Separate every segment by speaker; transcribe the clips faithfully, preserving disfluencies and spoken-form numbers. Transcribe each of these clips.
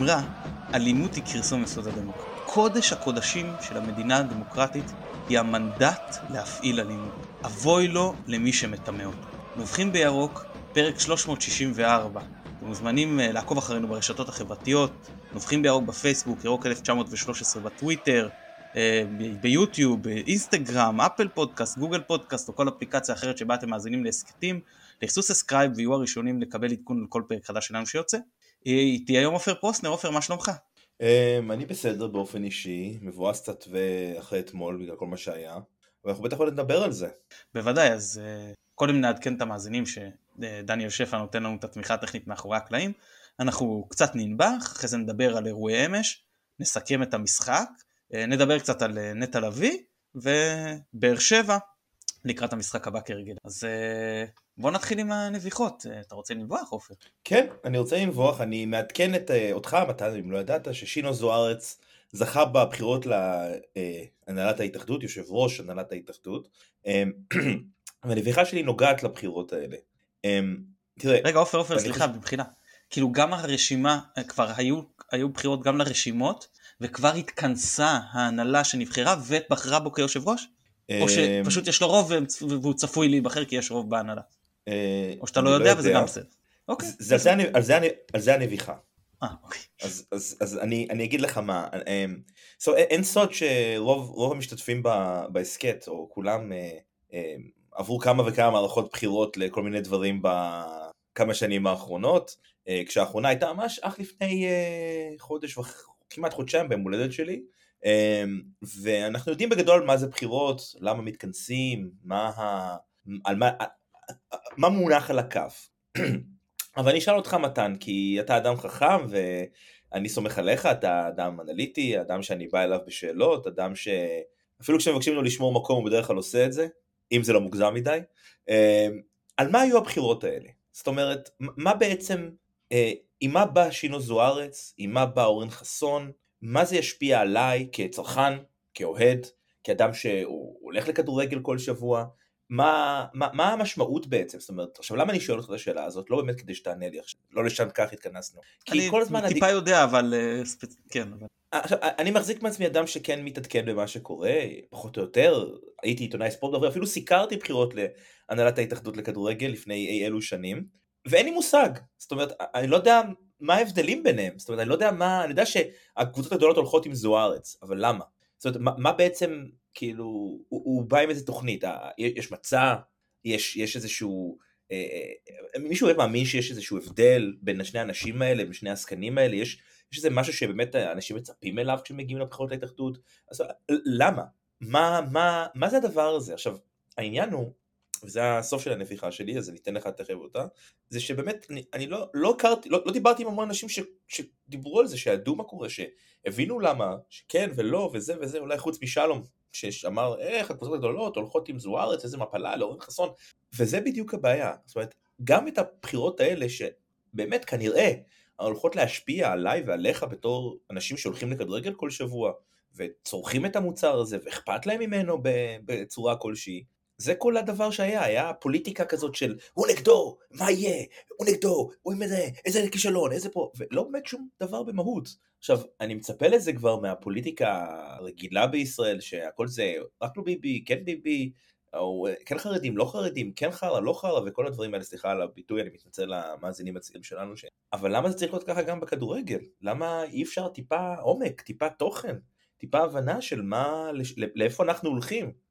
Speaker 1: אמרה, אלימות היא כרסום יסוד הדמוקרטיה. קודש הקודשים של המדינה הדמוקרטית היא המנדט להפעיל אלימות. אבוי לו למי שמטמא אותו. נובחים בירוק, פרק שלוש מאות שישים וארבע. אתם מוזמנים לעקוב אחרינו ברשתות החברתיות, נובחים בירוק בפייסבוק, ירוק אלף תשע מאות ושלוש עשרה בטוויטר, ביוטיוב, באינסטגרם, אפל פודקאסט, גוגל פודקאסט או כל אפליקציה אחרת שבה אתם מאזינים להסקטים. לחצו סאבסקרייב ויהיו הראשונים לקבל עדכון על כל פרק חדש שלנו שיוצא. איתי היום עופר פרוסנר. עופר, מה שלומך?
Speaker 2: אני בסדר באופן אישי, מבואס קצת ואחרי אתמול בגלל כל מה שהיה, ואנחנו בטח עוד נדבר על זה.
Speaker 1: בוודאי, אז קודם נעדכן את המאזינים שדניאל שפע נותן לנו את התמיכה הטכנית מאחורי הקלעים. אנחנו קצת ננבח, אחרי זה נדבר על אירועי אמש, נסכם את המשחק, נדבר קצת על נטע לביא ובאר שבע לקראת המשחק הבא כרגל. אז בוא נתחיל עם הנביחות. אתה רוצה לנבוח, עופר?
Speaker 2: כן, אני רוצה לנבוח. אני מעדכן את אותך, מתן, אם לא ידעת, ששינו זוארץ זכה בבחירות להנהלת ההתאחדות, יושב ראש הנהלת ההתאחדות, והנביחה שלי נוגעת לבחירות האלה. תראה,
Speaker 1: רגע, עופר, עופר, סליחה, בבחינה. כאילו גם הרשימה, כבר היו, היו בחירות גם לרשימות, וכבר התכנסה ההנהלה שנבחרה ובחרה בו כיושב ראש? או שפשוט יש לו רוב והוא צפוי להיבחר כי יש רוב בהנהלה? או שאתה לא יודע וזה גם בסדר. אוקיי.
Speaker 2: על זה הנביחה.
Speaker 1: אה, אוקיי.
Speaker 2: אז אני אגיד לך מה. אין סוד שרוב המשתתפים בהסקט, או כולם עברו כמה וכמה מערכות בחירות לכל מיני דברים בכמה שנים האחרונות, כשהאחרונה הייתה ממש אך לפני חודש וכמעט חודשיים ביום הולדת שלי, ואנחנו יודעים בגדול מה זה בחירות, למה מתכנסים, מה, על מה, מה מונח על הכף. אבל אני אשאל אותך מתן, כי אתה אדם חכם ואני סומך עליך, אתה אדם אנליטי, אדם שאני בא אליו בשאלות, אדם שאפילו כשמבקשים לו לשמור מקום הוא בדרך כלל עושה את זה, אם זה לא מוגזם מדי. על מה היו הבחירות האלה? זאת אומרת, מה בעצם, עם מה בא שינו זוארץ, עם מה בא אורן חסון, מה זה ישפיע עליי כצרכן, כאוהד, כאדם שהוא הולך לכדורגל כל שבוע, מה, מה, מה המשמעות בעצם? זאת אומרת, עכשיו למה אני שואל אותך את השאלה הזאת? לא באמת כדי שתענה לי עכשיו, לא לשם כך התכנסנו.
Speaker 1: אני טיפה יודע, אבל כן.
Speaker 2: עכשיו, אני מחזיק מעצמי אדם שכן מתעדכן במה שקורה, פחות או יותר, הייתי עיתונאי ספורט, ואפילו סיקרתי בחירות להנהלת ההתאחדות לכדורגל לפני אי אלו שנים, ואין לי מושג. זאת אומרת, אני לא יודע מה ההבדלים ביניהם, זאת אומרת, אני לא יודע מה, אני יודע שהקבוצות הגדולות הולכות עם זוארץ, אבל למה? זאת אומרת, מה, מה בעצם, כאילו, הוא, הוא בא עם איזה תוכנית, יש מצע, יש, יש איזשהו, אה, אה, מישהו מאמין שיש איזשהו הבדל בין שני האנשים האלה, בין שני העסקנים האלה, יש, יש איזה משהו שבאמת אנשים מצפים אליו כשמגיעים לבחירות להתאחדות, אז למה? מה, מה, מה זה הדבר הזה? עכשיו, העניין הוא, וזה הסוף של הנביחה שלי, אז אני אתן לך תכף אותה, זה שבאמת, אני, אני לא, לא, קרתי, לא, לא דיברתי עם המון אנשים ש, שדיברו על זה, שידעו מה קורה, שהבינו למה, שכן ולא, וזה וזה, אולי חוץ משלום, שאמר, איך הקבוצות הגדולות הולכות עם זוארץ, איזה מפלה, לאורן חסון, וזה בדיוק הבעיה. זאת אומרת, גם את הבחירות האלה, שבאמת כנראה, הולכות להשפיע עליי ועליך בתור אנשים שהולכים לכדורגל כל שבוע, וצורכים את המוצר הזה, ואכפת להם ממנו בצורה כלשהי, זה כל הדבר שהיה, היה פוליטיקה כזאת של, הוא נגדו, מה יהיה, הוא נגדו, הוא עם איזה, איזה כישלון, איזה פה, ולא באמת שום דבר במהות. עכשיו, אני מצפה לזה כבר מהפוליטיקה הרגילה בישראל, שהכל זה רק לא ביבי, כן ביבי, או כן חרדים, לא חרדים, כן חרא, לא חרא, וכל הדברים האלה, סליחה על הביטוי, אני מתנצל למאזינים הצעירים שלנו, ש... אבל למה זה צריך להיות ככה גם בכדורגל? למה אי אפשר טיפה עומק, טיפה תוכן, טיפה הבנה של מה, לאיפה אנחנו הולכים?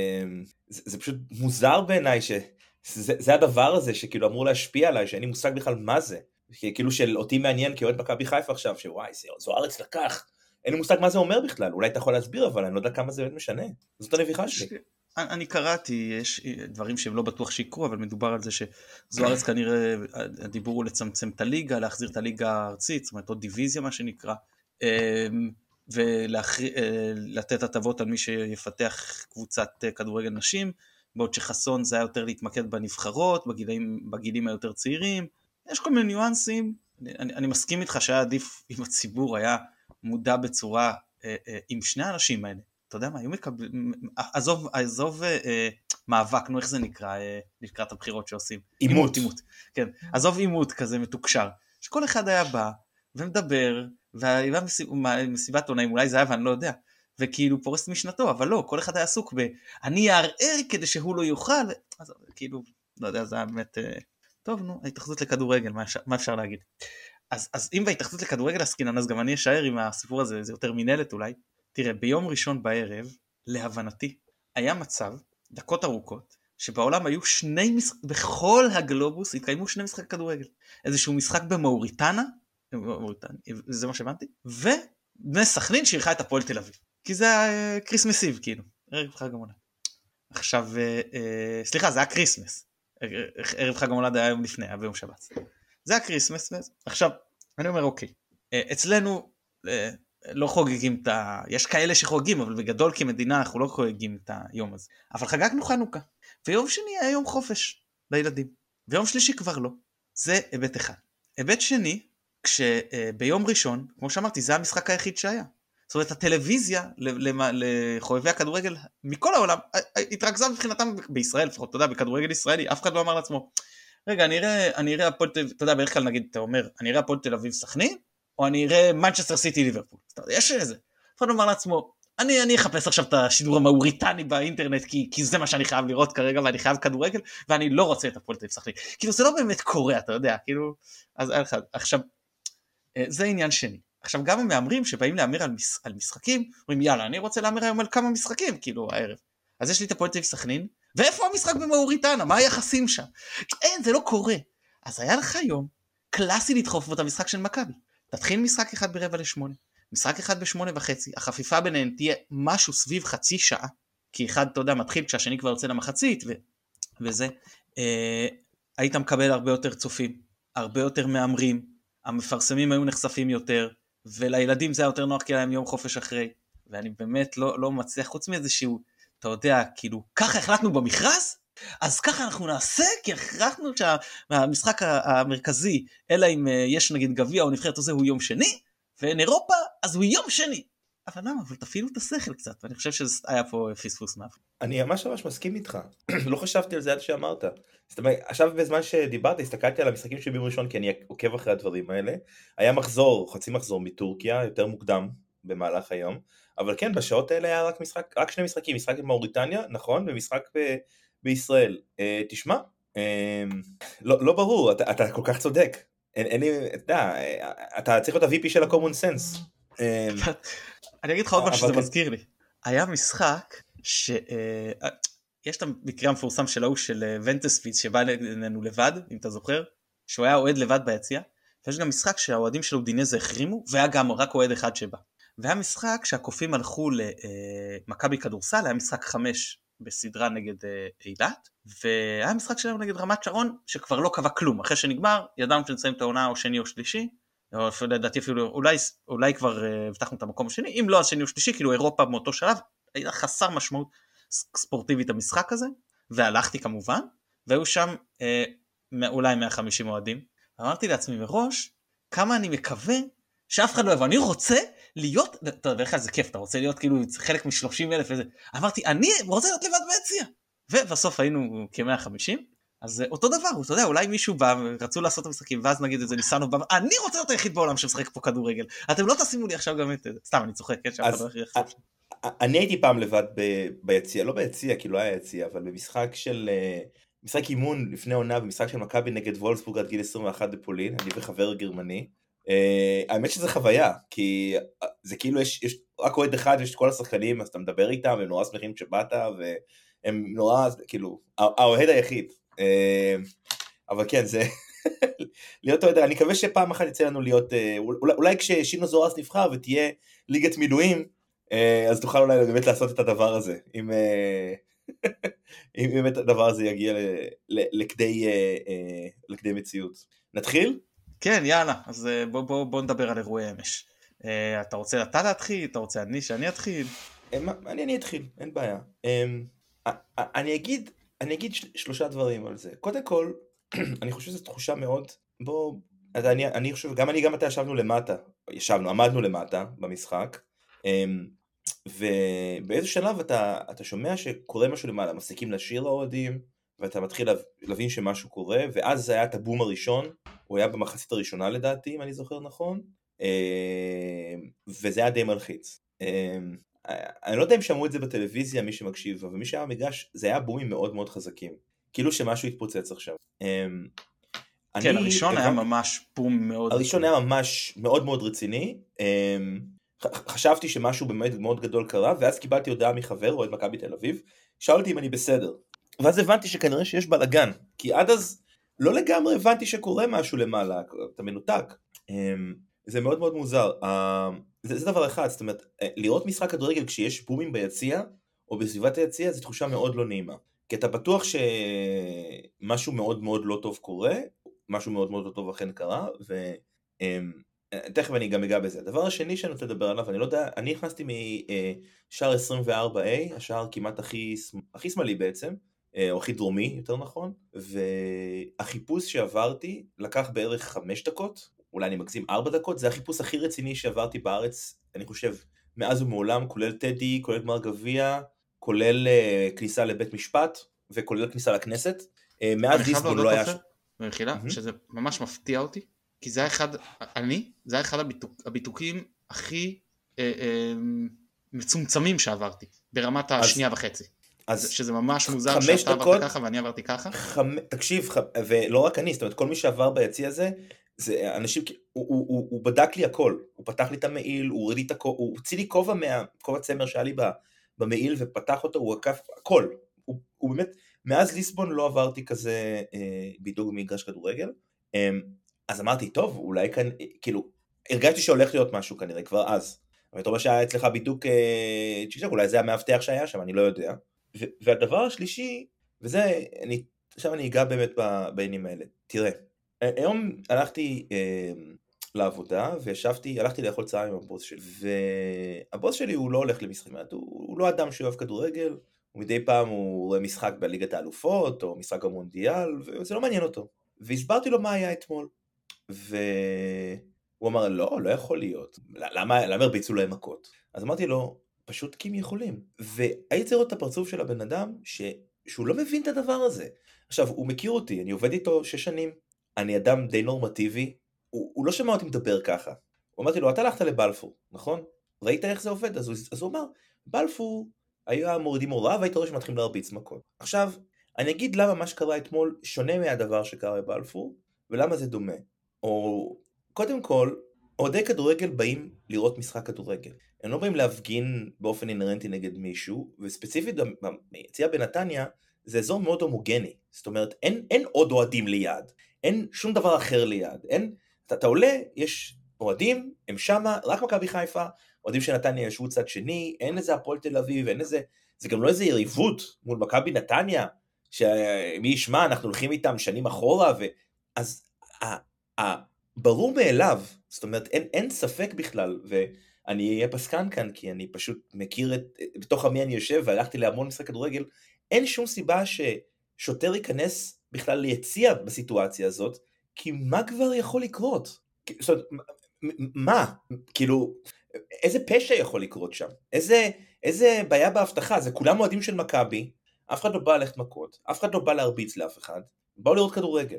Speaker 2: זה, זה פשוט מוזר בעיניי שזה זה הדבר הזה שכאילו אמור להשפיע עליי, שאין לי מושג בכלל מה זה, כאילו של אותי מעניין כאוהד מכבי חיפה עכשיו, שוואי, זוארץ לקח, אין לי מושג מה זה אומר בכלל, אולי אתה יכול להסביר, אבל אני לא יודע כמה זה באמת משנה, זאת הנביחה שלי.
Speaker 1: אני קראתי, יש דברים שהם לא בטוח שיקרו, אבל מדובר על זה שזוארץ כנראה, הדיבור הוא לצמצם את הליגה, להחזיר את הליגה הארצית, זאת אומרת עוד דיוויזיה מה שנקרא, ולתת הטבות על מי שיפתח קבוצת כדורגל נשים, בעוד שחסון זה היה יותר להתמקד בנבחרות, בגילים, בגילים היותר צעירים, יש כל מיני ניואנסים, אני, אני מסכים איתך שהיה עדיף אם הציבור היה מודע בצורה, עם שני האנשים האלה, אתה יודע מה, היו מקבלים, עזוב, עזוב מאבק, נו איך זה נקרא, לקראת הבחירות שעושים,
Speaker 2: אימות,
Speaker 1: אימות, כן, עזוב אימות כזה מתוקשר, שכל אחד היה בא, ומדבר, והייתה מסיבת עונאים, אולי זה היה ואני לא יודע, וכאילו פורס משנתו, אבל לא, כל אחד היה עסוק ב, אני אערער כדי שהוא לא יוכל, אז כאילו, לא יודע, זה היה באמת, טוב, נו, ההתאחדות לכדורגל, מה אפשר, מה אפשר להגיד? אז, אז אם בהתאחדות לכדורגל עסקינן, אז גם אני אשאר עם הסיפור הזה, זה יותר מנהלת אולי. תראה, ביום ראשון בערב, להבנתי, היה מצב, דקות ארוכות, שבעולם היו שני משחקים, בכל הגלובוס התקיימו שני משחקי כדורגל. איזשהו משחק במאוריטנה, מאוריטניה, זה מה שהבנתי, ובני סכנין שאירחה את הפועל תל אביב. כי זה היה קריסמס איב, כאילו, ערב חג המולד. עכשיו, סליחה, זה היה קריסמס. ערב חג המולד היה יום לפני, היה ביום שבת. זה היה קריסמס, עכשיו, אני אומר, אוקיי, אצלנו לא חוגגים את ה... יש כאלה שחוגגים, אבל בגדול כמדינה אנחנו לא חוגגים את היום הזה. אבל חגגנו חנוכה, ויום שני היה יום חופש לילדים, ויום שלישי כבר לא. זה היבט אחד. היבט שני, כשביום ראשון, כמו שאמרתי, זה המשחק היחיד שהיה. זאת אומרת, הטלוויזיה לחובבי הכדורגל מכל העולם, התרכזה מבחינתם בישראל, לפחות, אתה יודע, בכדורגל ישראלי, אף אחד לא אמר לעצמו, רגע, אני אראה, אני אראה הפועל תל אביב, אתה יודע, בערך כלל נגיד, אתה אומר, אני אראה הפועל תל אביב סכנין, או אני אראה מנצ'סטר סיטי ליברפול. יש איזה. אף אחד אומר לעצמו, אני, אני אחפש עכשיו את השידור המאוריטני באינטרנט, כי, כי זה מה שאני חייב לראות כרגע, ואני חייב כדורגל, ואני לא רוצה את הפועל תל אביב סכנין. כאילו, זה לא באמת קורה, אתה יודע, כאילו, אז עכשיו, זה עניין שני. עכשיו, גם המאמרים שבאים להמר על, מש, על משחקים, אומרים, יאללה, אני רוצה להמר היום על כמה משחקים, כאילו, הערב. אז יש לי את הפועל תל אביב סכנין, ואיפה המשחק במאוריטנה? מה היחסים שם? אין, זה לא קורה. אז היה לך יום קלאסי לדחוף את המשחק של מכבי. תתחיל משחק אחד ברבע לשמונה, משחק אחד בשמונה וחצי, החפיפה ביניהם תהיה משהו סביב חצי שעה, כי אחד, אתה יודע, מתחיל כשהשני כבר יוצא למחצית, ו... וזה, אה, היית מקבל הרבה יותר צופים, הרבה יותר מאמרים, המפרסמים היו נחשפים יותר, ולילדים זה היה יותר נוח כי להם יום חופש אחרי, ואני באמת לא, לא מצליח, חוץ מאיזשהו, אתה יודע, כאילו, ככה החלטנו במכרז? אז ככה אנחנו נעשה, כי החלטנו שהמשחק המרכזי, אלא אם יש נגיד גביע או נבחרת הזה, הוא יום שני, ואין אירופה, אז הוא יום שני. אבל למה? אבל תפעילו את השכל קצת, ואני חושב שזה היה פה פספוס מאף.
Speaker 2: אני ממש ממש מסכים איתך, לא חשבתי על זה עד שאמרת. זאת אומרת, עכשיו בזמן שדיברת, הסתכלתי על המשחקים של ביום ראשון, כי אני עוקב אחרי הדברים האלה. היה מחזור, חצי מחזור מטורקיה, יותר מוקדם במהלך היום, אבל כן, בשעות האלה היה רק משחק, רק שני משחקים, משחק במאוריטניה, נכון, ומשחק ב, בישראל. אה, תשמע, אה, לא, לא ברור, אתה, אתה כל כך צודק. אין, אין לי, אתה, אתה צריך להיות ה-וי פי של ה-common sense. אה,
Speaker 1: אני אגיד לך עוד משהו שזה מזכיר לי. היה משחק שיש את המקרה המפורסם של ההוא של ונטספיץ שבא אלינו לבד, אם אתה זוכר, שהוא היה אוהד לבד ביציאה, ויש גם משחק שהאוהדים של אודינזה החרימו, והיה גם רק אוהד אחד שבא. והיה משחק שהקופים הלכו למכבי כדורסל, היה משחק חמש בסדרה נגד אילת, והיה משחק שלנו נגד רמת שרון, שכבר לא קבע כלום. אחרי שנגמר, ידענו שנסיים את העונה או שני או שלישי, או לדעתי אפילו, אולי, אולי כבר הבטחנו את המקום השני, אם לא אז שני או שלישי, כאילו אירופה מאותו שלב, היה חסר משמעות ספורטיבית המשחק הזה, והלכתי כמובן, והיו שם אה, אולי מאה וחמישים אוהדים, ואמרתי לעצמי מראש, כמה אני מקווה שאף אחד לא יבוא, אני רוצה להיות, אתה יודע, בכלל זה כיף, אתה רוצה להיות כאילו חלק מ-שלושים אלף וזה, אמרתי, אני רוצה להיות לבד ביציע, ובסוף היינו כ-מאה וחמישים, אז אותו דבר, אתה יודע, אולי מישהו בא, רצו לעשות את המשחקים, ואז נגיד את זה, ניסנו, אני רוצה להיות היחיד בעולם שמשחק פה כדורגל, אתם לא תשימו לי עכשיו גם את זה, סתם, אני צוחק, כן, שאף אחד לא יחשוב.
Speaker 2: אני הייתי פעם לבד ביציע, לא ביציע, כי לא היה יציע, אבל במשחק של, משחק אימון לפני עונה, במשחק של מכבי נגד וולפסבורג עד גיל עשרים ואחת בפולין, אני וחבר גרמני, האמת שזה חוויה, כי זה כאילו יש, יש רק אוהד אחד, יש את כל השחקנים, אז אתה מדבר איתם, הם נורא שמחים שבאת, והם נורא, כאילו, האוהד היחיד, אבל כן, זה, להיות אוהד, אני מקווה שפעם אחת יצא לנו להיות, אולי, אולי כששינו זוארץ נבחר ותהיה ליגת מילואים, אז תוכל אולי באמת לעשות את הדבר הזה, אם, אם באמת הדבר הזה יגיע לכדי, לכדי מציאות. נתחיל?
Speaker 1: כן, יאללה, אז בוא, בוא, בוא נדבר על אירועי אמש. אתה רוצה אתה להתחיל? אתה רוצה אני שאני אתחיל?
Speaker 2: אני, אני אתחיל, אין בעיה. אני אגיד, אני אגיד שלושה דברים על זה. קודם כל, אני חושב שזו תחושה מאוד, בוא, אני, אני חושב, גם אני גם אתה ישבנו למטה, ישבנו, עמדנו למטה במשחק, ובאיזה שלב אתה, אתה שומע שקורה משהו למעלה, מפסיקים לשיר האוהדים, ואתה מתחיל להבין שמשהו קורה, ואז זה היה את הבום הראשון, הוא היה במחצית הראשונה לדעתי, אם אני זוכר נכון, וזה היה די מלחיץ. אני לא יודע אם שמעו את זה בטלוויזיה, מי שמקשיב, אבל מי שהיה במגרש, זה היה בומים מאוד מאוד חזקים, כאילו שמשהו התפוצץ עכשיו.
Speaker 1: כן, הראשון היה ממש בום מאוד
Speaker 2: רציני. הראשון היה ממש מאוד מאוד רציני, חשבתי שמשהו באמת מאוד גדול קרה, ואז קיבלתי הודעה מחבר, אוהד מכבי תל אביב, שאלתי אם אני בסדר, ואז הבנתי שכנראה שיש בלגן, כי עד אז לא לגמרי הבנתי שקורה משהו למעלה, אתה מנותק. זה מאוד מאוד מוזר. זה, זה דבר אחד, זאת אומרת, לראות משחק כדורגל כשיש בומים ביציע, או בסביבת היציע, זו תחושה מאוד לא נעימה. כי אתה בטוח שמשהו מאוד מאוד לא טוב קורה, משהו מאוד מאוד לא טוב אכן קרה, ותכף אני גם אגע בזה. הדבר השני שאני רוצה לדבר עליו, אני לא יודע, אני נכנסתי משער עשרים וארבע איי, השער כמעט הכי, הכי שמאלי בעצם, או הכי דרומי, יותר נכון, והחיפוש שעברתי לקח בערך חמש דקות, אולי אני מגזים ארבע דקות, זה החיפוש הכי רציני שעברתי בארץ, אני חושב, מאז ומעולם, כולל טדי, כולל גמר גביע, כולל uh, כניסה לבית משפט, וכולל כניסה לכנסת. Uh, מאז ליסבון לא היה...
Speaker 1: במחילה, mm-hmm. שזה ממש מפתיע אותי, כי זה היה אחד, אני, זה היה אחד הביטוק, הביטוקים הכי אה, אה, מצומצמים שעברתי, ברמת אז, השנייה וחצי. אז שזה ממש מוזר שאתה דקות, עברת ככה ואני עברתי ככה.
Speaker 2: חמ... תקשיב, ח... ולא רק אני, זאת אומרת, כל מי שעבר ביציע הזה, זה אנשים, הוא, הוא, הוא, הוא בדק לי הכל, הוא פתח לי את המעיל, הוא הוריד לי את הכל, הוא הוציא לי כובע מה, כובע צמר שהיה לי במעיל ופתח אותו, הוא עקף הכל, הוא, הוא באמת, מאז ליסבון לא עברתי כזה אה, בידוק במגרש כדורגל, אה, אז אמרתי, טוב, אולי כאן, כאילו, הרגשתי שהולך להיות משהו כנראה כבר אז, אבל טוב שהיה אצלך בידוק, אה, צ'ישק, אולי זה המאבטח שהיה שם, אני לא יודע, ו, והדבר השלישי, וזה, אני, עכשיו אני אגע באמת בעניינים האלה, תראה, היום הלכתי אה, לעבודה, וישבתי, הלכתי לאכול צהריים עם הבוס שלי, והבוס שלי הוא לא הולך למשחק, הוא, הוא לא אדם שאוהב כדורגל, ומדי פעם הוא רואה משחק בליגת האלופות, או משחק המונדיאל, וזה לא מעניין אותו. והסברתי לו מה היה אתמול, והוא אמר, לא, לא יכול להיות, למה, למה הרביצו להם מכות? אז אמרתי לו, פשוט כי הם יכולים. והייתי צריך לראות את הפרצוף של הבן אדם, ש... שהוא לא מבין את הדבר הזה. עכשיו, הוא מכיר אותי, אני עובד איתו שש שנים, אני אדם די נורמטיבי, הוא, הוא לא שמע אותי מדבר ככה. הוא אמרתי לו, אתה הלכת לבלפור, נכון? ראית איך זה עובד? אז הוא, אז הוא אמר, בלפור היה מורידים הוראה, והיית רואה שמתחילים להרביץ מכות. עכשיו, אני אגיד למה מה שקרה אתמול שונה מהדבר שקרה בבלפור, ולמה זה דומה. או, קודם כל, אוהדי כדורגל באים לראות משחק כדורגל. הם לא באים להפגין באופן אינרנטי נגד מישהו, וספציפית ביציאה בנתניה, זה אזור מאוד הומוגני. זאת אומרת, אין, אין עוד אוהדים ליד. אין שום דבר אחר ליד. אין, אתה, אתה עולה, יש אוהדים, הם שמה, רק מכבי חיפה, אוהדים של נתניה ישבו צד שני, אין איזה הפועל תל אביב, אין איזה, זה גם לא איזה יריבות מול מכבי נתניה, שמי ישמע, אנחנו הולכים איתם שנים אחורה, ו... אז ה, ה, ברור מאליו, זאת אומרת, אין, אין ספק בכלל, ואני אהיה פסקן כאן, כי אני פשוט מכיר את, בתוך עמי אני יושב, והלכתי להמון משחק כדורגל, אין שום סיבה ששוטר ייכנס בכלל ליציע בסיטואציה הזאת, כי מה כבר יכול לקרות? זאת אומרת, מה? כאילו, איזה פשע יכול לקרות שם? איזה, איזה בעיה בהבטחה? זה כולם מועדים של מכבי, אף אחד לא בא ללכת מכות, אף אחד לא בא להרביץ לאף אחד, באו לראות כדורגל.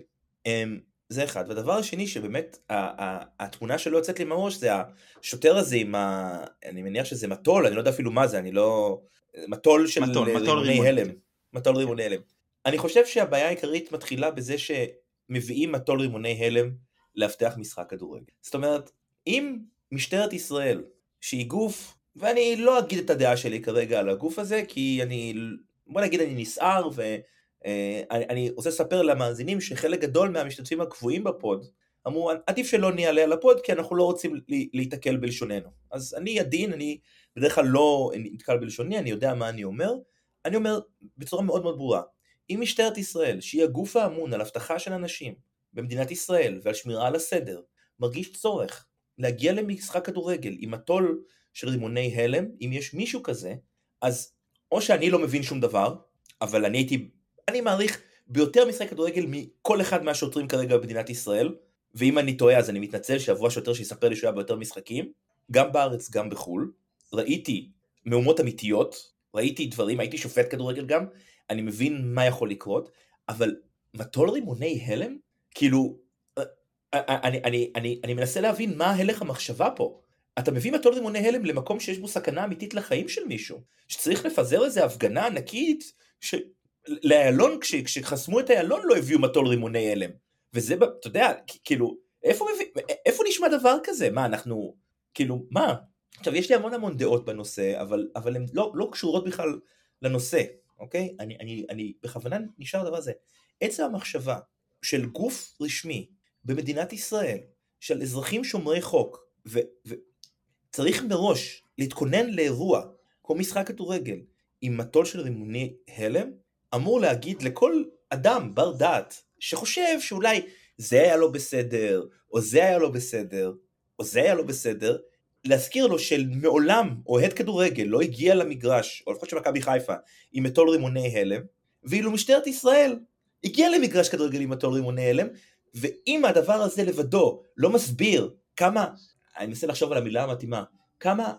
Speaker 2: זה אחד. והדבר השני שבאמת, התמונה שלא יוצאת לי מהראש, זה השוטר הזה עם ה... אני מניח שזה מטול, אני לא יודע אפילו מה זה, אני לא... מטול של רימוני הלם. מטול רימוני הלם. אני חושב שהבעיה העיקרית מתחילה בזה שמביאים מטול רימוני הלם להבטח משחק כדורגל. זאת אומרת, אם משטרת ישראל, שהיא גוף, ואני לא אגיד את הדעה שלי כרגע על הגוף הזה, כי אני, בוא נגיד אני נסער, ואני אני רוצה לספר למאזינים שחלק גדול מהמשתתפים הקבועים בפוד, אמרו, עדיף שלא נעלה על הפוד, כי אנחנו לא רוצים להתקל בלשוננו. אז אני עדין, אני בדרך כלל לא נתקל בלשוני, אני יודע מה אני אומר, אני אומר בצורה מאוד מאוד ברורה, אם משטרת ישראל, שהיא הגוף האמון על הבטחה של אנשים במדינת ישראל ועל שמירה על הסדר, מרגיש צורך להגיע למשחק כדורגל עם מטול של רימוני הלם, אם יש מישהו כזה, אז או שאני לא מבין שום דבר, אבל אני הייתי, אני מעריך ביותר משחק כדורגל מכל אחד מהשוטרים כרגע במדינת ישראל, ואם אני טועה אז אני מתנצל שעבור השוטר שיספר לי שהוא היה ביותר משחקים, גם בארץ גם בחול, ראיתי מהומות אמיתיות, ראיתי דברים, הייתי שופט כדורגל גם, אני מבין מה יכול לקרות, אבל מטול רימוני הלם? כאילו, אני, אני, אני, אני מנסה להבין מה הלך המחשבה פה. אתה מביא מטול רימוני הלם למקום שיש בו סכנה אמיתית לחיים של מישהו, שצריך לפזר איזה הפגנה ענקית, ש... לאיילון, כש... כשחסמו את האיילון לא הביאו מטול רימוני הלם. וזה, אתה יודע, כאילו, איפה, מביא... איפה נשמע דבר כזה? מה, אנחנו, כאילו, מה? עכשיו, יש לי המון המון דעות בנושא, אבל, אבל הן לא, לא קשורות בכלל לנושא, אוקיי? אני, אני, אני בכוונה נשאר דבר הזה. עצם המחשבה של גוף רשמי במדינת ישראל, של אזרחים שומרי חוק, ו... ו... צריך מראש להתכונן לאירוע, כמו משחק כדורגל, עם מטול של רימוני הלם, אמור להגיד לכל אדם בר דעת, שחושב שאולי זה היה לא בסדר, או זה היה לא בסדר, או זה היה לא בסדר, להזכיר לו של מעולם אוהד כדורגל לא הגיע למגרש, או לפחות של מכבי חיפה, עם מטול רימוני הלם, ואילו משטרת ישראל הגיעה למגרש כדורגל עם מטול רימוני הלם, ואם הדבר הזה לבדו לא מסביר כמה, אני מנסה לחשוב על המילה המתאימה, כמה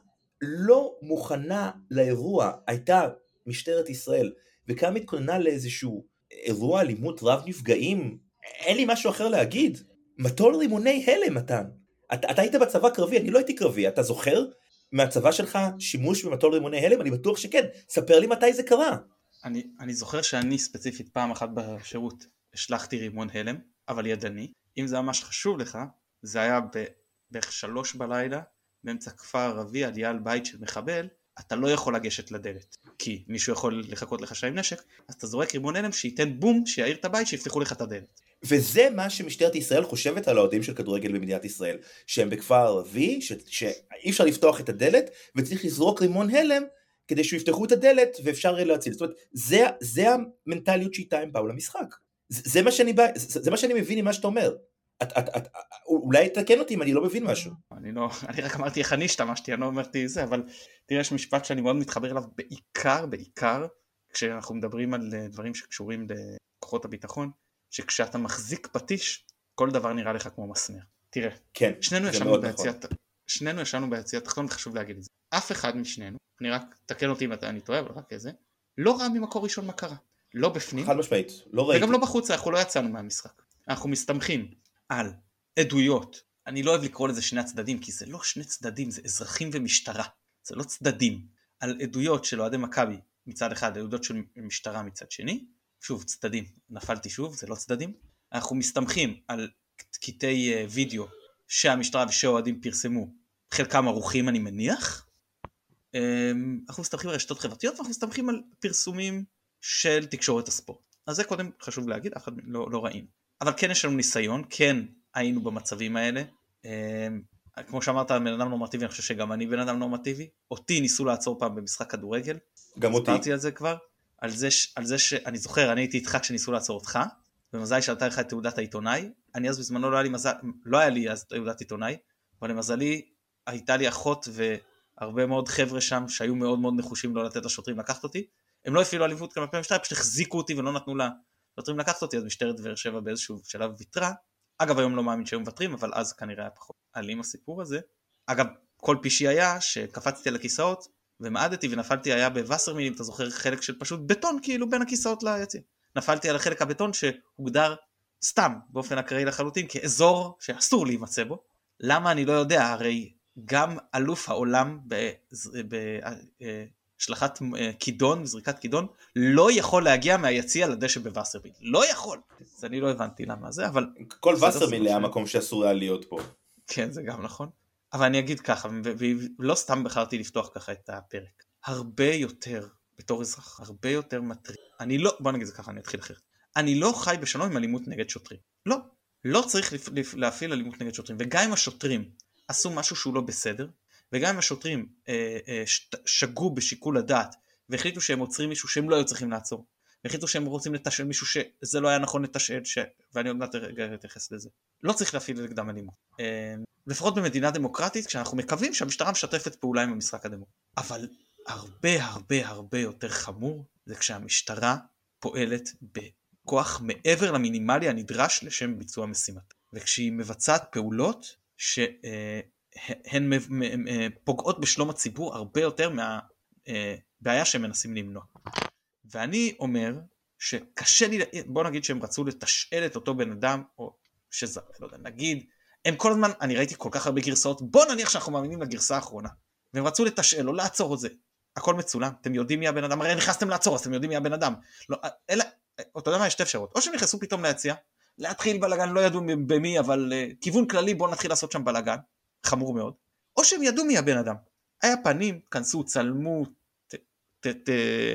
Speaker 2: לא מוכנה לאירוע הייתה משטרת ישראל, וכמה מתכוננה לאיזשהו אירוע אלימות רב נפגעים, אין לי משהו אחר להגיד. מטול רימוני הלם מתן. אתה, אתה היית בצבא קרבי, אני לא הייתי קרבי, אתה זוכר מהצבא שלך שימוש במטול רימוני הלם? אני בטוח שכן, ספר לי מתי זה קרה.
Speaker 1: אני, אני זוכר שאני ספציפית פעם אחת בשירות השלחתי רימון הלם, אבל ידני. אם זה ממש חשוב לך, זה היה בערך שלוש בלילה, באמצע כפר ערבי, עלייה על בית של מחבל, אתה לא יכול לגשת לדלת, כי מישהו יכול לחכות לך שם עם נשק, אז אתה זורק רימון הלם שייתן בום, שיעיר את הבית, שיפתחו לך את הדלת.
Speaker 2: וזה מה שמשטרת ישראל חושבת על האוהדים של כדורגל במדינת ישראל, שהם בכפר ערבי, ש... שאי אפשר לפתוח את הדלת, וצריך לזרוק רימון הלם, כדי שהוא יפתחו את הדלת, ואפשר להציל. זאת אומרת, זה, זה המנטליות שאיתה הם באו למשחק. זה, זה מה שאני בא, זה, זה מה שאני מבין עם מה שאתה אומר. את, את, את, אולי תקן אותי אם אני לא מבין משהו.
Speaker 1: אני לא, אני רק אמרתי איך אני השתמשתי, אני לא אמרתי זה, אבל תראה, יש משפט שאני מאוד מתחבר אליו בעיקר, בעיקר, כשאנחנו מדברים על דברים שקשורים לכוחות הביטחון, שכשאתה מחזיק פטיש, כל דבר נראה לך כמו מסמר. תראה,
Speaker 2: כן,
Speaker 1: שנינו ישנו ביציאת, שנינו ישנו ביציאת תחתון, וחשוב להגיד את זה. אף אחד משנינו, אני רק, תקן אותי אם אני טועה, אבל רק איזה, לא ראה ממקור ראשון מה קרה. לא בפנים,
Speaker 2: חד משמעית, לא ראיתי.
Speaker 1: וגם לא בחוץ, אנחנו לא יצאנו מהמשחק. אנחנו מסתמכים על עדויות. אני לא אוהב לקרוא לזה שני הצדדים, כי זה לא שני צדדים, זה אזרחים ומשטרה. זה לא צדדים. על עדויות של אוהדי מכבי מצד אחד, עדויות של משטרה מצד שני. שוב, צדדים. נפלתי שוב, זה לא צדדים. אנחנו מסתמכים על קטעי וידאו שהמשטרה ושהאוהדים פרסמו, חלקם ערוכים אני מניח. אנחנו מסתמכים על רשתות חברתיות, ואנחנו מסתמכים על פרסומים של תקשורת הספורט. אז זה קודם חשוב להגיד, אף אחד לא, לא ראינו. אבל כן יש לנו ניסיון, כן היינו במצבים האלה. כמו שאמרת, בן אדם נורמטיבי, אני חושב שגם אני בן אדם נורמטיבי. אותי ניסו לעצור פעם במשחק כדורגל.
Speaker 2: גם אותי.
Speaker 1: הסברתי על זה כבר. על זה, על זה שאני זוכר, אני הייתי איתך כשניסו לעצור אותך, ומזל שעלתה לך את תעודת העיתונאי. אני אז בזמנו לא היה לי מזל, לא היה לי אז תעודת עיתונאי, אבל למזלי הייתה לי אחות והרבה מאוד חבר'ה שם שהיו מאוד מאוד נחושים לא לתת לשוטרים לקחת אותי. הם לא הפעילו אלימות כמה פעמים משטרה, פשוט החזיקו אותי ולא נתנו לשוטרים לקחת אותי, אז משטרת באר שבע באיזשהו שלב ויתרה. אגב, היום לא מאמין שהיו מוותרים, אבל אז כנראה היה פחות אלים הסיפור הזה. אגב, כל פישי היה שקפצתי על הכיסאות ומעדתי ונפלתי, היה בווסרמיל, אם אתה זוכר, חלק של פשוט בטון כאילו בין הכיסאות ליציע. נפלתי על החלק הבטון שהוגדר סתם באופן אקראי לחלוטין כאזור שאסור להימצא בו. למה אני לא יודע, הרי גם אלוף העולם בהשלכת כידון, זריקת כידון, לא יכול להגיע מהיציע לדשא בווסרמיל. לא יכול. אז אני לא הבנתי למה זה, אבל...
Speaker 2: כל ווסרמיל היה מקום שאסור היה להיות פה.
Speaker 1: כן, זה גם נכון. אבל אני אגיד ככה, ולא סתם בחרתי לפתוח ככה את הפרק. הרבה יותר, בתור אזרח, הרבה יותר מטריד. אני לא, בוא נגיד זה ככה, אני אתחיל אחרת. אני לא חי בשלום עם אלימות נגד שוטרים. לא. לא צריך להפעיל אלימות נגד שוטרים. וגם אם השוטרים עשו משהו שהוא לא בסדר, וגם אם השוטרים אה, אה, שגו בשיקול הדעת, והחליטו שהם עוצרים מישהו שהם לא היו צריכים לעצור, והחליטו שהם רוצים לתשאל מישהו שזה לא היה נכון לתשאל, ש... ואני עוד מעט אתייחס לזה. לא צריך להפעיל נגדם אלימות. אה, לפחות במדינה דמוקרטית, כשאנחנו מקווים שהמשטרה משתפת פעולה עם המשחק הדמוקרטי. אבל הרבה הרבה הרבה יותר חמור, זה כשהמשטרה פועלת בכוח מעבר למינימלי הנדרש לשם ביצוע משימת. וכשהיא מבצעת פעולות שהן פוגעות בשלום הציבור הרבה יותר מהבעיה שהם מנסים למנוע. ואני אומר שקשה לי, בוא נגיד שהם רצו לתשאל את אותו בן אדם, או שזה, לא יודע, נגיד, הם כל הזמן, אני ראיתי כל כך הרבה גרסאות, בוא נניח שאנחנו מאמינים לגרסה האחרונה, והם רצו לתשאל או לעצור את זה, הכל מצולם, אתם יודעים מי הבן אדם, הרי נכנסתם לעצור, אז אתם יודעים מי הבן אדם, לא, אלא, אתה יודע מה, יש שתי אפשרות, או שהם נכנסו פתאום להציע, להתחיל בלגן, לא ידעו במי, אבל uh, כיוון כללי, בוא נתחיל לעשות שם בלגן, חמור מאוד, או שהם ידעו מי הבן אדם, היה פנים, כנסו, צלמו, ת, ת, ת,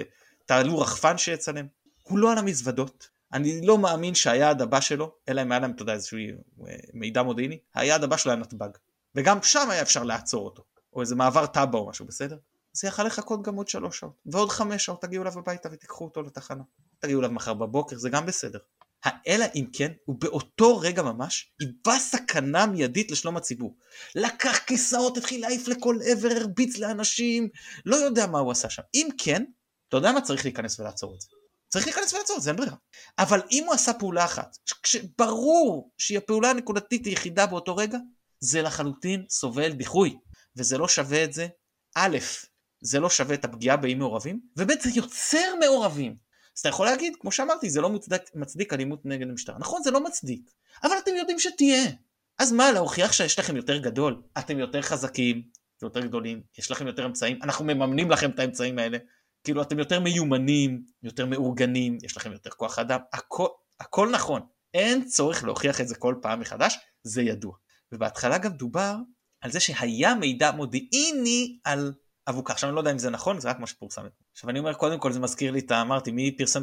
Speaker 1: תעלו רחפן שיצלם, הוא לא על המזוודות, אני לא מאמין שהיעד הבא שלו, אלא אם היה להם, אתה יודע, איזשהו מידע מודיעיני, היעד הבא שלו היה נתב"ג, וגם שם היה אפשר לעצור אותו, או איזה מעבר טאבה או משהו, בסדר? זה יכל לחכות גם עוד שלוש שעות, ועוד חמש שעות, תגיעו אליו הביתה ותיקחו אותו לתחנה, תגיעו אליו מחר בבוקר, זה גם בסדר. אלא אם כן, הוא באותו רגע ממש, היווה סכנה מיידית לשלום הציבור. לקח כיסאות, התחיל להעיף לכל עבר, הרביץ לאנשים, לא יודע מה הוא עשה שם. אם כן, אתה יודע מה צריך להיכנס ולעצור את זה. צריך להיכנס ולעצור את זה, אין ברירה. אבל אם הוא עשה פעולה אחת, כשברור שהיא הפעולה הנקודתית היחידה באותו רגע, זה לחלוטין סובל דיחוי, וזה לא שווה את זה. א', זה לא שווה את הפגיעה באי מעורבים, וב' זה יוצר מעורבים. אז אתה יכול להגיד, כמו שאמרתי, זה לא מצדיק, מצדיק אלימות נגד המשטרה. נכון, זה לא מצדיק, אבל אתם יודעים שתהיה. אז מה, להוכיח שיש לכם יותר גדול? אתם יותר חזקים ויותר גדולים, יש לכם יותר אמצעים, אנחנו מממנים לכם את האמצעים האלה, כאילו אתם יותר מיומנים, יותר מאורגנים, יש לכם יותר כוח אדם, הכל, הכל נכון. אין צורך להוכיח את זה כל פעם מחדש, זה ידוע. ובהתחלה גם דובר על זה שהיה מידע מודיעיני על אבוקה. עכשיו אני לא יודע אם זה נכון, זה רק מה שפורסם. עכשיו אני אומר, קודם כל זה מזכיר לי, אמרתי, מי פרסם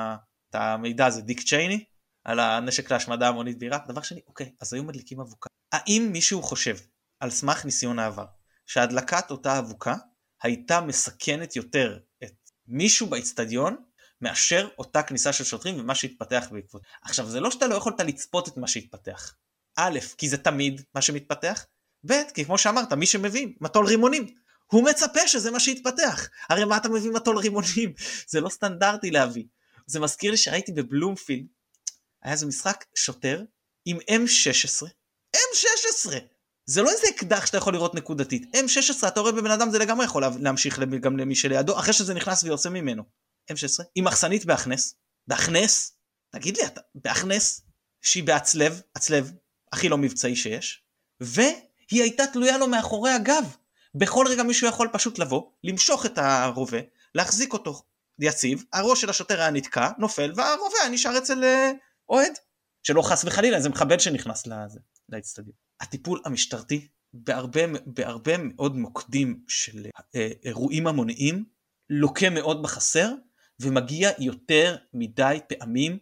Speaker 1: את המידע הזה? דיק צ'ייני, על הנשק להשמדה המונית בעיראק. דבר שני, אוקיי, אז היו מדליקים אבוקה. האם מישהו חושב, על סמך ניסיון העבר, שהדלקת אותה אבוקה, הייתה מסכנת יותר את מישהו באצטדיון, מאשר אותה כניסה של שוטרים ומה שהתפתח בעקבות. עכשיו זה לא שאתה לא יכולת לצפות את מה שהתפתח. א', כי זה תמיד מה שמתפתח, ב', כי כמו שאמרת, מי שמביא מטול רימונים, הוא מצפה שזה מה שהתפתח. הרי מה אתה מביא מטול רימונים? זה לא סטנדרטי להביא. זה מזכיר לי שראיתי בבלומפילד, היה איזה משחק שוטר עם אם שש עשרה. אם שש עשרה! זה לא איזה אקדח שאתה יכול לראות נקודתית. אם שש עשרה, אתה רואה בבן אדם, זה לגמרי יכול להמשיך גם למי שלידו, אחרי שזה נכנס ויוצא ממנו. אם שש עשרה, עם מחסנית באכנס. באכנס? תגיד לי, אתה, באכנס, שהיא בהצלב, הצלב הכי לא מבצעי שיש, והיא הייתה תלויה לו מאחורי הגב. בכל רגע מישהו יכול פשוט לבוא, למשוך את הרובה, להחזיק אותו יציב, הראש של השוטר היה נתקע, נופל, והרובה היה נשאר אצל אוהד, שלא חס וחלילה, זה מכבד שנכנס לאצטדיון. הטיפול המשטרתי, בהרבה, בהרבה מאוד מוקדים של אירועים המוניים, לוקה מאוד בחסר, ומגיע יותר מדי פעמים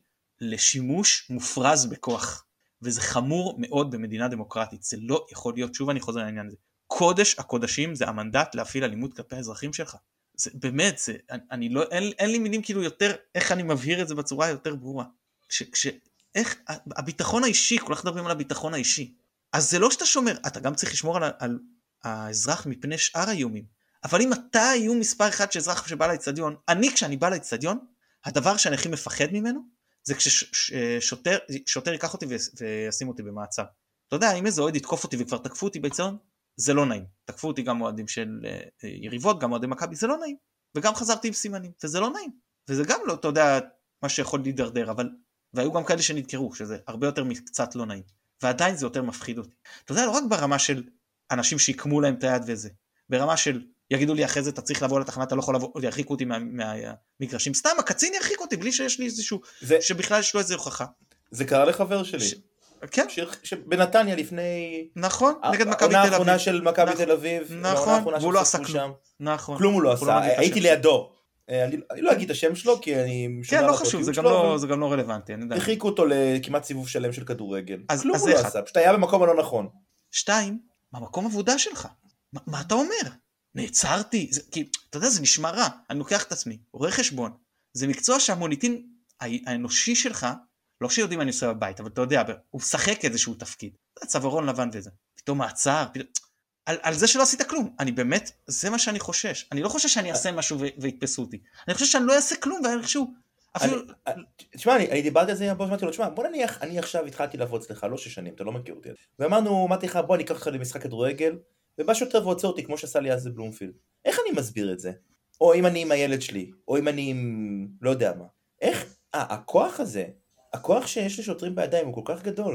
Speaker 1: לשימוש מופרז בכוח. וזה חמור מאוד במדינה דמוקרטית, זה לא יכול להיות, שוב אני חוזר לעניין הזה, קודש הקודשים זה המנדט להפעיל אלימות כלפי האזרחים שלך. זה באמת, זה, אני, אני לא, אין, אין לי מילים כאילו יותר, איך אני מבהיר את זה בצורה יותר ברורה. כש, כש, איך, הביטחון האישי, כל כך מדברים על הביטחון האישי, אז זה לא שאתה שומר, אתה גם צריך לשמור על, על האזרח מפני שאר האיומים, אבל אם אתה איום מספר אחד שאזרח שבא לאצטדיון, אני כשאני בא לאצטדיון, הדבר שאני הכי מפחד ממנו, זה כששוטר, שוטר ייקח אותי וישים אותי במעצר. אתה יודע, אם איזה אוהד יתקוף אותי וכבר תקפו אותי באצטדיון, זה לא נעים. תקפו אותי גם מועדים של יריבות, גם מועדי מכבי, זה לא נעים. וגם חזרתי עם סימנים, וזה לא נעים. וזה גם לא, אתה יודע, מה שיכול להידרדר, אבל, והיו גם כאלה שנדקרו, שזה הרבה יותר מקצת לא נעים. ועדיין זה יותר מפחיד אותי. אתה יודע, לא רק ברמה של אנשים שיקמו להם את היד וזה, ברמה של, יגידו לי אחרי זה, אתה צריך לבוא לתחנה, אתה לא יכול לבוא, ירחיקו אותי מהמגרשים. סתם, הקצין ירחיק אותי, בלי שיש לי איזשהו, זה, שבכלל יש לו איזה הוכחה.
Speaker 2: זה קרה לחבר שלי. ש... כן. שבנתניה לפני...
Speaker 1: נכון, נגד מכבי תל אביב.
Speaker 2: העונה האחרונה של מכבי תל אביב.
Speaker 1: נכון, והוא לא עשה כלום. נכון.
Speaker 2: כלום הוא לא עשה, הייתי לידו. אני לא אגיד את השם שלו, כי אני...
Speaker 1: כן, לא חשוב, זה גם לא רלוונטי.
Speaker 2: הרחיקו אותו לכמעט סיבוב שלם של כדורגל. כלום הוא לא עשה, פשוט היה במקום הלא נכון.
Speaker 1: שתיים, במקום עבודה שלך. מה אתה אומר? נעצרתי, כי אתה יודע, זה נשמע רע. אני לוקח את עצמי, רואה חשבון. זה מקצוע שהמוניטין האנושי שלך, לא שיודעים אני עושה בבית, אבל אתה יודע, הוא שחק איזשהו תפקיד. זה צווארון לבן וזה. פתאום מעצר, פתאום... על, על זה שלא עשית כלום. אני באמת, זה מה שאני חושש. אני לא חושש שאני אעשה משהו ויתפסו אותי. אני חושש שאני לא אעשה כלום, ואיכשהו... אפילו...
Speaker 2: תשמע, אני דיברתי על זה, בוא שמעתי לו, תשמע, בוא נניח, אני עכשיו התחלתי לעבוד אצלך, לא שש שנים, אתה לא מכיר אותי. ואמרנו, אמרתי לך, בוא אני אקח לך למשחק כדורגל, ובא שוטר ועוצר אותי, כמו שעשה לי אז בבלומפילד. איך אני מסביר את זה? או אם אני עם הילד שלי, או אם אני עם... לא יודע מה. איך? אה, הכוח הזה, הכוח שיש לשוטרים בידיים הוא כל כך גדול.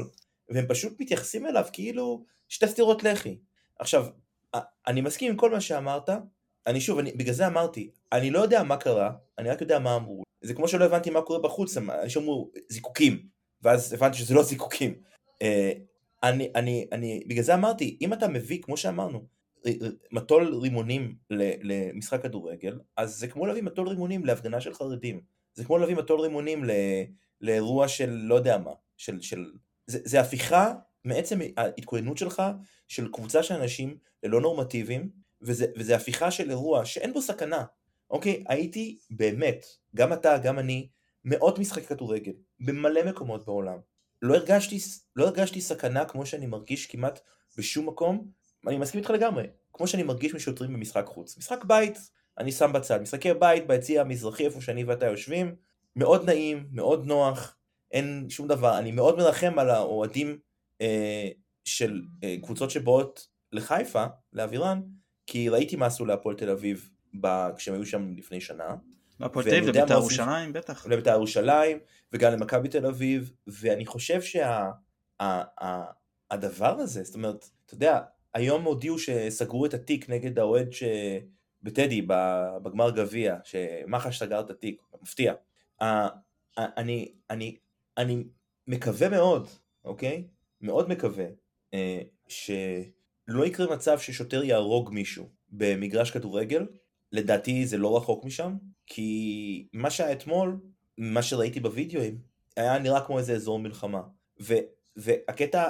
Speaker 2: והם פשוט מתייחסים אליו כאילו שתי סטירות לחי. עכשיו, אני מסכים עם כל מה שאמרת, אני שוב, אני, בגלל זה אמרתי, אני לא יודע מה קרה, אני רק יודע מה אמרו. זה כמו שלא הבנתי מה קורה בחוץ, אנשים אמרו זיקוקים, ואז הבנתי שזה לא זיקוקים. אני, אני, אני, בגלל זה אמרתי, אם אתה מביא, כמו שאמרנו, מטול רימונים למשחק כדורגל, אז זה כמו להביא מטול רימונים להפגנה של חרדים. זה כמו להביא מטול רימונים לאירוע של לא יודע מה, של, של, זה, זה הפיכה מעצם ההתכוננות שלך של קבוצה של אנשים ללא נורמטיביים, וזה, וזה הפיכה של אירוע שאין בו סכנה. אוקיי, הייתי באמת, גם אתה, גם אני, מאות משחק כדורגל, במלא מקומות בעולם. לא הרגשתי, לא הרגשתי סכנה כמו שאני מרגיש כמעט בשום מקום, אני מסכים איתך לגמרי, כמו שאני מרגיש משוטרים במשחק חוץ. משחק בית, אני שם בצד, משחקי בית, ביציע המזרחי, איפה שאני ואתה יושבים, מאוד נעים, מאוד נוח, אין שום דבר, אני מאוד מרחם על האוהדים אה, של אה, קבוצות שבאות לחיפה, לאווירן, כי ראיתי מה עשו להפועל תל אביב, כשהם היו שם לפני שנה.
Speaker 1: להפועל תל אביב, לבית"ר ירושלים, בטח.
Speaker 2: לבית"ר ירושלים, וגם למכבי תל אביב, ואני חושב שהדבר הזה, זאת אומרת, אתה יודע, היום הודיעו שסגרו את התיק נגד האוהד בטדי, בגמר גביע, שמח"ש סגר את התיק, מפתיע. אני, אני, אני מקווה מאוד, אוקיי? מאוד מקווה, שלא יקרה מצב ששוטר יהרוג מישהו במגרש כדורגל, לדעתי זה לא רחוק משם, כי מה שהיה אתמול, מה שראיתי בווידאוים, היה נראה כמו איזה אזור מלחמה. ו, והקטע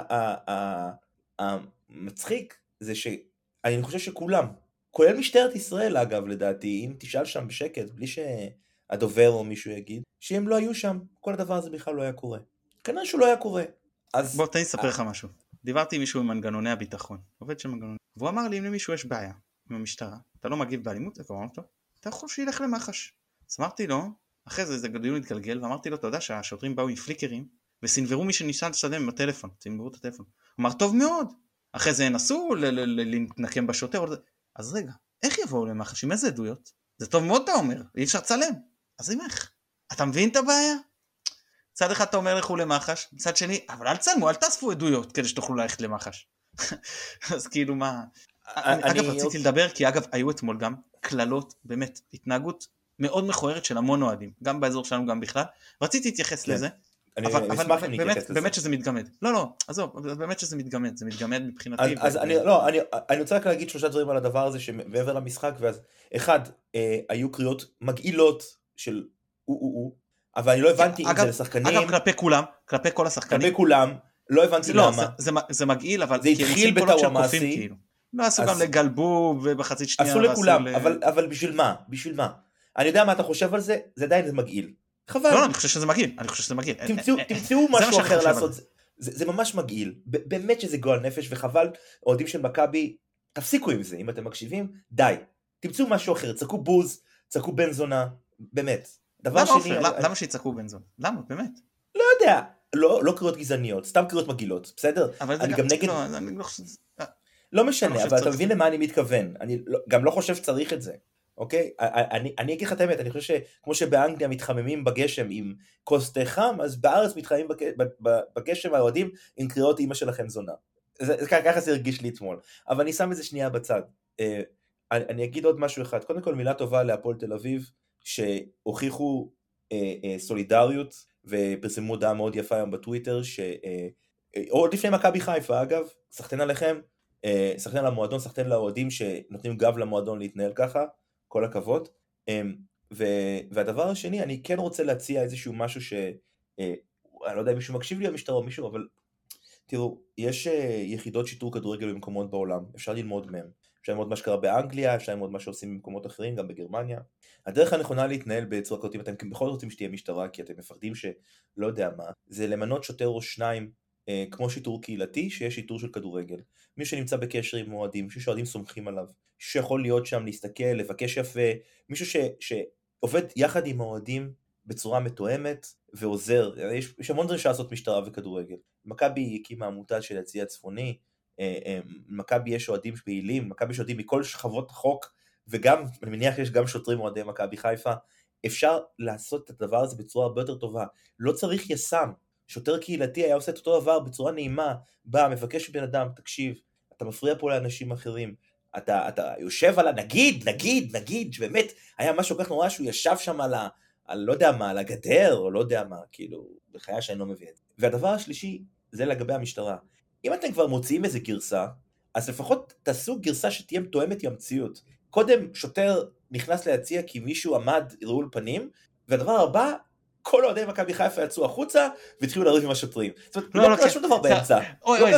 Speaker 2: המצחיק זה שאני חושב שכולם, כולל משטרת ישראל אגב לדעתי, אם תשאל שם בשקט, בלי שהדובר או מישהו יגיד, שהם לא היו שם, כל הדבר הזה בכלל לא היה קורה. כנראה שהוא לא היה קורה. אז...
Speaker 1: בוא תן לספר לך משהו. דיברתי עם מישהו עם מנגנוני הביטחון, עובד שם מנגנוני, והוא אמר לי אם למישהו יש בעיה עם המשטרה, אתה לא מגיב באלימות, זה קוראים אותו, אתה יכול שילך למח"ש. אז אמרתי לו, אחרי זה זה דיון התגלגל, ואמרתי לו, אתה יודע שהשוטרים באו עם פליקרים, וסנברו מי שניסה לצלם בטלפון, סנברו את הטלפון. הוא אמר, טוב מאוד. אחרי זה ינסו להתנקם בשוטר, אז רגע, איך יבואו למח"ש? עם איזה עדויות? זה טוב מאוד אתה אומר, אי אפשר לצלם. אז עם איך? אתה מבין את הבעיה? צד אחד אתה אומר לכו למח"ש, מצד שני, אבל אל תצלמו, אל תאספו עדויות, כדי שתוכלו ללכת למח"ש. אז כאילו מה... אגב רציתי לדבר, כי אגב היו אתמול גם כללות, באמת, התנהגות מאוד מכוערת של המון אוהדים, גם באזור שלנו גם בכלל, רציתי להתייחס לזה, אבל באמת שזה מתגמד, לא לא, עזוב, באמת שזה מתגמד, זה מתגמד מבחינתי.
Speaker 2: אז אני רוצה רק להגיד שלושה דברים על הדבר הזה, שמעבר למשחק, ואז אחד, היו קריאות מגעילות של או-או-או, אבל אני לא הבנתי אם זה לשחקנים,
Speaker 1: אגב כלפי כולם, כלפי כל השחקנים,
Speaker 2: כלפי כולם, לא הבנתי למה,
Speaker 1: זה מגעיל, אבל
Speaker 2: זה התחיל בטאוואמאסי,
Speaker 1: לא עשו גם לגלבו ובחצית שנייה.
Speaker 2: עשו לכולם, אבל בשביל מה? בשביל מה? אני יודע מה אתה חושב על זה, זה עדיין זה מגעיל. חבל.
Speaker 1: לא, אני חושב שזה מגעיל, אני חושב שזה מגעיל.
Speaker 2: תמצאו משהו אחר לעשות, זה ממש מגעיל, באמת שזה גועל נפש, וחבל, אוהדים של מכבי, תפסיקו עם זה, אם אתם מקשיבים, די. תמצאו משהו אחר, צעקו בוז, צעקו בן זונה, באמת.
Speaker 1: למה אופר? למה שיצעקו בן זונה? למה? באמת?
Speaker 2: לא יודע, לא קריאות גזעניות, סתם קריאות מגעילות, בסדר?
Speaker 1: אני גם נגד...
Speaker 2: לא משנה, אבל אתה מבין למה אני מתכוון, אני גם לא חושב שצריך את זה, אוקיי? אני, אני אגיד לך את האמת, אני חושב שכמו שבאנגליה מתחממים בגשם עם כוס תה חם, אז בארץ מתחממים בגשם האוהדים עם קריאות אמא שלכם זונה. ככה זה הרגיש לי אתמול, אבל אני שם את זה שנייה בצד. אני אגיד עוד משהו אחד, קודם כל מילה טובה להפועל תל אביב, שהוכיחו סולידריות, ופרסמו הודעה מאוד יפה היום בטוויטר, עוד לפני מכבי חיפה אגב, סחטן עליכם, סחטן על המועדון, סחטן לאוהדים שנותנים גב למועדון להתנהל ככה, כל הכבוד. והדבר השני, אני כן רוצה להציע איזשהו משהו ש... אני לא יודע אם מישהו מקשיב לי המשטרה או מישהו, אבל תראו, יש יחידות שיטור כדורגל במקומות בעולם, אפשר ללמוד מהם. אפשר ללמוד מה שקרה באנגליה, אפשר ללמוד מה שעושים במקומות אחרים, גם בגרמניה. הדרך הנכונה להתנהל בצורה כזאת, אם אתם בכל זאת רוצים שתהיה משטרה, כי אתם מפחדים שלא יודע מה, זה למנות שוטר או שניים, אה, כמו שיטור קהילתי, שיש שיטור של כדורגל. מי שנמצא בקשר עם מועדים, מישהו שאוהדים סומכים עליו, שיכול להיות שם להסתכל, לבקש יפה, מישהו ש, שעובד יחד עם מועדים בצורה מתואמת ועוזר. יש, יש המון דרישה לעשות משטרה וכדורגל. מכבי הקימה עמותה של היציע הצפוני, מכבי יש אוהדים פעילים, מכבי יש אוהדים מכל שכבות החוק, וגם, אני מניח יש גם שוטרים אוהדי מכבי חיפה, אפשר לעשות את הדבר הזה בצורה הרבה יותר טובה. לא צריך יסם שוטר קהילתי היה עושה את אותו דבר בצורה נעימה, בא, מבקש מבן אדם, תקשיב, אתה מפריע פה לאנשים אחרים, אתה, אתה יושב על ה... נגיד, נגיד, נגיד, שבאמת היה משהו כך נורא שהוא ישב שם על ה... על לא יודע מה, על הגדר, או לא יודע מה, כאילו, בחיי שאני לא מבין. והדבר השלישי, זה לגבי המשטרה. אם אתם כבר מוציאים איזה גרסה, אז לפחות תעשו גרסה שתהיה מתואמת עם המציאות. קודם שוטר נכנס להציע כי מישהו עמד רעול פנים, והדבר הבא, כל אוהדי מכבי חיפה יצאו החוצה, והתחילו לריב עם השוטרים. זאת אומרת, לא קרה שום דבר באמצע.
Speaker 1: אוי, אוי,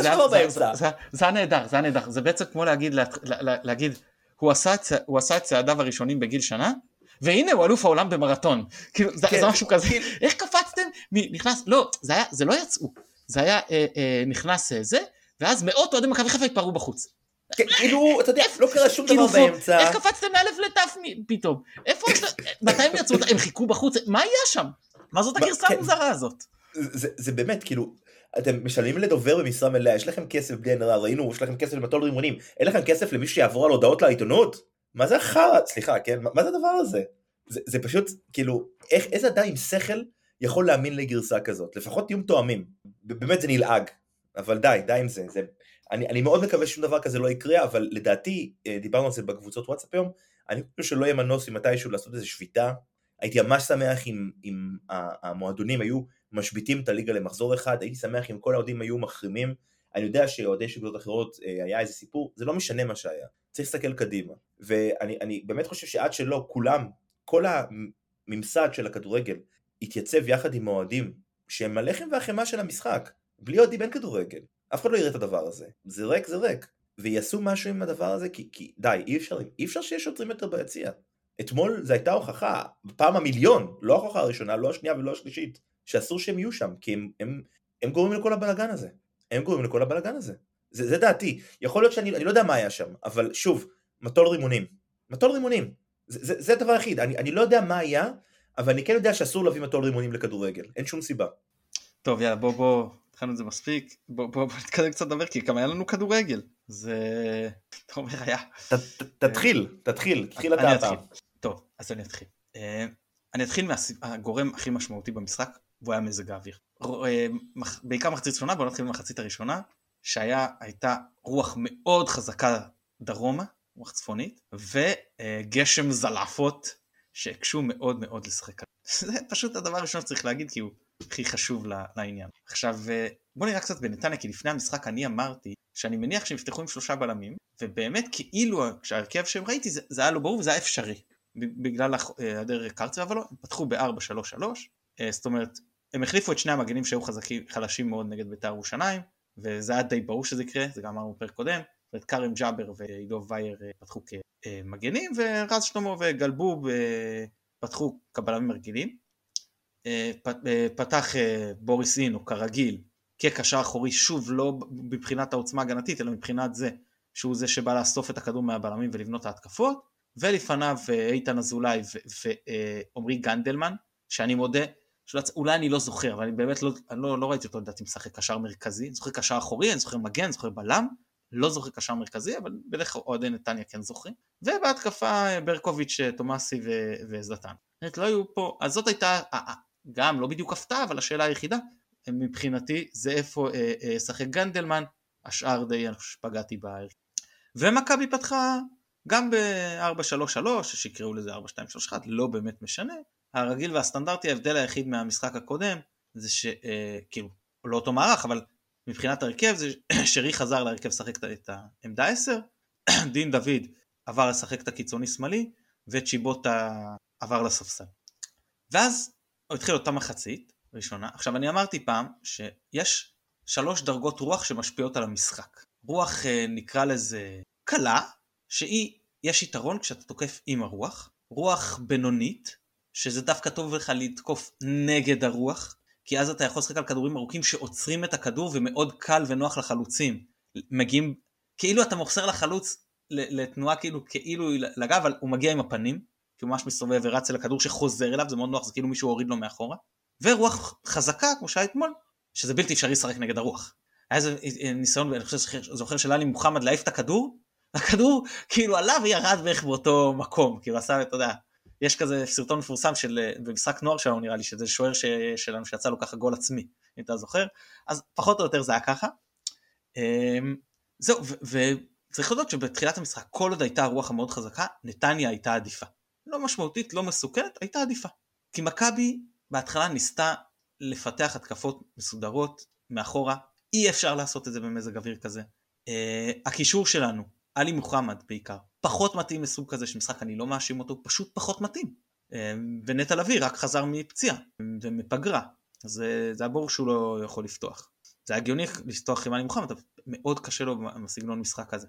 Speaker 1: זה הנהדר, זה הנהדר. זה בעצם כמו להגיד, הוא עשה את צעדיו הראשונים בגיל שנה, והנה הוא אלוף העולם במרתון. כאילו, זה משהו כזה. איך קפצתם? נכנס, לא, זה לא יצאו. זה היה נכנס זה, ואז מאות אוהדי מכבי חיפה התפרעו בחוץ.
Speaker 2: כאילו, אתה יודע, לא קרה שום דבר באמצע.
Speaker 1: איך קפצתם מאלף לטף פתאום? איפה, מתי הם יצאו? הם חיכו בחוץ? מה היה שם? מה זאת הגרסה המוזרה הזאת?
Speaker 2: זה באמת, כאילו, אתם משלמים לדובר במשרה מלאה, יש לכם כסף בלי הנראה, ראינו, יש לכם כסף למטול רימונים, אין לכם כסף למי שיעבור על הודעות לעיתונות? מה זה החרא? סליחה, כן? מה זה הדבר הזה? זה פשוט, כאילו, איזה אדם עם שכל יכול להאמין לגרסה כזאת? לפחות תהיו מתואמים. באמת זה נלעג, אבל די, די עם זה. אני, אני מאוד מקווה ששום דבר כזה לא יקרה, אבל לדעתי, דיברנו על זה בקבוצות וואטסאפ היום, אני חושב שלא יהיה מנוס ממתישהו לעשות איזו שביתה. הייתי ממש שמח אם, אם המועדונים היו משביתים את הליגה למחזור אחד, הייתי שמח אם כל העודים היו מחרימים. אני יודע שעודי שקבוצות אחרות היה איזה סיפור, זה לא משנה מה שהיה, צריך להסתכל קדימה. ואני אני באמת חושב שעד שלא כולם, כל הממסד של הכדורגל, יתייצב יחד עם מועדים, שהם הלחם והחמה של המשחק, בלי עודים אין כדורגל. אף אחד לא יראה את הדבר הזה. זה ריק, זה ריק. ויעשו משהו עם הדבר הזה, כי, כי די, אי אפשר, אי אפשר שיש שוטרים יותר ביציע. אתמול זו הייתה הוכחה, בפעם המיליון, לא ההוכחה הראשונה, לא השנייה ולא השלישית, שאסור שהם יהיו שם, כי הם, הם, הם גורמים לכל הבלגן הזה. הם גורמים לכל הבלגן הזה. זה, זה דעתי. יכול להיות שאני, אני לא יודע מה היה שם, אבל שוב, מטול רימונים. מטול רימונים. זה, זה, זה הדבר היחיד. אני, אני לא יודע מה היה, אבל אני כן יודע שאסור להביא מטול רימונים לכדורגל. אין שום סיבה.
Speaker 1: טוב, יאללה, בוא, בוא, התחלנו את זה מספיק. בוא, בוא, בוא נתקדם קצת לדבר, כי גם היה לנו כדורגל. זה, אתה אומר, היה.
Speaker 2: ת, ת, תתחיל, תתחיל, תתחיל אתה הפעם.
Speaker 1: טוב, אז אני אתחיל. אני אתחיל מהגורם הכי משמעותי במשחק, והוא היה מזג האוויר. בעיקר מחצית ראשונה, בוא נתחיל במחצית הראשונה, שהייתה רוח מאוד חזקה דרומה, רוח צפונית, וגשם זלעפות שהקשו מאוד מאוד לשחק. זה פשוט הדבר הראשון שצריך להגיד, כי הוא הכי חשוב לעניין. עכשיו, בוא נראה קצת בנתניה, כי לפני המשחק אני אמרתי, שאני מניח שהם יפתחו עם שלושה בלמים, ובאמת כאילו כשהרכב שהם ראיתי, זה, זה היה לא ברור וזה היה אפשרי, בגלל היעדר קרצה, אבל לא, הם פתחו ב-ארבע שלוש שלוש, זאת אומרת, הם החליפו את שני המגנים שהיו חזקים, חלשים מאוד נגד בית"ר ירושלים, וזה היה די ברור שזה יקרה, זה גם אמרנו בפרק קודם, ואת קארם ג'אבר ועידו וייר פתחו כמגנים, ורז שלמה וגלבוב פתחו כבלמים רגילים, פתח בוריס אינו כרגיל, כקשר אחורי, שוב לא מבחינת העוצמה הגנתית, אלא מבחינת זה, שהוא זה שבא לאסוף את הכדור מהבלמים ולבנות את ההתקפות, ולפניו איתן אזולאי ועומרי גנדלמן, שאני מודה, אולי אני לא זוכר, אבל אני באמת לא, אני לא, לא ראיתי אותו לדעתי משחק קשר מרכזי, אני זוכר קשר אחורי, אני זוכר מגן, אני זוכר בלם, לא זוכר קשר מרכזי, אבל בדרך אוהדי נתניה כן זוכרים, ובהתקפה ברקוביץ', תומאסי וזלטן. לא היו פה, אז זאת הייתה, גם לא בדיוק הפתעה, אבל השאלה היחידה, מבחינתי, זה איפה שחק גנדלמן, השאר די פגעתי בערך. ומכבי פתחה גם ב-ארבע שלוש שלוש, שיקראו לזה ארבע שתיים שלוש אחת, לא באמת משנה. הרגיל והסטנדרטי, ההבדל היחיד מהמשחק הקודם, זה שכאילו, לא אותו מערך, אבל מבחינת הרכב, זה שרי חזר להרכב לשחק את העמדה עשר, דין דוד עבר לשחק את הקיצוני שמאלי, וצ'יבוטה עבר לספסל. ואז הוא התחיל אותה מחצית, ראשונה. עכשיו אני אמרתי פעם שיש שלוש דרגות רוח שמשפיעות על המשחק. רוח נקרא לזה קלה, שהיא, יש יתרון כשאתה תוקף עם הרוח. רוח בינונית, שזה דווקא טוב לך לתקוף נגד הרוח, כי אז אתה יכול לשחק על כדורים ארוכים שעוצרים את הכדור, ומאוד קל ונוח לחלוצים. מגיעים, כאילו אתה מוחסר לחלוץ לתנועה כאילו, כאילו לגב, אבל הוא מגיע עם הפנים, כי הוא ממש מסתובב ורץ אל הכדור שחוזר אליו, זה מאוד נוח, זה כאילו מישהו הוריד לו מאחורה. ורוח חזקה, כמו שהיה אתמול, שזה בלתי אפשרי לשחק נגד הרוח. היה איזה ניסיון, ואני חושב שזוכר של אלי מוחמד להעיף את הכדור, הכדור כאילו עלה וירד בערך באותו מקום, כאילו עשה, אתה יודע, יש כזה סרטון מפורסם של, במשחק נוער שלנו נראה לי, שזה שוער שלנו שיצא לו ככה גול עצמי, אם אתה זוכר, אז פחות או יותר זה היה ככה. זהו, וצריך לדעת שבתחילת המשחק, כל עוד הייתה הרוח המאוד חזקה, נתניה הייתה עדיפה. לא משמעותית, לא מסוכנת, הייתה עדיפה. כי מכבי בהתחלה ניסתה לפתח התקפות מסודרות מאחורה, אי אפשר לעשות את זה במזג אוויר כזה. הקישור שלנו, עלי מוחמד בעיקר, פחות מתאים לסוג כזה של משחק, אני לא מאשים אותו, פשוט פחות מתאים. ונטע לביא רק חזר מפציעה ומפגרה, אז זה היה ברור שהוא לא יכול לפתוח. זה הגיוני לפתוח עם עלי מוחמד, אבל מאוד קשה לו בסגנון משחק הזה.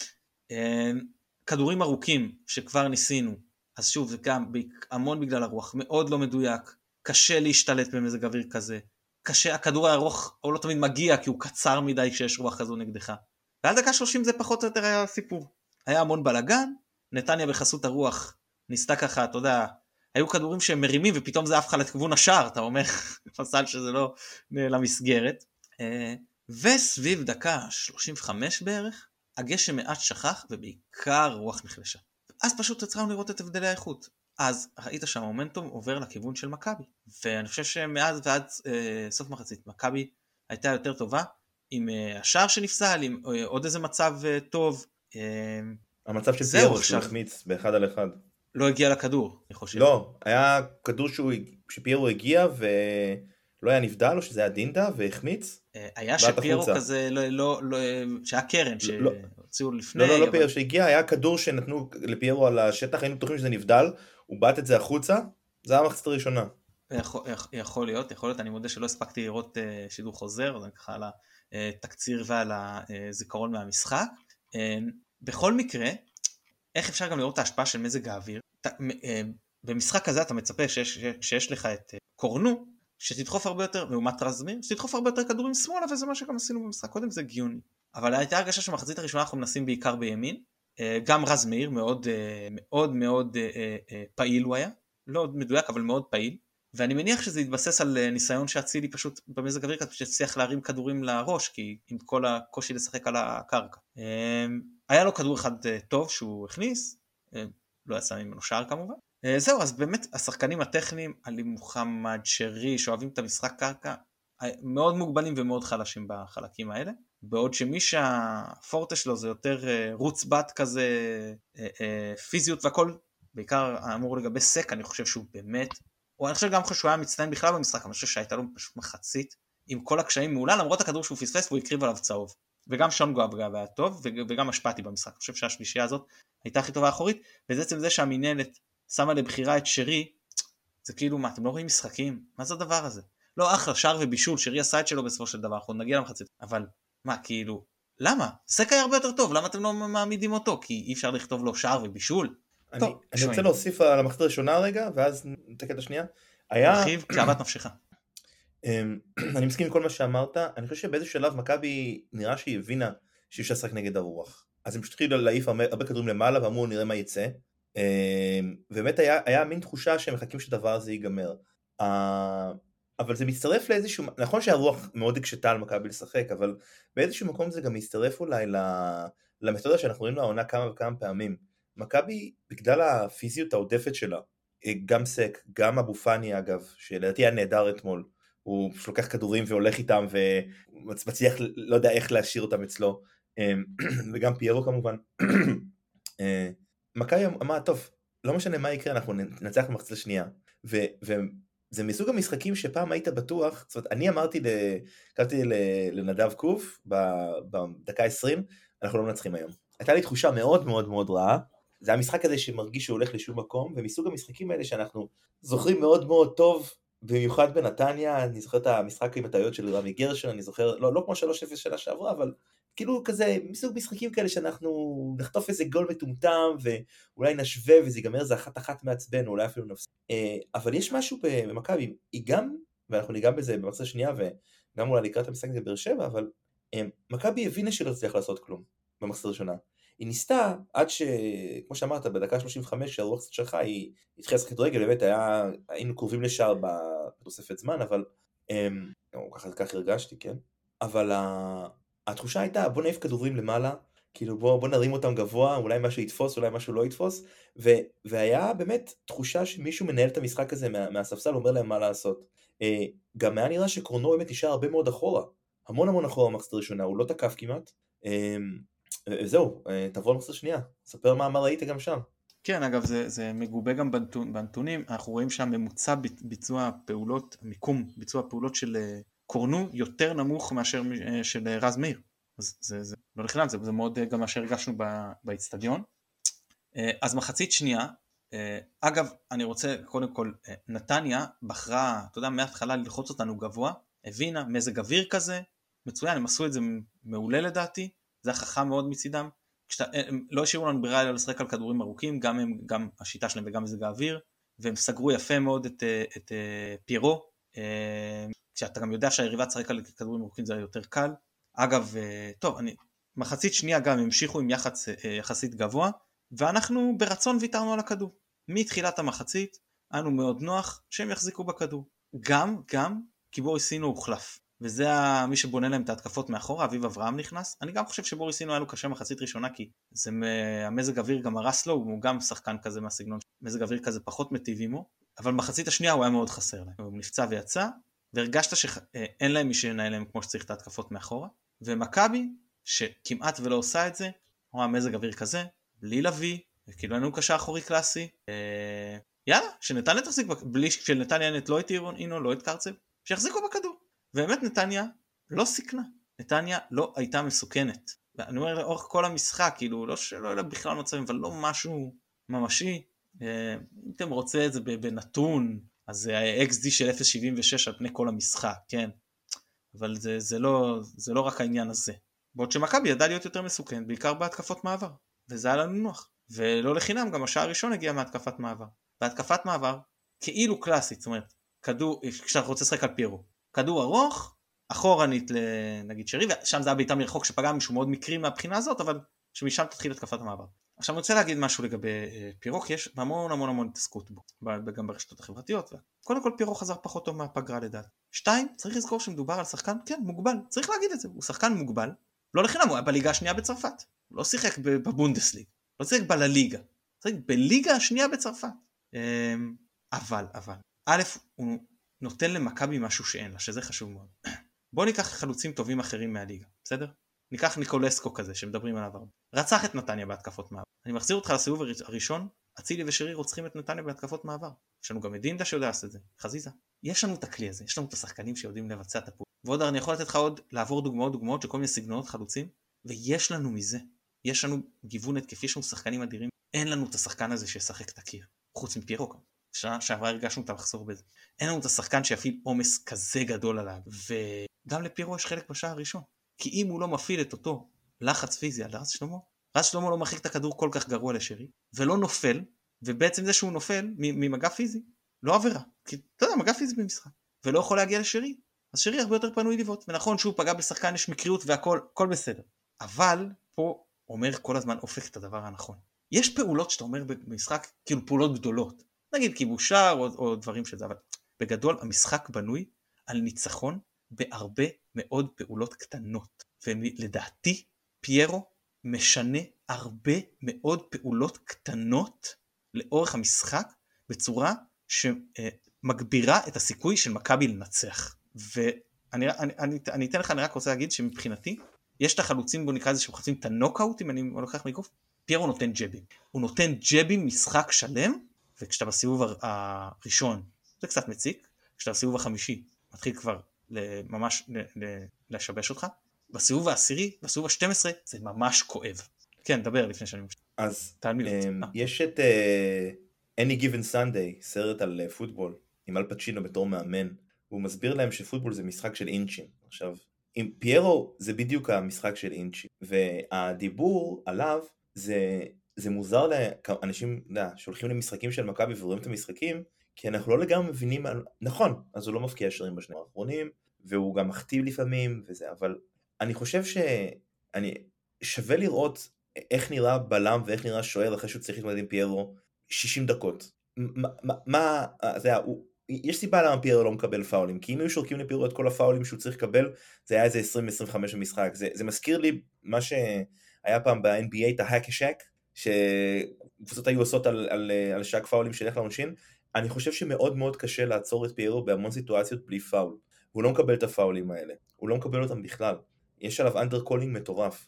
Speaker 1: כדורים ארוכים שכבר ניסינו, אז שוב זה גם המון בגלל הרוח, מאוד לא מדויק, קשה להשתלט במזג אוויר כזה, קשה, הכדור הארוך הוא לא תמיד מגיע כי הוא קצר מדי כשיש רוח כזו נגדך. ועל דקה שלושים זה פחות או יותר היה סיפור. היה המון בלגן, נתניה בחסות הרוח ניסתה ככה, אתה יודע, היו כדורים שהם מרימים ופתאום זה אף אחד לכיוון השער, אתה אומר, פסל שזה לא למסגרת. וסביב דקה שלושים וחמש בערך, הגשם מעט שכח ובעיקר רוח נחלשה. אז פשוט יצרנו לראות את הבדלי האיכות. אז ראית שהמומנטום עובר לכיוון של מכבי, ואני חושב שמאז ועד אה, סוף מחצית, מכבי הייתה יותר טובה, עם אה, השער שנפסל, עם אה, עוד איזה מצב אה, טוב. אה,
Speaker 2: המצב של פיירו שהוא החמיץ באחד על אחד.
Speaker 1: לא הגיע לכדור, אני חושב.
Speaker 2: לא, היה כדור שהוא, שפיירו הגיע ולא היה נבדל, או שזה היה דינדה והחמיץ.
Speaker 1: אה, היה שפיירו החוצה. כזה, לא, לא, לא, שהיה קרן שהוציאו
Speaker 2: לא,
Speaker 1: לפני.
Speaker 2: לא, לא, לא אבל... פיירו שהגיע, היה כדור שנתנו לפיירו על השטח, היינו בטוחים שזה נבדל, הוא בעט את זה החוצה, זה היה המחצית הראשונה.
Speaker 1: יכול, יכול להיות, יכול להיות, אני מודה שלא הספקתי לראות uh, שידור חוזר, אז אני ככה על התקציר ועל הזיכרון מהמשחק. Uh, בכל מקרה, איך אפשר גם לראות את ההשפעה של מזג האוויר? ת, uh, במשחק הזה אתה מצפה שיש, שיש לך את uh, קורנו, שתדחוף הרבה יותר, לעומת רזמיר, שתדחוף הרבה יותר כדורים שמאלה, וזה מה שגם עשינו במשחק, קודם זה גיוני. אבל הייתה הרגשה שמחצית הראשונה אנחנו מנסים בעיקר בימין, גם רז מאיר מאוד מאוד מאוד פעיל הוא היה, לא מדויק אבל מאוד פעיל, ואני מניח שזה יתבסס על ניסיון שהצילי פשוט במזג אוויר כזה, שצריך להרים כדורים לראש, כי עם כל הקושי לשחק על הקרקע. היה לו כדור אחד טוב שהוא הכניס, לא יצא ממנו שער כמובן. זהו, אז באמת השחקנים הטכניים, עלי מוחמד, שרי, שאוהבים את המשחק קרקע, מאוד מוגבלים ומאוד חלשים בחלקים האלה, בעוד שמי שהפורטה שלו זה יותר רוץ בת כזה, פיזיות והכל, בעיקר אמור לגבי סק, אני חושב שהוא באמת, או אני חושב גם שהוא היה מצטיין בכלל במשחק, אני חושב שהייתה לו פשוט מחצית, עם כל הקשיים מעולה, למרות הכדור שהוא פספס והוא הקריב עליו צהוב, וגם שונגו אבגב היה טוב, וגם השפעתי במשחק, אני חושב שהשלישייה הזאת הייתה הכי טובה האחורית, ובעצם זה שהמינלת שמה לבחירה את שרי, זה כאילו מה, אתם לא רואים משחקים? מה זה הדבר הזה? לא אחלה, שער ובישול, שרי עשה את שלו בסופו של דבר, אנחנו נגיע למחצית, אבל מה, כאילו, למה? סק היה הרבה יותר טוב, למה אתם לא מעמידים אותו? כי אי אפשר לכתוב לו שער ובישול.
Speaker 2: אני, טוב, אני רוצה להוסיף על המחצית הראשונה רגע, ואז נתקן את השנייה. היה...
Speaker 1: תרחיב כאוות נפשך.
Speaker 2: אני מסכים עם כל מה שאמרת, אני חושב שבאיזשהו שלב מכבי נראה שהיא הבינה שיש לשחק נגד הרוח. אז הם פשוט התחילו להעיף הרבה כדורים למעלה, ואמרו נראה מה יצא. ובאמת היה, היה מין תחושה שהם מחכים שהדבר הזה ייגמר. אבל זה מצטרף לאיזשהו, נכון שהרוח מאוד הקשתה על מכבי לשחק, אבל באיזשהו מקום זה גם מצטרף אולי למתודה שאנחנו רואים לעונה כמה וכמה פעמים. מכבי, בגלל הפיזיות העודפת שלה, גם סק, גם אבו פאני אגב, שלדעתי היה נהדר אתמול, הוא לוקח כדורים והולך איתם ומצליח לא יודע איך להשאיר אותם אצלו, וגם פיירו כמובן. מכבי אמרה, טוב, לא משנה מה יקרה, אנחנו ננצח במחצית השנייה, וזה מסוג המשחקים שפעם היית בטוח, זאת אומרת, אני אמרתי, קראתי לנדב קוף, בדקה עשרים, אנחנו לא מנצחים היום. הייתה לי תחושה מאוד מאוד מאוד רעה, זה המשחק הזה שמרגיש שהוא הולך לשום מקום, ומסוג המשחקים האלה שאנחנו זוכרים מאוד מאוד טוב, במיוחד בנתניה, אני זוכר את המשחק עם הטעויות של רמי גרשון, אני זוכר, לא, לא כמו שלוש אפס שנה שעברה, אבל כאילו כזה, מסוג משחקים כאלה שאנחנו נחטוף איזה גול מטומטם, ואולי נשווה וזה ייגמר איזה אחת אחת מעצבן, או אולי אפילו נפס. אבל יש משהו במכבי, היא גם, ואנחנו ניגע בזה במחצית השנייה, וגם אולי לקראת המשחק הזה באר שבע, אבל מכבי הבינה שלא הצליח לעשות כלום במחצית הראשונה. היא ניסתה עד ש... כמו שאמרת, בדקה שלושים וחמש שהרוח קצת שלך, היא התחילה לשחק כדורגל, באמת היה... היינו קרובים לשער בתוספת זמן, אבל... או, ככה, ככה הרגשתי, כן? אבל התחושה הייתה, בוא נעיף כדורים למעלה, כאילו בוא, בוא נרים אותם גבוה, אולי משהו יתפוס, אולי משהו לא יתפוס, ו... והיה באמת תחושה שמישהו מנהל את המשחק הזה מה... מהספסל, אומר להם מה לעשות. גם היה נראה שקורנו באמת נשאר הרבה מאוד אחורה, המון המון אחורה במחצית הראשונה, הוא לא תקף כמעט, זהו, תבוא למחצית השנייה, ספר מה ראית גם שם.
Speaker 1: כן, אגב, זה, זה מגובה גם בנתונים, אנחנו רואים שהממוצע ביצוע פעולות, המיקום ביצוע פעולות של קורנו יותר נמוך מאשר של רז מאיר. אז זה, זה לא נכלל, זה, זה מאוד גם מה שהרגשנו באצטדיון. אז מחצית שנייה, אגב, אני רוצה, קודם כל, נתניה בחרה, אתה יודע, מההתחלה ללחוץ אותנו גבוה, הבינה, מזג אוויר כזה, מצוין, הם עשו את זה מעולה לדעתי, זה החכם מאוד מצידם, כשאתה, הם לא השאירו לנו ברירה אלא לשחק על כדורים ארוכים, גם, הם, גם השיטה שלהם וגם מזג האוויר, והם סגרו יפה מאוד את, את, את פירו, כשאתה גם יודע שהיריבה תשחק על כדורים ארוכים זה יותר קל. אגב, טוב, אני, מחצית שנייה גם המשיכו עם יחס יחסית גבוה, ואנחנו ברצון ויתרנו על הכדור. מתחילת המחצית, אנו מאוד נוח שהם יחזיקו בכדור. גם, גם, כי בוריסינו הוחלף. וזה מי שבונה להם את ההתקפות מאחורה, אביב אברהם נכנס. אני גם חושב שבוריסינו היה לו קשה מחצית ראשונה, כי זה המזג אוויר גם הרס לו, הוא גם שחקן כזה מהסגנון, מזג אוויר כזה פחות מטיב עמו, אבל מחצית השנייה הוא היה מאוד חסר להם. הוא נפצע ויצא, והרגשת שאין להם מי שינהל להם כמו שצריך את ההתקפות מאחורה, ומכבי, שכמעט ולא עושה את זה, הוא המזג אוויר כזה, בלי לוי, כאילו אין לנו קשה אחורי קלאסי, אה, יאללה, שנתניה תחזיק, בלי שנתניה נט לא את אינו, לא את קרצב, שיחזיקו בכדור. ובאמת נתניה לא סיכנה, נתניה לא הייתה מסוכנת. ואני אומר לאורך כל המשחק, כאילו לא שלא אלא בכלל מצבים, אבל לא משהו ממשי. אה, אם אתם רוצה את זה בנתון, אז זה אקס די של אפס נקודה שבעים ושש על פני כל המשחק, כן? אבל זה, זה, לא, זה לא רק העניין הזה. בעוד שמכבי ידע להיות יותר מסוכן, בעיקר בהתקפות מעבר. וזה היה לנו נוח. ולא לחינם, גם השעה הראשון הגיע מהתקפת מעבר. בהתקפת מעבר, כאילו קלאסית, זאת אומרת, כדור, כשאנחנו רוצים לשחק על פירו, כדור ארוך, אחורנית לנגיד שרי, ושם זה היה בעיטה מרחוק שפגע משהו מאוד מקרי מהבחינה הזאת, אבל שמשם תתחיל התקפת המעבר. עכשיו אני רוצה להגיד משהו לגבי פירו, כי יש המון המון המון התעסקות בו, גם ברשתות החברתיות. קודם כל פירו חזר פחות טוב מהפגרה לדעת. שתיים, צריך לזכור שמדובר על שחקן, כן, מוגבל, צריך להגיד את זה, הוא שחקן מוגבל, לא לחינם, הוא היה בליגה השנייה בצרפת, הוא לא שיחק בבונדסליג, לא שיחק בליגה, שיחק בליגה השנייה בצרפת. אבל, אבל, א', הוא נותן למכבי משהו שאין לה, שזה חשוב מאוד. בוא ניקח חלוצים טובים אחרים מהליגה, בסדר? ניקח ניקולסקו כזה, שמדברים עליו הרבה. רצח את נתניה בהתקפות מעבר. אני מחזיר אותך לסיבוב הראשון, אצילי ושרי רוצחים את נתניה בהתקפות מעבר. יש לנו גם מדינדה שיודע לעשות את זה, חזיזה. יש לנו את הכלי הזה, יש לנו את השחקנים שיודעים לבצע את הפעולה. ועוד אני יכול לתת לך עוד, לעבור דוגמאות, דוגמאות של כל מיני סגנונות חלוצים, ויש לנו מזה. יש לנו גיוון התקפי, יש לנו שחקנים אדירים. אין לנו את השחקן הזה שישחק את הקיר, חוץ מפירו כאן. שנה שעברה הרגשנו את המחסור בזה. אין לנו את השחקן שיפעיל עומס כזה גדול עליו, וגם לפירו יש חלק בשעה הראשון. כי אם הוא לא מפעיל את אותו לחץ פיזי על רז שלמה, רז שלמה לא מחליק את הכדור כל כך גרוע לשרי, ולא נופל, ובעצם זה שהוא נופל ממגע פיזי, לא עבירה. כי אתה יודע, מגע פיזי במשחק, ולא יכול להגיע לשרי. אז שרי הרבה יותר פנוי לבעוט, ונכון שהוא פגע בשחקן, יש מקריות והכל, הכל בסדר. אבל פה אומר כל הזמן אופק את הדבר הנכון. יש פעולות שאתה אומר במשחק, כאילו פעולות גדולות. נגיד כיבושר או, או דברים שזה, אבל בגדול המשחק בנוי על ניצחון בהרבה מאוד פעולות קטנות. ולדעתי פיירו משנה הרבה מאוד פעולות קטנות לאורך המשחק בצורה שמגבירה את הסיכוי של מכבי לנצח. ואני אני, אני, אני אתן לך, אני רק רוצה להגיד שמבחינתי יש את החלוצים, בוא נקרא לזה שמחצים את הנוקאוט, אם אני לוקח מגוף, פיירו נותן ג'בים. הוא נותן ג'בים משחק שלם, וכשאתה בסיבוב הראשון זה קצת מציק, כשאתה בסיבוב החמישי מתחיל כבר ממש לשבש אותך, בסיבוב העשירי, בסיבוב ה-שתים עשרה זה ממש כואב. כן, דבר לפני שאני משתתף.
Speaker 2: אז יש את Any Given Sunday, סרט על פוטבול, עם אל פצ'ינו בתור מאמן, והוא מסביר להם שפוטבול זה משחק של אינצ'ים. עכשיו, עם פיירו זה בדיוק המשחק של אינצ'ים, והדיבור עליו זה... זה מוזר לאנשים שהולכים למשחקים של מכבי ורואים את המשחקים, כי אנחנו לא לגמרי מבינים, נכון, אז הוא לא מפקיע שערים בשנים האחרונים, והוא גם מכתיב לפעמים וזה, אבל אני חושב שאני שווה לראות איך נראה בלם ואיך נראה שוער אחרי שהוא צריך להתמודד עם פיירו שישים דקות. מה, זה היה, יש סיבה למה פיירו לא מקבל פאולים, כי אם היו שורקים לפיירו את כל הפאולים שהוא צריך לקבל, זה היה איזה עשרים עשרים וחמש במשחק. זה, זה מזכיר לי מה שהיה פעם ב-אן בי איי, את ההק השק, שקבוצות היו עושות על, על, על שק פאולים שילך לעונשין, אני חושב שמאוד מאוד קשה לעצור את פיירו בהמון סיטואציות בלי פאול. והוא לא מקבל את הפאולים האלה. הוא לא מקבל אותם בכלל. יש עליו אנדר קולינג מטורף.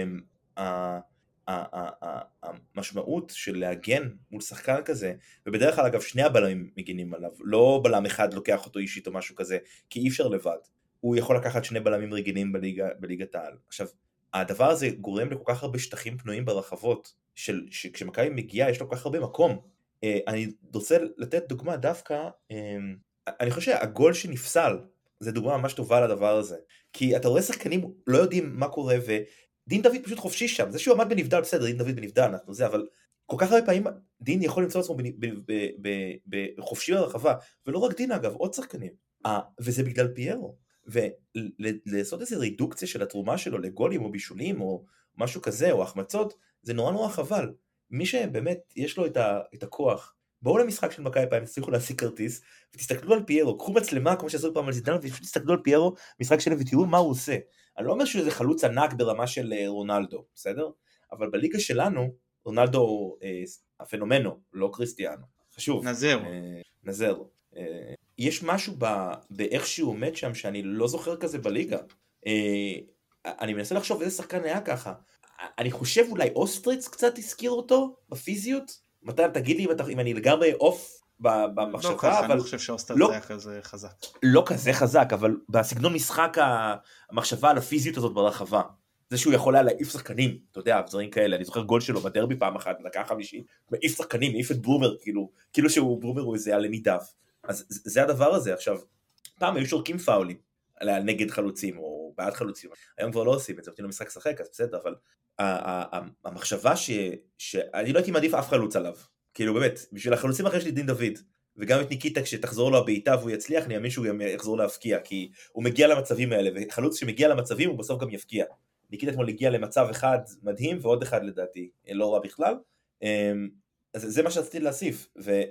Speaker 2: המשמעות של להגן מול שחקן כזה, ובדרך כלל אגב שני הבלמים מגינים עליו, לא בלם אחד לוקח אותו אישית או משהו כזה, כי אי אפשר לבד. הוא יכול לקחת שני בלמים רגילים בליגת העל. עכשיו, הדבר הזה גורם לכל כך הרבה שטחים פנויים ברחבות, שכשמכבי מגיעה יש לו כל כך הרבה מקום. אני רוצה לתת דוגמה דווקא, אני חושב שהגול שנפסל, זה דוגמה ממש טובה לדבר הזה, כי אתה רואה שחקנים לא יודעים מה קורה, ודין דוד פשוט חופשי שם, זה שהוא עמד בנבדל, בסדר, דין דוד בנבדל, אנחנו זה, אבל כל כך הרבה פעמים דין יכול למצוא עצמו בחופשי ברחבה, ולא רק דין אגב, עוד שחקנים, וזה בגלל פיירו, ולעשות איזו רידוקציה של התרומה שלו לגולים או בישולים, או משהו כזה, או החמצות, זה נורא נורא חבל. מי שבאמת יש לו את הכוח, בואו למשחק של מכבי פעם, תצליחו להשיג כרטיס, ותסתכלו על פיירו, קחו מצלמה, כמו שעשו פעם על זידן, ותסתכלו על פיירו, משחק שלו, ותראו מה הוא עושה. אני לא אומר שזה חלוץ ענק ברמה של רונלדו, בסדר? אבל בליגה שלנו, רונלדו אה, הפנומנו, לא קריסטיאנו. חשוב.
Speaker 1: נזר.
Speaker 2: אה, נזר. אה, יש משהו בא, באיך שהוא עומד שם, שאני לא זוכר כזה בליגה. אה, אני מנסה לחשוב איזה שחקן היה ככה. אני חושב אולי אוסטריץ קצת הזכיר אותו, בפיזיות. מתי תגיד לי אם, אתה, אם אני לגמרי אוף במחשבה,
Speaker 1: לא ככה,
Speaker 2: אבל...
Speaker 1: אני חושב שאוסטריץ
Speaker 2: לא,
Speaker 1: היה כזה חזק.
Speaker 2: לא כזה חזק, אבל בסגנון משחק המחשבה על הפיזיות הזאת ברחבה. זה שהוא יכול היה להעיף שחקנים, אתה יודע, דברים כאלה. אני זוכר גול שלו בדרבי פעם אחת, דקה חמישית, מעיף שחקנים, מעיף את ברומר, כאילו, כאילו שהוא ברומר הוא איזה הלמידיו. אז זה הדבר הזה. עכשיו, פעם היו שורקים פאולים, נגד חלוצים, או בעד חלוצים. היום כבר לא עושים את זה, נותנים לו משחק שחק, אז בסדר, אבל המחשבה ש... שאני לא הייתי מעדיף אף חלוץ עליו. כאילו באמת, בשביל החלוצים אחרי שלי דין דוד, וגם את ניקיטה כשתחזור לו הבעיטה והוא יצליח, אני מאמין שהוא גם יחזור להפקיע, כי הוא מגיע למצבים האלה, וחלוץ שמגיע למצבים הוא בסוף גם יפקיע. ניקיטה אתמול הגיע למצב אחד מדהים, ועוד אחד לדעתי, לא רע בכלל. אז זה מה שרציתי להוסיף,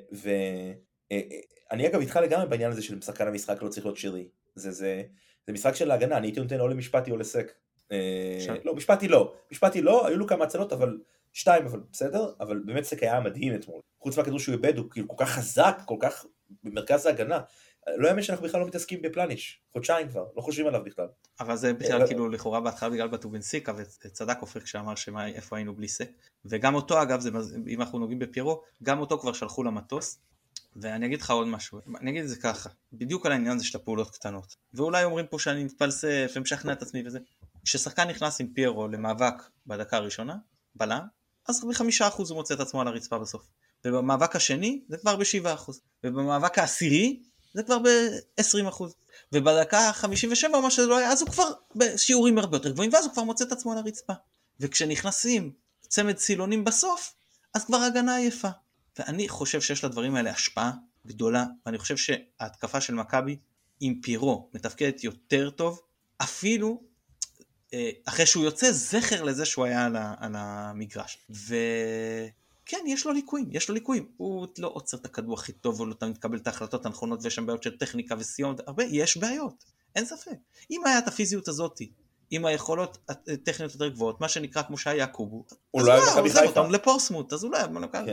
Speaker 2: ואני אגב איתך לגמרי בעניין הזה של שחקן המשחק לא צריך להיות שירי. זה, זה, זה משחק של ההגנה, אני הייתי נותן או למשפטי או לסק. לא, משפטי לא, משפטי לא, היו לו כמה הצלות, אבל שתיים, אבל בסדר, אבל באמת סק היה מדהים אתמול. חוץ מהכדור שהוא איבד, הוא כאילו כל כך חזק, כל כך במרכז ההגנה. לא יאמן שאנחנו בכלל לא מתעסקים בפלניש, חודשיים כבר, לא חושבים עליו בכלל.
Speaker 1: אבל זה בכלל כאילו לכאורה בהתחלה בגלל בטובנסיק, אבל צדק אופק שאמר איפה היינו בלי סק. וגם אותו אגב, אם אנחנו נוגעים בפיירו, גם אותו כבר שלחו למטוס. ואני אגיד לך עוד משהו, אני אגיד את זה ככה, בדיוק על העניין הזה של הפעולות קטנות. ואולי אומרים פה שאני מתפלסף ומשכנע את עצמי וזה. כששחקן נכנס עם פיירו למאבק בדקה הראשונה, בלם, אז בחמישה אחוז הוא מוצא את עצמו על הרצפה בסוף. ובמאבק השני זה כבר בשבעה אחוז. ובמאבק העשירי זה כבר ב-עשרים אחוז. ובדקה חמישים ושבע או מה שזה לא היה, אז הוא כבר בשיעורים הרבה יותר גבוהים, ואז הוא כבר מוצא את עצמו על הרצפה. וכשנכנסים צמד סילונים בסוף, אז כבר הגנה עייפה. ואני חושב שיש לדברים האלה השפעה גדולה, ואני חושב שההתקפה של מכבי עם פירו מתפקדת יותר טוב, אפילו אחרי שהוא יוצא זכר לזה שהוא היה על, על המגרש. וכן, יש לו ליקויים, יש לו ליקויים. הוא לא עוצר את הכדור הכי טוב, הוא לא תמיד מקבל את ההחלטות הנכונות, ויש שם בעיות של טכניקה וסיום, הרבה, יש בעיות, אין ספק. אם היה את הפיזיות הזאת, עם היכולות הטכניות יותר גבוהות, מה שנקרא כמו שהיה קובו, אז לא היה עוזב אותם לפורסמוט, אז אולי, מה נקרא?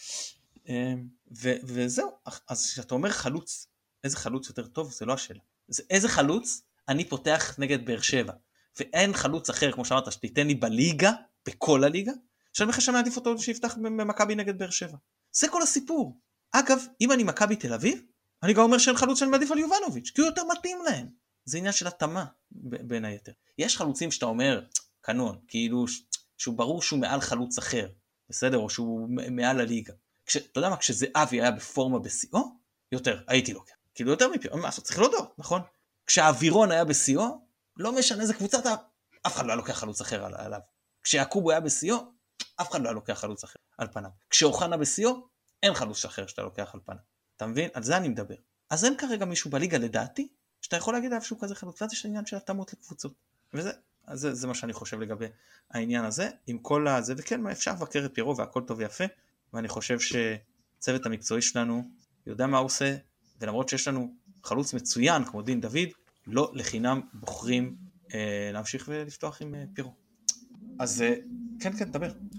Speaker 1: וזהו, אז כשאתה אומר חלוץ, איזה חלוץ יותר טוב, זה לא השאלה. איזה חלוץ אני פותח נגד באר שבע, ואין חלוץ אחר, כמו שאמרת, שתיתן לי בליגה, בכל הליגה, שאני מחשב מעדיף אותו שיפתח במכבי נגד באר שבע. זה כל הסיפור. אגב, אם אני מכבי תל אביב, אני גם אומר שאין חלוץ שאני מעדיף על יובנוביץ', כי הוא יותר מתאים להם. זה עניין של התאמה, בין היתר. יש חלוצים שאתה אומר, קנון, כאילו, שהוא ברור שהוא מעל חלוץ אחר, בסדר, או שהוא מעל הליגה. כש, אתה יודע מה, כשזה אבי היה בפורמה בסיאו, יותר, הייתי לוקח. כאילו יותר מפי, מה, צריך להודות, נכון? כשהאווירון היה בסיאו, לא משנה איזה קבוצה, אף אחד לא היה לוקח חלוץ אחר עליו. כשהקובו היה בסיאו, אף אחד לא היה לוקח חלוץ אחר על פניו. כשאוחנה בסיאו, אין חלוץ אחר שאתה לוקח על פניו. אתה מבין? על זה אני מדבר. אז אין כרגע מישהו בליגה לדעתי, שאתה יכול להגיד עליו שהוא כזה חלוץ, ואז יש עניין של התאמות לקבוצות. וזה, אז זה, זה מה שאני חושב לגבי העניין הזה, עם כל הזה, וכן, מה אפשר לבקר את פירו, והכל טוב ויפה, ואני חושב שצוות המקצועי שלנו יודע מה הוא עושה, ולמרות שיש לנו חלוץ מצוין, כמו דין דוד, לא לחינם בוחרים אה, להמשיך ולפתוח עם אה, פירו. אז אה, כן, כן, דבר.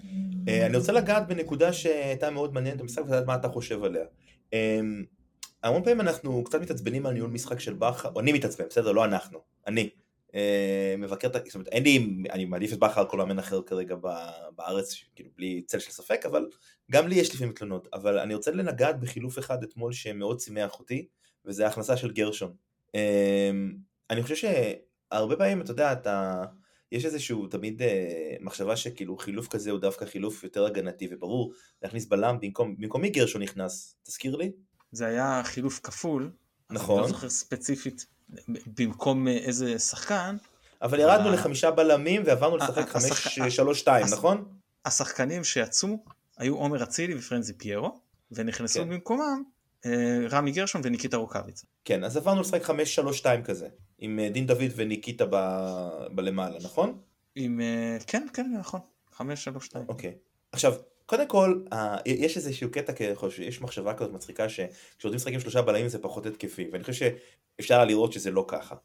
Speaker 2: אני רוצה לגעת בנקודה שהייתה מאוד מעניינת במשחק, ולדעת מה אתה חושב עליה. המון פעמים אנחנו קצת מתעצבנים על ניהול משחק של בכר, או אני מתעצבן, בסדר, לא אנחנו, אני. מבקר, זאת אומרת, אין לי, אני מעדיף את בכר על כל מאמן אחר כרגע בארץ, כאילו בלי צל של ספק, אבל גם לי יש לפעמים תלונות, אבל אני רוצה לנגעת בחילוף אחד אתמול שמאוד שימח אותי, וזה ההכנסה של גרשון. אני חושב שהרבה פעמים, אתה יודע, אתה, יש איזשהו תמיד מחשבה שכאילו חילוף כזה הוא דווקא חילוף יותר הגנתי, וברור, להכניס בלם במקום, במקום מי גרשון נכנס, תזכיר לי?
Speaker 1: זה היה חילוף כפול,
Speaker 2: נכון.
Speaker 1: אני לא זוכר ספציפית במקום איזה שחקן.
Speaker 2: אבל ירדנו לחמישה בלמים ועברנו לשחק חמש שלוש שתיים, נכון?
Speaker 1: השחקנים שיצאו היו עומר אצילי ופרנזי פיירו, ונכנסו במקומם רמי גרשון וניקיטה רוקאביצה.
Speaker 2: כן, אז עברנו לשחק חמש שלוש שתיים כזה, עם דין דוד וניקיטה בלמעלה, נכון?
Speaker 1: כן, כן, נכון, חמש שלוש שתיים.
Speaker 2: אוקיי, עכשיו, קודם כל, יש איזשהו קטע, יש מחשבה כזאת מצחיקה, שכשעודים משחקים שלושה בלמים זה פחות התקפי, ואני חושב שאפשר לראות שזה לא ככה.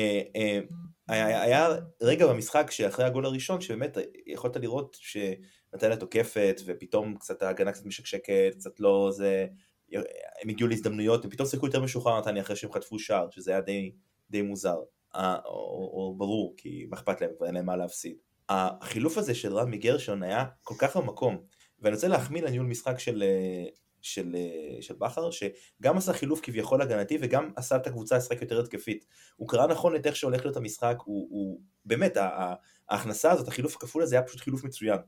Speaker 2: היה רגע במשחק שאחרי הגול הראשון, שבאמת יכולת לראות שנתניה תוקפת, ופתאום קצת ההגנה קצת משקשקת, קצת לא זה, הם הגיעו להזדמנויות, ופתאום שיחקו יותר משוחרר נתניה אחרי שהם חטפו שער, שזה היה די, די מוזר, או, או ברור, כי מה אכפת להם, ואין להם מה להפסיד. החילוף הזה של רמי גרשון היה כל כך במקום, ואני רוצה להחמיא לניהול משחק של, של, של בכר, שגם עשה חילוף כביכול הגנתי, וגם עשה את הקבוצה לשחק יותר התקפית. הוא קרא נכון את איך שהולך להיות המשחק, הוא, הוא באמת, ההכנסה הזאת, החילוף הכפול הזה, היה פשוט חילוף מצוין.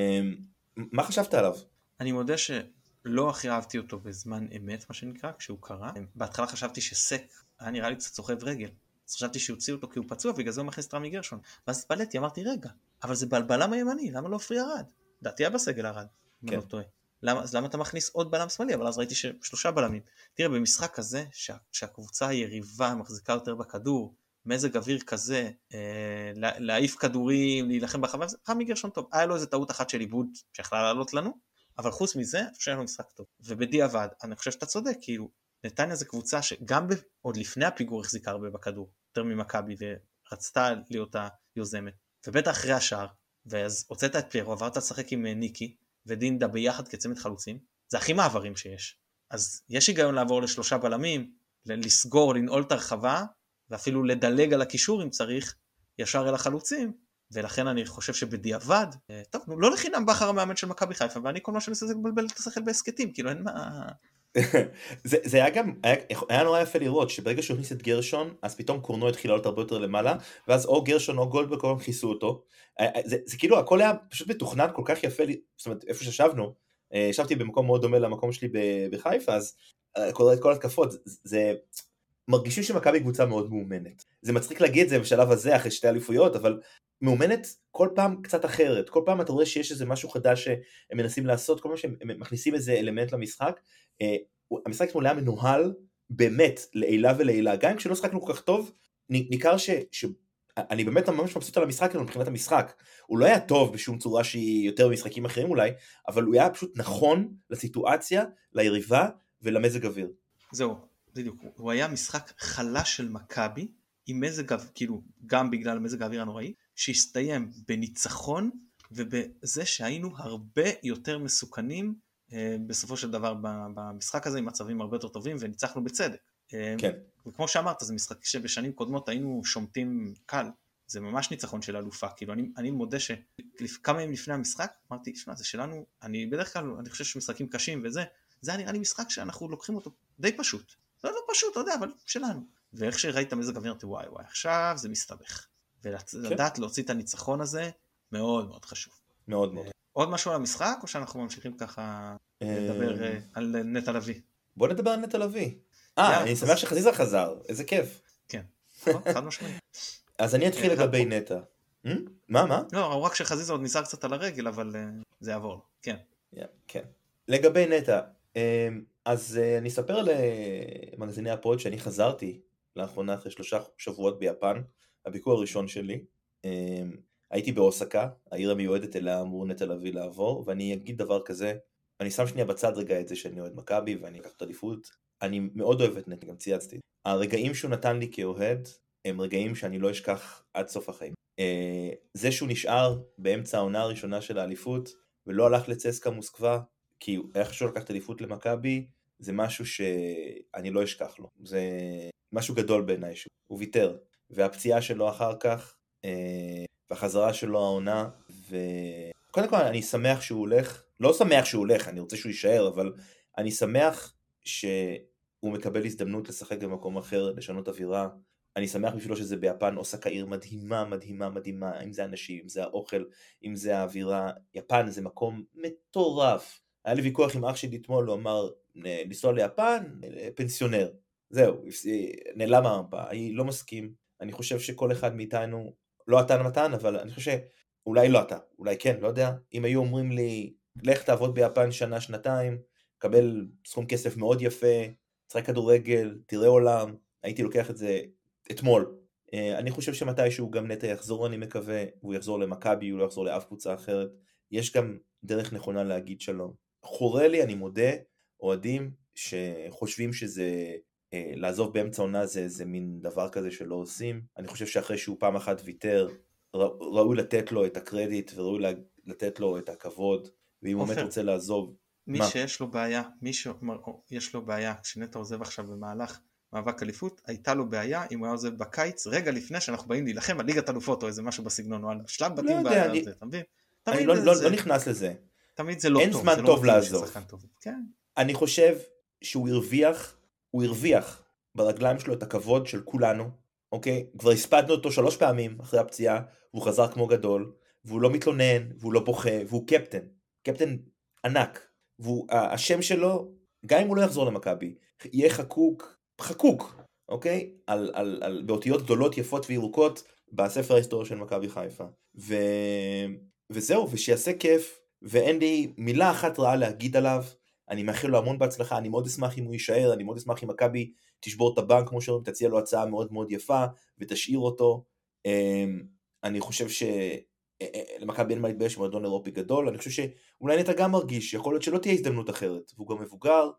Speaker 2: מה חשבת עליו?
Speaker 1: אני מודה שלא הכי אהבתי אותו בזמן אמת, מה שנקרא, כשהוא קרא. בהתחלה חשבתי שסק היה נראה לי קצת סוחב רגל. אז חשבתי שהוציאו אותו כי הוא פצוע, ובגלל זה הוא מכניס את רמי גרשון. ואז התפלאתי, אמרתי, רגע, אבל זה בלבלם הימני, למה לא פרי ירד? דעתי היה בסגל הרד, אם לא טועה. למה, אז למה אתה מכניס עוד בלם שמאלי? אבל אז ראיתי ששלושה בלמים. תראה, במשחק כזה, שה, שהקבוצה היריבה מחזיקה יותר בכדור, מזג אוויר כזה, אה, להעיף כדורים, להילחם בחווה, רמי גרשון טוב. היה לו איזה טעות אחת של עיבוד שיכלה לעלות לנו, אבל חוץ מזה, אני חושב שהיה לו משחק טוב. ובדיעבד, אני חושב שאתה צודק, כאילו, נתניה זה קבוצה שגם ב, עוד לפני הפיגור החזיקה הרבה בכדור, יותר ממכבי, ורצתה להיות היוזמת. ובטח אחרי השער, ואז הוצאת את פיירו, עברת לשחק עם ניקי, ודינדה ביחד כצמד חלוצים, זה הכי מעברים שיש. אז יש היגיון לעבור לשלושה בלמים, לסגור, לנעול את הרחבה, ואפילו לדלג על הקישור אם צריך, ישר אל החלוצים, ולכן אני חושב שבדיעבד, טוב, לא לחינם בכר המאמן של מכבי חיפה, ואני כל מה שאני עושה זה לבלבל את השכל בעסקתים, כאילו אין מה...
Speaker 2: זה, זה היה גם, היה, היה נורא יפה לראות שברגע שהוא הכניס את גרשון, אז פתאום קורנו התחילה לעלות הרבה יותר למעלה, ואז או גרשון או גולדברג כל כיסו אותו. זה, זה כאילו הכל היה פשוט מתוכנן כל כך יפה, זאת אומרת איפה ששבנו, ישבתי במקום מאוד דומה למקום שלי בחיפה, אז כל, כל התקפות, זה מרגישים שמכבי קבוצה מאוד מאומנת. זה מצחיק להגיד את זה בשלב הזה אחרי שתי אליפויות, אבל מאומנת כל פעם קצת אחרת, כל פעם אתה רואה שיש איזה משהו חדש שהם מנסים לעשות, כל פעם שהם מכניסים איזה אלמנט למשחק, המשחק אתמול היה מנוהל באמת לעילה ולעילה, גם כשלא שחקנו כל כך טוב, ניכר ש... ש... אני באמת ממש מבסוט על המשחק מבחינת המשחק, הוא לא היה טוב בשום צורה שהיא יותר במשחקים אחרים אולי, אבל הוא היה פשוט נכון לסיטואציה, ליריבה ולמזג אוויר.
Speaker 1: זהו, בדיוק, הוא היה משחק חלש של מכבי, עם מזג אוויר, כאילו גם בגלל מזג האוויר הנוראי, שהסתיים בניצחון, ובזה שהיינו הרבה יותר מסוכנים, בסופו של דבר במשחק הזה, עם מצבים הרבה יותר טובים, וניצחנו בצדק.
Speaker 2: כן.
Speaker 1: וכמו שאמרת, זה משחק שבשנים קודמות היינו שומטים קל, זה ממש ניצחון של אלופה, כאילו אני, אני מודה שכמה ימים לפני המשחק, אמרתי, שמה, זה שלנו, אני בדרך כלל, אני חושב שמשחקים קשים וזה, זה היה נראה לי משחק שאנחנו לוקחים אותו די פשוט, לא, לא פשוט, אתה יודע, אבל שלנו. ואיך שראית המזג אוויר, אמרתי, וואי וואי, עכשיו זה מסתבך. ולדעת כן. להוציא את הניצחון הזה, מאוד מאוד חשוב.
Speaker 2: מאוד מאוד.
Speaker 1: עוד משהו על המשחק, או שאנחנו ממשיכים ככה לדבר על נטע לביא?
Speaker 2: בוא נדבר על נטע לביא. אה, אני שמח שחזיזה חזר, איזה כיף.
Speaker 1: כן, חד משמעית.
Speaker 2: אז אני אתחיל לגבי נטע. מה, מה?
Speaker 1: לא, רק שחזיזה עוד ניסה קצת על הרגל, אבל זה יעבור לו, כן.
Speaker 2: כן. לגבי נטע, אז אני אספר למגזיני הפוד שאני חזרתי לאחרונה אחרי שלושה שבועות ביפן, הביקור הראשון שלי. הייתי באוסקה, העיר המיועדת אליה אמרו נטע לביא לעבור, ואני אגיד דבר כזה, אני שם שנייה בצד רגע את זה שאני אוהד מכבי, ואני אקח את עדיפות, אני מאוד אוהב את נטע, גם צייצתי. הרגעים שהוא נתן לי כאוהד, הם רגעים שאני לא אשכח עד סוף החיים. זה שהוא נשאר באמצע העונה הראשונה של האליפות, ולא הלך לצסקה מוסקבה, כי הוא היה חשוב לקחת אליפות למכבי, זה משהו שאני לא אשכח לו. זה משהו גדול בעיניי, שהוא ויתר. והפציעה שלו אחר כך, והחזרה שלו העונה, וקודם כל אני שמח שהוא הולך, לא שמח שהוא הולך, אני רוצה שהוא יישאר, אבל אני שמח שהוא מקבל הזדמנות לשחק במקום אחר, לשנות אווירה. אני שמח בשבילו שזה ביפן, אוסקה עיר מדהימה, מדהימה, מדהימה, אם זה אנשים, אם זה האוכל, אם זה האווירה. יפן זה מקום מטורף. היה לי ויכוח עם אח שלי אתמול, הוא אמר, לנסוע ליפן, פנסיונר. זהו, נעלם מהמפה, אני לא מסכים. אני חושב שכל אחד מאיתנו, לא אתה מתן, אבל אני חושב שאולי לא אתה, אולי כן, לא יודע. אם היו אומרים לי, לך תעבוד ביפן שנה, שנתיים, קבל סכום כסף מאוד יפה, תשחק כדורגל, תראה עולם, הייתי לוקח את זה אתמול. אני חושב שמתישהו גם נטע יחזור, אני מקווה, הוא יחזור למכבי, הוא לא יחזור לאף קבוצה אחרת. יש גם דרך נכונה להגיד שלום. חורה לי, אני מודה, אוהדים שחושבים שזה, לעזוב באמצע עונה זה, זה מין דבר כזה שלא עושים. אני חושב שאחרי שהוא פעם אחת ויתר, ראוי לתת לו את הקרדיט, וראוי לתת לו את הכבוד, ואם הוא באמת רוצה לעזוב.
Speaker 1: מי שיש לו בעיה, מי שיש לו בעיה, כשנטע עוזב עכשיו במהלך מאבק אליפות, הייתה לו בעיה אם הוא היה עוזב בקיץ, רגע לפני שאנחנו באים להילחם על ליגת אלופות, או איזה משהו בסגנון, או על שלב בתים בעיה, אתה מבין?
Speaker 2: אני לא נכנס לזה.
Speaker 1: תמיד זה לא טוב.
Speaker 2: אין זמן טוב לעזוב. אני חושב שהוא הרוויח, הוא הרוויח ברגליים שלו את הכבוד של כולנו, אוקיי? כבר הספדנו אותו שלוש פעמים אחרי הפציעה, והוא חזר כמו גדול, והוא לא מתלונן, והוא לא בוכה, והוא קפטן. קפטן ענק. והשם שלו, גם אם הוא לא יחזור למכבי, יהיה חקוק, חקוק, אוקיי? על, על, על, באותיות גדולות, יפות וירוקות, בספר ההיסטוריה של מכבי חיפה. ו... וזהו, ושיעשה כיף, ואין לי מילה אחת רעה להגיד עליו, אני מאחל לו המון בהצלחה, אני מאוד אשמח אם הוא יישאר, אני מאוד אשמח אם מכבי תשבור את הבנק, כמו שאומרים, תציע לו הצעה מאוד מאוד יפה, ותשאיר אותו. אני חושב ש... למכבי אין מה להתבייש במועדון אירופי גדול, אני חושב שאולי נטע גם מרגיש, יכול להיות שלא תהיה הזדמנות אחרת, והוא גם מבוגר,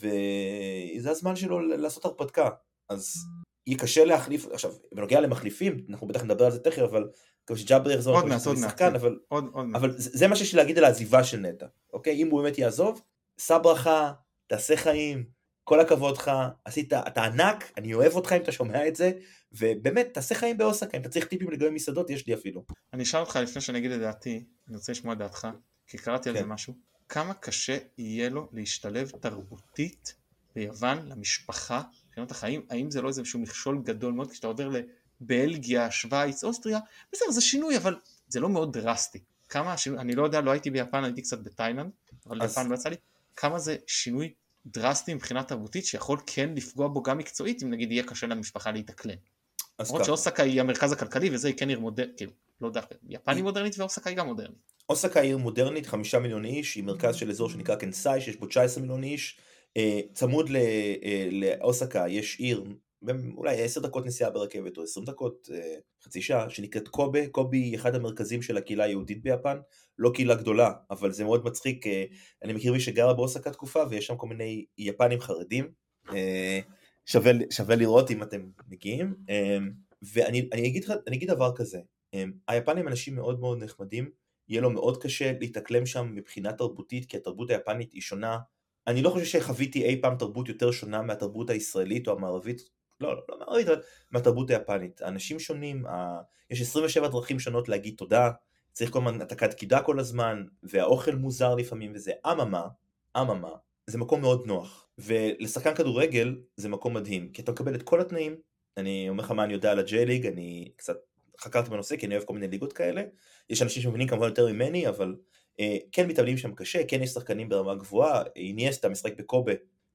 Speaker 2: וזה הזמן שלו לעשות הרפתקה, אז יהיה קשה להחליף, עכשיו, בנוגע למחליפים, אנחנו בטח נדבר על זה תכף, אבל כמו שג'אבר יחזור,
Speaker 1: עוד מעט, עוד מעט,
Speaker 2: אבל, אבל זה מה שיש להגיד על העזיבה של נטע, אוקיי? אם הוא באמת יעזוב, שא ברכה, תעשה חיים, כל הכבוד לך, עשית, אתה ענק, אני אוהב אותך אם אתה שומע את זה, ובאמת, תעשה חיים באוסקה, אם אתה צריך טיפים לגבי מסעדות, יש לי אפילו.
Speaker 1: אני אשאל אותך לפני שאני אגיד את דעתי, אני רוצה לשמוע את דעתך, כי קראתי על זה משהו, כמה קשה יהיה לו להשתלב תרבותית ביוון, למשפחה, מבחינת החיים, האם זה לא איזשהו מכשול גדול מאוד, כשאתה עובר לבלגיה, שוויץ, אוסטריה, בסדר, זה שינוי, אבל זה לא מאוד דרסטי. כמה השינוי, אני לא יודע, לא הייתי ביפן, הייתי קצת בתאילנד, אבל ביפן לא יצא לי, כמה זה שינוי דרסטי מבחינה תרבותית, שיכול כן לפגוע בו גם מקצועית, אם נגיד יהיה קשה למשפחה להתאקלם. למרות שאוסקה היא המרכז הכלכלי, וזה היא כן עיר מודרנית, כאילו, לא יודע, יפן היא מודרנית ואוסקה היא גם מודרנית.
Speaker 2: אוסקה היא עיר מודרנית, חמישה מיליון איש, היא מרכז של אזור שנקרא קנסאי, שיש בו תשעה עשר מיליון איש, צמוד לאוסקה יש עיר, אולי עשר דקות נסיעה ברכבת, או עשרים דקות, חצי שעה, שנקראת קובה. קובי היא אחד המרכזים של הקהילה היהודית ביפן, לא קהילה גדולה, אבל זה מאוד מצחיק, אני מכיר מי שגרה באוסקה תקופה, ויש שם כל מיני יפנים חרדים, שווה, שווה לראות אם אתם מגיעים, ואני אני אגיד, אני אגיד דבר כזה, היפנים אנשים מאוד מאוד נחמדים, יהיה לו מאוד קשה להתאקלם שם מבחינה תרבותית, כי התרבות היפנית היא שונה, אני לא חושב שחוויתי אי פעם תרבות יותר שונה מהתרבות הישראלית או המערבית, לא, לא מערבית, אבל מהתרבות היפנית. האנשים שונים, ה... יש עשרים ושבע דרכים שונות להגיד תודה, צריך כל הזמן התקת קידה כל הזמן, והאוכל מוזר לפעמים, וזה אממה, אממה, זה מקום מאוד נוח. ולשחקן כדורגל זה מקום מדהים, כי אתה מקבל את כל התנאים, אני אומר לך מה אני יודע על הג'יי ליג, אני קצת חקרתי בנושא, כי אני אוהב כל מיני ליגות כאלה, יש אנשים שמבינים כמובן יותר ממני, אבל כן מתאבלים שם קשה, כן יש שחקנים ברמה גבוהה, איניאסטה משחק בקובה,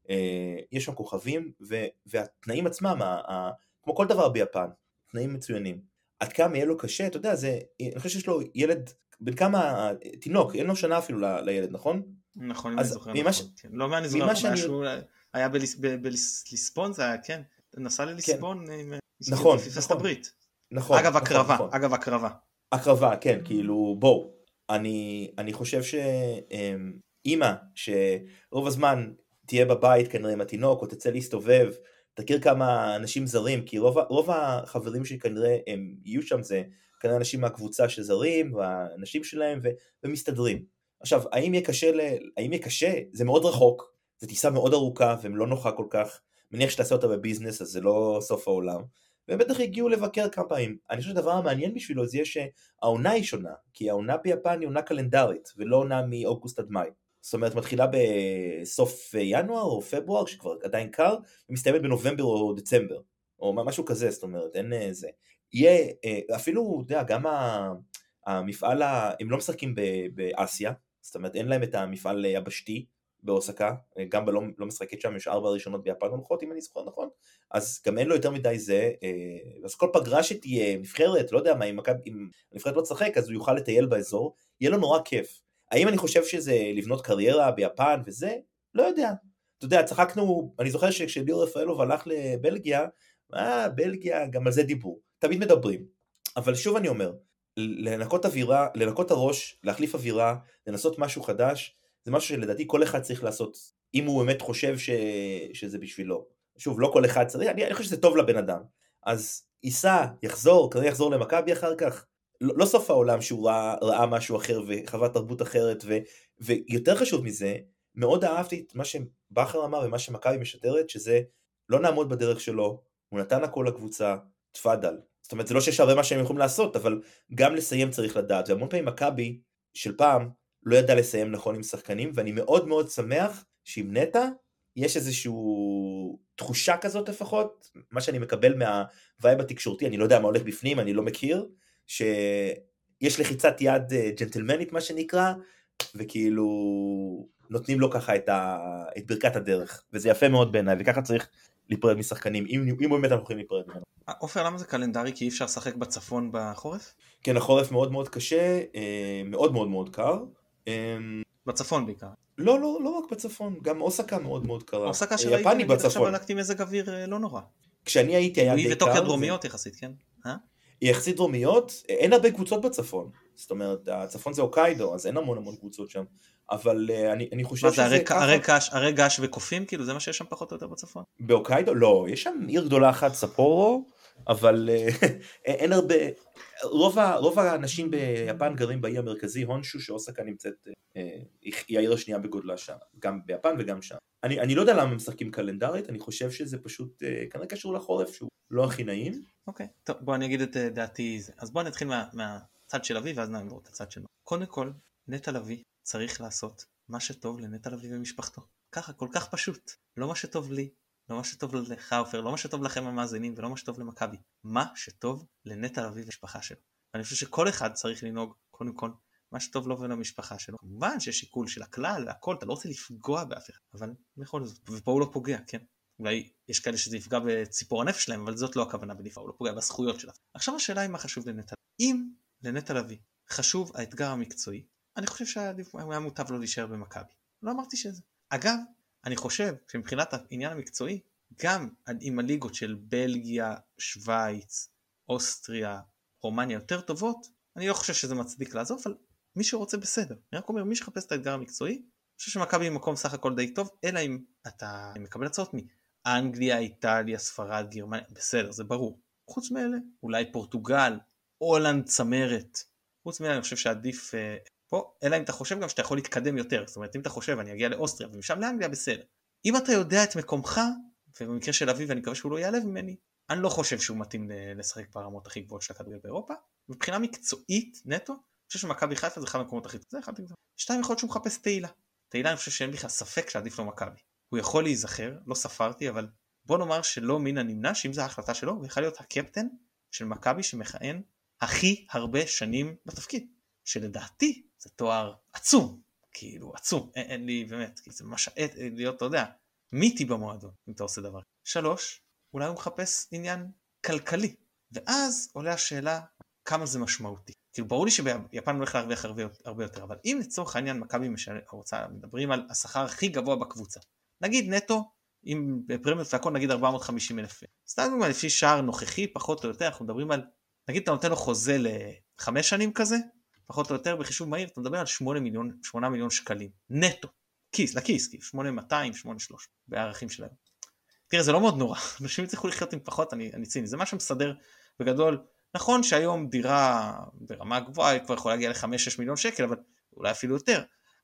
Speaker 2: יש שם כוכבים, והתנאים עצמם, כמו כל דבר ביפן, תנאים מצוינים. עד כמה יהיה לו קשה, אתה יודע, אני חושב שיש לו ילד, בין כמה, תינוק, אין לו שנה אפילו לילד, נכון?
Speaker 1: נכון, אם אני זוכר נכון. לא מה אני זוכר, משהו היה בליסבון, זה היה, כן, נסע לליסבון,
Speaker 2: נכון,
Speaker 1: נכון. אגב הקרבה, אגב הקרבה.
Speaker 2: הקרבה, כן, כאילו, בואו. אני, אני חושב שאמא, שרוב הזמן תהיה בבית כנראה עם התינוק, או תצא להסתובב, תכיר כמה אנשים זרים, כי רוב, רוב החברים שכנראה הם יהיו שם, זה כנראה אנשים מהקבוצה שזרים, והאנשים שלהם, ו, ומסתדרים. עכשיו, האם יהיה קשה, ל... האם יהיה קשה? זה מאוד רחוק, זו טיסה מאוד ארוכה ולא נוחה כל כך, מניח שתעשה אותה בביזנס, אז זה לא סוף העולם, והם בטח הגיעו לבקר כמה פעמים. אני חושב שהדבר המעניין בשבילו זה שהעונה היא שונה, כי העונה ביפן היא עונה קלנדרית, ולא עונה מאוגוסט עד מאי. זאת אומרת, מתחילה בסוף ינואר או פברואר, שכבר עדיין קר, ומסתיימת בנובמבר או דצמבר, או משהו כזה, זאת אומרת, אין זה. יהיה, אפילו, אתה יודע, גם המפעל, הם לא משחקים באסיה, זאת אומרת, אין להם את המפעל יבשתי באוסקה, גם לא, לא משחקת שם, יש ארבע הראשונות ביפן הולכות, אם אני זוכר נכון, אז גם אין לו יותר מדי זה, אז כל פגרה שתהיה נבחרת, לא יודע מה, אם הנבחרת לא תשחק, אז הוא יוכל לטייל באזור, יהיה לו נורא כיף. האם אני חושב שזה לבנות קריירה ביפן וזה? לא יודע. אתה יודע, צחקנו, אני זוכר שכשליאור רפאלוב הלך לבלגיה, אה, בלגיה, גם על זה דיבור. תמיד מדברים. אבל שוב אני אומר, לנקות אווירה, לנקות הראש, להחליף אווירה, לנסות משהו חדש, זה משהו שלדעתי כל אחד צריך לעשות, אם הוא באמת חושב ש... שזה בשבילו. שוב, לא כל אחד צריך, אני, אני חושב שזה טוב לבן אדם. אז ייסע, יחזור, כנראה יחזור למכבי אחר כך, לא, לא סוף העולם שהוא ראה, ראה משהו אחר וחווה תרבות אחרת, ו, ויותר חשוב מזה, מאוד אהבתי את מה שבחר אמר ומה שמכבי משדרת, שזה לא נעמוד בדרך שלו, הוא נתן הכל לקבוצה, תפדל. זאת אומרת, זה לא שיש הרבה מה שהם יכולים לעשות, אבל גם לסיים צריך לדעת, והמון פעמים מכבי של פעם לא ידע לסיים נכון עם שחקנים, ואני מאוד מאוד שמח שעם נטע יש איזושהי תחושה כזאת לפחות, מה שאני מקבל מהווייב התקשורתי, אני לא יודע מה הולך בפנים, אני לא מכיר, שיש לחיצת יד ג'נטלמנית מה שנקרא, וכאילו נותנים לו ככה את, ה... את ברכת הדרך, וזה יפה מאוד בעיניי, וככה צריך להיפרד משחקנים, אם, אם באמת אנחנו יכולים להיפרד ממנו.
Speaker 1: אופר, למה זה קלנדרי? כי אי אפשר לשחק בצפון בחורף?
Speaker 2: כן, החורף מאוד מאוד קשה, מאוד מאוד מאוד קר.
Speaker 1: בצפון בעיקר.
Speaker 2: לא, לא, לא רק בצפון, גם אוסקה מאוד מאוד קרה.
Speaker 1: אוסקה שראיתי, נגיד עכשיו בלקתי מזג אוויר לא נורא.
Speaker 2: כשאני הייתי היה די קר.
Speaker 1: היא וטוקיו דרומיות יחסית, כן?
Speaker 2: היא יחסית דרומיות, אין הרבה קבוצות בצפון. זאת אומרת, הצפון זה אוקיידו, אז אין המון המון קבוצות שם. אבל אני, אני חושב שזה ככה...
Speaker 1: הרי געש וקופים, כאילו, זה מה שיש שם פחות או יותר בצפון?
Speaker 2: באוקיידו? לא, יש שם עיר גדולה אחת, ספורו, אבל אין הרבה... רוב, ה, רוב האנשים ביפן גרים באי המרכזי, הונשו, שאוסקה נמצאת, היא העיר השנייה בגודלה שם, גם ביפן וגם שם. אני, אני לא יודע למה הם משחקים קלנדרית, אני חושב שזה פשוט כנראה קשור לחורף, שהוא לא הכי נעים.
Speaker 1: אוקיי, טוב, בוא אני אגיד את דעתי. אז בוא נתחיל מה, מהצד של אבי, ואז נעבור את הצד שלו. קודם כל, נטע לביא צריך לעשות מה שטוב לנטע לביא ומשפחתו. ככה, כל כך פשוט. לא מה שטוב לי, לא מה שטוב לך אופר, לא מה שטוב לכם המאזינים, ולא מה שטוב למכבי. מה שטוב לנטע לביא ומשפחה שלו. ואני חושב שכל אחד צריך לנהוג, קודם כל, מה שטוב לו ולמשפחה שלו. כמובן שיש שיקול של הכלל והכל, אתה לא רוצה לפגוע באף אחד, אבל בכל זאת, ופה הוא לא פוגע, כן? אולי יש כאלה שזה יפגע בציפור הנפש שלהם, אבל זאת לא הכוונה בדיפה, הוא לא פוגע בזכויות שלה. עכשיו השאלה היא מה חשוב לנטע. אם לנטע לביא חשוב האתגר המקצועי, אני חושב שהיה מוטב לו להישאר במכבי. לא אמרתי שזה. אגב, אני חושב שמבחינת העניין המקצועי, גם עם הליגות של בלגיה, שוויץ, אוסטריה, רומניה יותר טובות, אני לא חושב שזה מצדיק לעזוב, אבל מי שרוצה בסדר. אני רק אומר, מי שחפש את האתגר המקצועי, אני חושב שמכבי היא מקום סך הכל די טוב, אלא אם אתה מקבל הצעות מאנגליה, איטליה, ספרד, גרמניה, בסדר, זה ברור. חוץ מאלה, אולי פורטוגל, הולנד צמרת. חוץ מאלה, אני חושב שעדיף פה, אלא אם אתה חושב גם שאתה יכול להתקדם יותר. זאת אומרת, אם אתה חושב, אני אגיע לאוסטריה, ומשם לאנגליה, בסדר. אם אתה יודע את מקומך, ובמקרה של אביב, אני מקווה שהוא לא יעלב ממני, אני לא חושב שהוא מתאים לשחק ברמות הכי גבוהות של הכדורגל באירופה. מבחינה מקצועית נטו, אני חושב שמכבי חיפה זה אחד המקומות הכי טובים. זה אחד המקומות. שתיים, יכול להיות שהוא מחפש תהילה. תהילה, אני חושב שאין בכלל ספק שעדיף לו מכבי. הוא יכול להיזכר, לא ספרתי, אבל בוא נאמר שלא מן הנמנע, שאם זו ההחלטה שלו, הוא יכול להיות הקפטן של מכבי שמכהן הכי הרבה שנים בתפקיד. שלדעתי זה תואר עצום. כאילו, עצום. אין, אין לי באמת, כי זה ממש להיות, אתה יודע, מיתי במועדון, אם אתה עושה דבר. שלוש, אולי הוא מחפש עניין כלכלי. ואז עולה השאלה כמה זה משמעותי. כאילו ברור לי שביפן הולך להרוויח הרבה, הרבה יותר, אבל אם לצורך העניין מכבי רוצה, מדברים על השכר הכי גבוה בקבוצה, נגיד נטו, אם בפרמיות והכל נגיד ארבע מאות וחמישים אלף. סתם לפי שער נוכחי, פחות או יותר, אנחנו מדברים על, נגיד אתה נותן לו חוזה לחמש שנים כזה, פחות או יותר בחישוב מהיר, אתה מדבר על שמונה מיליון, שמונה מיליון שקלים, נטו, כיס, לכיס, כיס, שמונה מאתיים, שמונה שלוש, בערכים שלהם. תראה, זה לא מאוד נורא, אנשים יצטרכו לחיות עם פחות, אני, אני ציני, זה מה שמסדר בגדול. נכון שהיום דירה ברמה גבוהה כבר יכולה להגיע ל-חמש שש מיליון שקל, אבל אולי אפילו יותר.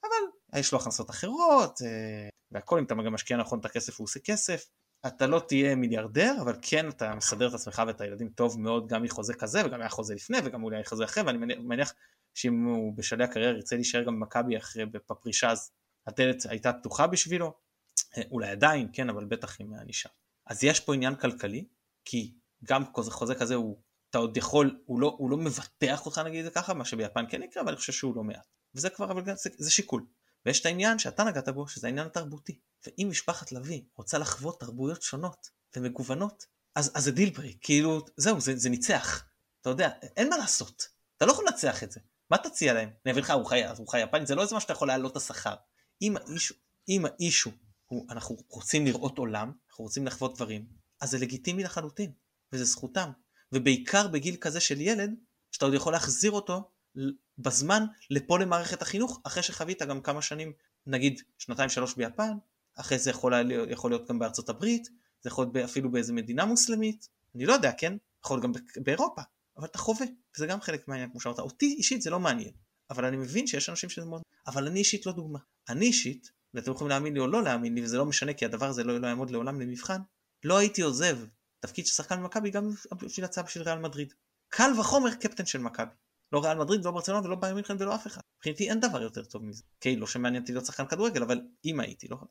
Speaker 1: יש לו הכנסות אחרות, והכל, אם אתה גם משקיע נכון את הכסף, הוא עושה כסף, אתה לא תהיה מיליארדר, אבל כן אתה מסדר את עצמך ואת הילדים טוב מאוד, גם מחוזה כזה, וגם היה חוזה לפני, וגם אולי חוזה אחרי, ואני מניח שאם הוא בשלבי הקריירה ירצה להישאר גם במכבי אחרי בפרישה, אז הדלת הייתה פתוחה בשבילו, אולי עדיין, כן, אבל בטח אם נשאר. אז יש פה עניין כלכלי, כי גם חוזה כזה הוא, אתה עוד יכול, הוא לא, הוא לא מבטח אותך נגיד זה ככה, מה שביפן כן יקרה, אבל אני חושב שהוא לא מעט. וזה כבר, אבל זה, זה שיקול. ויש את העניין שאתה נגעת בו, שזה העניין התרבותי. ואם משפחת לוי רוצה לחוות תרבויות שונות ומגוונות, אז, אז זה דילברי, כאילו, זהו, זה, זה ניצח. אתה יודע, אין מה לעשות. אתה לא יכול לנצח את זה. מה תציע להם? אני אביא לך ארוחה יפנית, זה לא איזה מה שאתה יכול להעלות את השכר. אם האישו, אם האישו, הוא, אנחנו רוצים לראות עולם, אנחנו רוצים לחוות דברים, אז זה לגיטימי לחלוטין, וזה זכותם. ובעיקר בגיל כזה של ילד, שאתה עוד יכול להחזיר אותו בזמן לפה למערכת החינוך, אחרי שחווית גם כמה שנים, נגיד שנתיים שלוש ביפן, אחרי זה יכול, יכול להיות גם בארצות הברית, זה יכול להיות אפילו באיזה מדינה מוסלמית, אני לא יודע, כן? יכול גם באירופה, אבל אתה חווה, וזה גם חלק מהעניין, כמו שאמרת, אותי אישית זה לא מעניין, אבל אני מבין שיש אנשים שזה מאוד, אבל אני אישית לא דוגמה. אני אישית, ואתם יכולים להאמין לי או לא להאמין לי, וזה לא משנה, כי הדבר הזה לא, לא יעמוד לעולם למבחן, לא הייתי עוזב תפקיד ששחקן במכבי, גם בשביל הצעה בשביל ריאל מדריד. קל וחומר קפטן של מכבי. לא ריאל מדריד, לא ברצלונה, ולא באיירן מינכן ולא אף אחד. מבחינתי אין דבר יותר טוב מזה. כן, לא שמעניין אותי להיות שחקן כדורגל, אבל אם הייתי, לא.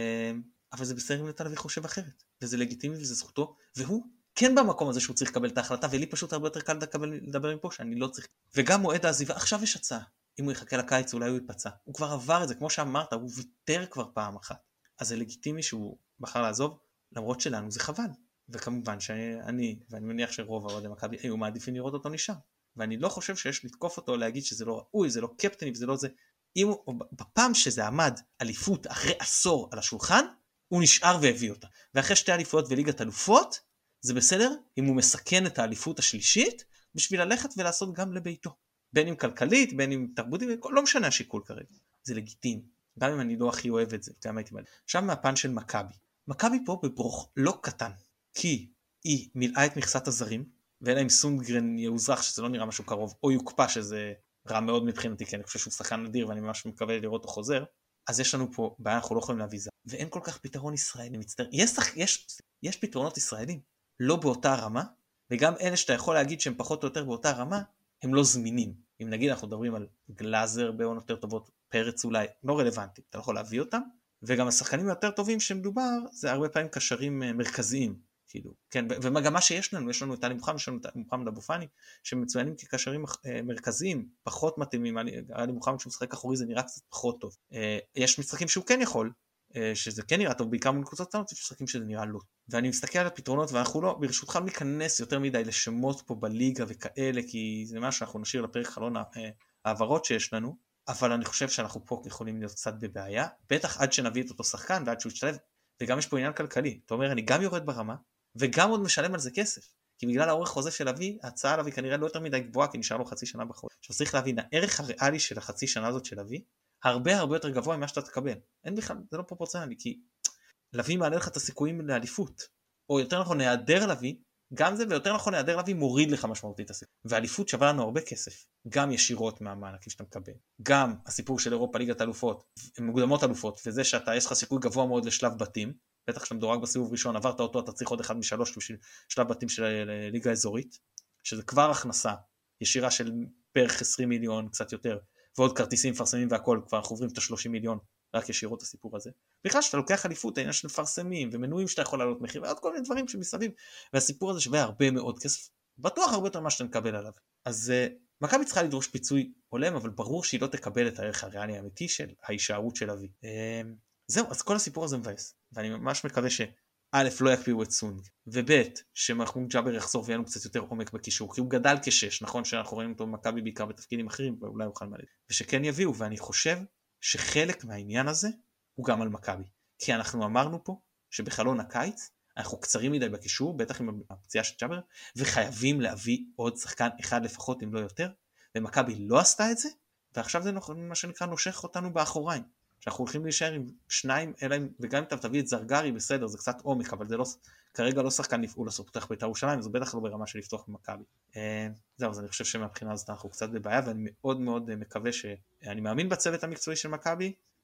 Speaker 1: אבל זה בסדר אם נתן לוי חושב אחרת. וזה לגיטימי וזה זכותו, והוא כן במקום הזה שהוא צריך לקבל את ההחלטה, ולי פשוט הרבה יותר קל לדבר מפה, שאני לא צריך. וגם מועד העזיבה, עכשיו יש הצעה. אם הוא יחכה לקיץ, אולי הוא ייפצע. הוא כבר עבר את זה, כמו שאמרת, הוא ויתר כבר פעם אחת. אז זה לגיטימי שהוא בחר לעזוב, למרות שלנו זה חבל. וכמובן שאני, ואני מניח שרוב האוהדי מכבי היו מעדיפים לראות אותו נשאר. ואני לא חושב שיש לתקוף אותו, להגיד שזה לא ראוי, זה לא קפטני, וזה לא זה. אם הוא, בפעם שזה עמד אליפות אחרי עשור על השולחן, הוא נשאר והביא אותה. ואחרי שתי אליפויות וליגת אלופות, זה בסדר אם הוא מסכן את האליפות השלישית, בשביל ללכת ולעשות גם לביתו. בין אם כלכלית, בין אם תרבותית, לא משנה השיקול כרגע. זה לגיטימי. גם אם אני לא הכי אוהב את זה. עכשיו מהפן של מכבי. מכבי פה בברוך לא קטן. כי היא מילאה את מכסת הזרים, ואלה עם סונגרן יאוזרח, שזה לא נראה משהו קרוב, או יוקפא, שזה רע מאוד מבחינתי, כי אני חושב שהוא שחקן נדיר, ואני ממש מקווה לראות אותו חוזר, אז יש לנו פה בעיה, אנחנו לא יכולים להביא זר, ואין כל כך פתרון ישראלי, מצטער, יש, יש, יש פתרונות ישראלים, לא באותה רמה, וגם אלה שאתה יכול להגיד שהם פחות או יותר באותה רמה, הם לא זמינים. אם נגיד אנחנו מדברים על גלאזר בעונות יותר טובות, פרץ אולי, לא רלוונטי, אתה לא יכול להביא אותם, וגם השחקנים היותר טובים שמדובר, זה הרבה פעמים קשרים מרכזיים, כאילו, כן, וגם מה שיש לנו, יש לנו את עלי מוחמד, יש לנו את מוחמד אבו פאני, שמצוינים כקשרים מרכזיים, פחות מתאימים, עלי מוחמד שמשחק אחורי זה נראה קצת פחות טוב. יש משחקים שהוא כן יכול, שזה כן נראה טוב, בעיקר מול קבוצות קטנות, יש משחקים שזה נראה לא. ואני מסתכל על הפתרונות, ואנחנו לא, ברשותך לא ניכנס יותר מדי לשמות פה בליגה וכאלה, כי זה מה שאנחנו נשאיר לפרק חלון העברות שיש לנו, אבל אני חושב שאנחנו פה יכולים להיות קצת בבעיה, בטח עד שנביא את אותו שחקן ועד שהוא ישתלב, וגם יש פה עניין כלכלי. אתה אומר, אני גם יורד ברמה, וגם עוד משלם על זה כסף. כי בגלל האורך חוזה של אבי, ההצעה על אבי כנראה לא יותר מדי גבוהה, כי נשאר לו חצי שנה בחוזה. עכשיו צריך להבין, הערך הריאלי של החצי שנה הזאת של אבי, הרבה הרבה יותר גבוה ממה שאתה תקבל. אין בכלל, זה לא פרופורציונלי, כי לוי מעלה לך את הסיכויים לאליפות, או יותר נכון, נעדר לוי, גם זה, ויותר נכון, נעדר לוי מוריד לך משמעותית הסיכוי. ואליפות שווה לנו הרבה כסף, גם ישירות מהמענקים שאתה מקבל. גם הסיפור של אירופה ליגת אלופות, מוקדמות אלופות, וזה שאתה, יש לך סיכוי גבוה מאוד לשלב בתים, בטח שאתה מדורג בסיבוב ראשון, עברת אותו, אתה צריך עוד אחד משלוש בשביל שלב בתים של ליגה אזורית, שזה כבר הכנסה ישירה של בערך עשרים מיליון, קצת יותר, ועוד כרטיסים מפרסמים והכל, כבר אנחנו עוברים את ה-שלושים מיליון, רק ישירות הסיפור הזה. בכלל שאתה לוקח אליפות, העניין של מפרסמים, ומנויים שאתה יכול לעלות מחיר, ועוד כל מיני דברים שמסביב, והסיפור הזה שווה הרבה מאוד כסף, בטוח הרבה יותר מה שאתה מקבל עליו. אז uh, מכבי צריכה לדרוש פיצוי הולם, אבל ברור שהיא לא תקבל את הערך הריאלי האמיתי של ההישארות של אבי. Uh, זהו, אז כל הסיפור הזה מבאס, ואני ממש מקווה שא' לא יקפיאו את סונג, וב' שמחמוד ג'אבר יחזור ויהיה לנו קצת יותר עומק בקישור, כי הוא גדל כשש, נכון שאנחנו רואים אותו במכבי בעיקר בתפקידים אחרים, ואולי הוא חל מלא, ושכן יביאו, ואני חושב שחלק מהעניין הזה הוא גם על מכבי, כי אנחנו אמרנו פה שבחלון הקיץ אנחנו קצרים מדי בקישור, בטח עם הפציעה של ג'אבר, וחייבים להביא עוד שחקן אחד לפחות אם לא יותר, ומכבי לא עשתה את זה, ועכשיו זה מה שנקרא נושך אותנו באחוריים, שאנחנו הולכים להישאר עם שניים, אלא אם, וגם אם אתה תביא את זרגרי בסדר, זה קצת עומק, אבל זה לא, כרגע לא שחקן לפעול לעשות פותח בית"ר ירושלים, זה בטח לא ברמה של לפתוח במכבי. זהו, אז אני חושב שמבחינה הזאת אנחנו קצת בבעיה, ואני מאוד מאוד מקווה שאני מאמין בצוות המקצועי של מכבי,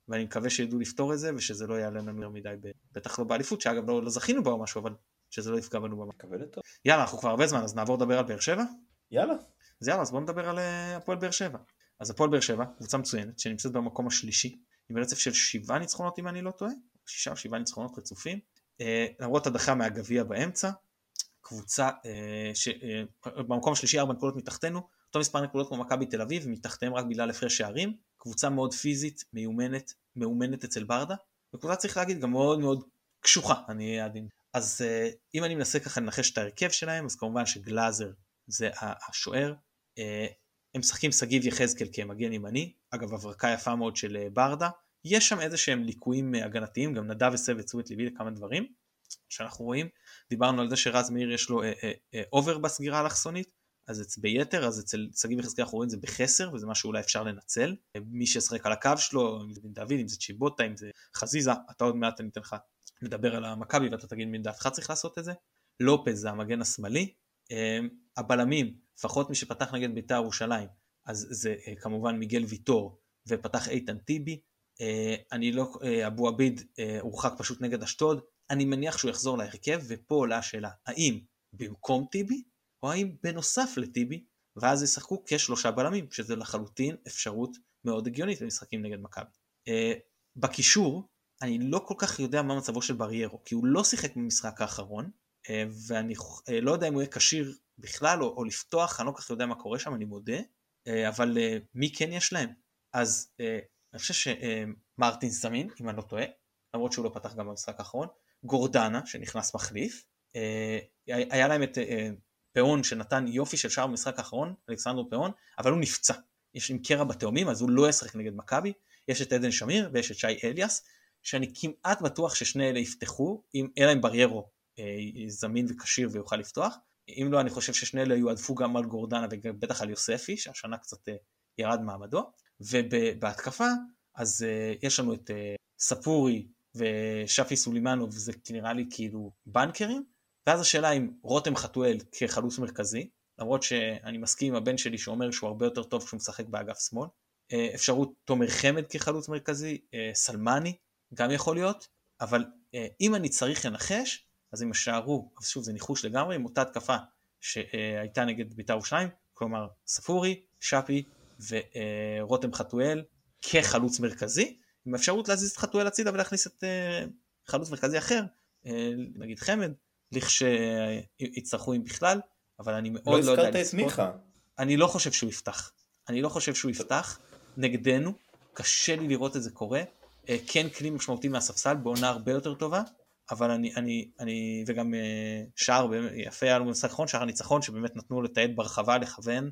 Speaker 1: ואני מקווה שידעו לפתור את זה, ושזה לא יעלה לנו יותר מדי, בטח לא באליפות, שאגב לא, לא זכינו בה או משהו, אבל שזה לא יפגע בנו במה. יאללה, אנחנו כבר הרבה זמן, אז נעבור לדבר על באר שבע?
Speaker 2: יאללה.
Speaker 1: אז יאללה, אז בואו נדבר על הפועל באר שבע. אז הפועל באר שבע, קבוצה מצוינת, שנמצאת במקום השלישי, עם רצף של שבעה ניצחונות, אם אני לא טועה, שישה או שבעה ניצחונות רצופים, למרות הדחה מהגביע באמצע, קבוצה שבמקום השלישי ארבע נקודות מתחתנו, אותו מספר נקודות כמו מכבי תל אביב, מתחתיהם רק בגלל הפרש שערים, קבוצה מאוד פיזית, מיומנת, מאומנת אצל ברדה, וקבוצה צריך להגיד גם מאוד מאוד קשוחה, אני אהיה עדין. אז אם אני מנסה ככה לנחש את ההרכב שלהם, אז כמובן שגלאזר זה השוער, הם משחקים סגיב יחזקאל כמגן ימני, אגב הברקה יפה מאוד של ברדה, יש שם איזה שהם ליקויים הגנתיים, גם נדב הסב וצוות ליבי לכמה דברים, שאנחנו רואים, דיברנו על זה שרז מאיר יש לו אובר בסגירה אלכסונית, אז אצל ביתר, אז אצל סגיב יחזקאל אנחנו רואים את זה בחסר, וזה משהו אולי אפשר לנצל, מי ששחק על הקו שלו, אם זה בן דוד, אם זה צ'יבוטה, אם זה חזיזה, אתה עוד מעט אני אתן לך לדבר על המכבי, ואתה תגיד מי דעתך צריך לעשות את זה, לופז זה המגן השמאלי, הבלמים, לפחות מי שפתח נגד ביתר ירושלים, אז זה כמובן מיגל ויטור, ופתח איתן טיבי, אני לא, אבו עביד הורחק פשוט נגד אשדוד, אני מניח שהוא יחזור להרכב, ופה עולה השאלה, האם במקום טיבי, או האם בנוסף לטיבי, ואז ישחקו כשלושה בלמים, שזה לחלוטין אפשרות מאוד הגיונית במשחקים נגד מכבי. בקישור, אני לא כל כך יודע מה מצבו של בריירו, כי הוא לא שיחק במשחק האחרון, ואני לא יודע אם הוא יהיה קשיר בכלל, או, או לפתוח, אני לא כל כך יודע מה קורה שם, אני מודה, אבל מי כן יש להם? אז אני חושב שמרטין זמין, אם אני לא טועה, למרות שהוא לא פתח גם במשחק האחרון, גורדנה, שנכנס מחליף, היה להם את פאון שנתן יופי של שער במשחק האחרון, אלכסנדרו פאון, אבל הוא נפצע. יש עם קרע בתאומים, אז הוא לא ישחק נגד מכבי, יש את עדן שמיר ויש את שי אליאס, שאני כמעט בטוח ששני אלה יפתחו, אלא אם בריירו זמין וקשיר ויוכל לפתוח, אם לא אני חושב ששני אלה יועדפו גם על גורדנה ובטח על יוספי, שהשנה קצת ירד מעמדו, ובהתקפה אז יש לנו את ספורי ושפי סולימנוב, זה נראה לי כאילו בנקרים, ואז השאלה אם רותם חתואל כחלוץ מרכזי, למרות שאני מסכים עם הבן שלי שאומר שהוא הרבה יותר טוב כשהוא משחק באגף שמאל, אפשרות תומר חמד כחלוץ מרכזי, סלמני גם יכול להיות, אבל אם אני צריך לנחש, אז אם השארו, אז שוב זה ניחוש לגמרי, עם אותה התקפה שהייתה נגד בית"ר ירושלים, כלומר ספורי, שפי ורותם חתואל כחלוץ מרכזי, עם אפשרות להזיז את חתואל הצידה ולהכניס את חלוץ מרכזי אחר, נגיד חמד, לכשיצטרכו עם בכלל, אבל אני מאוד לא יודע לצפות. אני לא חושב שהוא יפתח. אני לא חושב שהוא יפתח נגדנו, קשה לי לראות את זה קורה, כן כלי משמעותי מהספסל, בעונה הרבה יותר טובה, אבל אני, אני, אני, וגם שער יפה היה לו במשחק האחרון, שער הניצחון, שבאמת נתנו לתעד ברחבה, לכוון,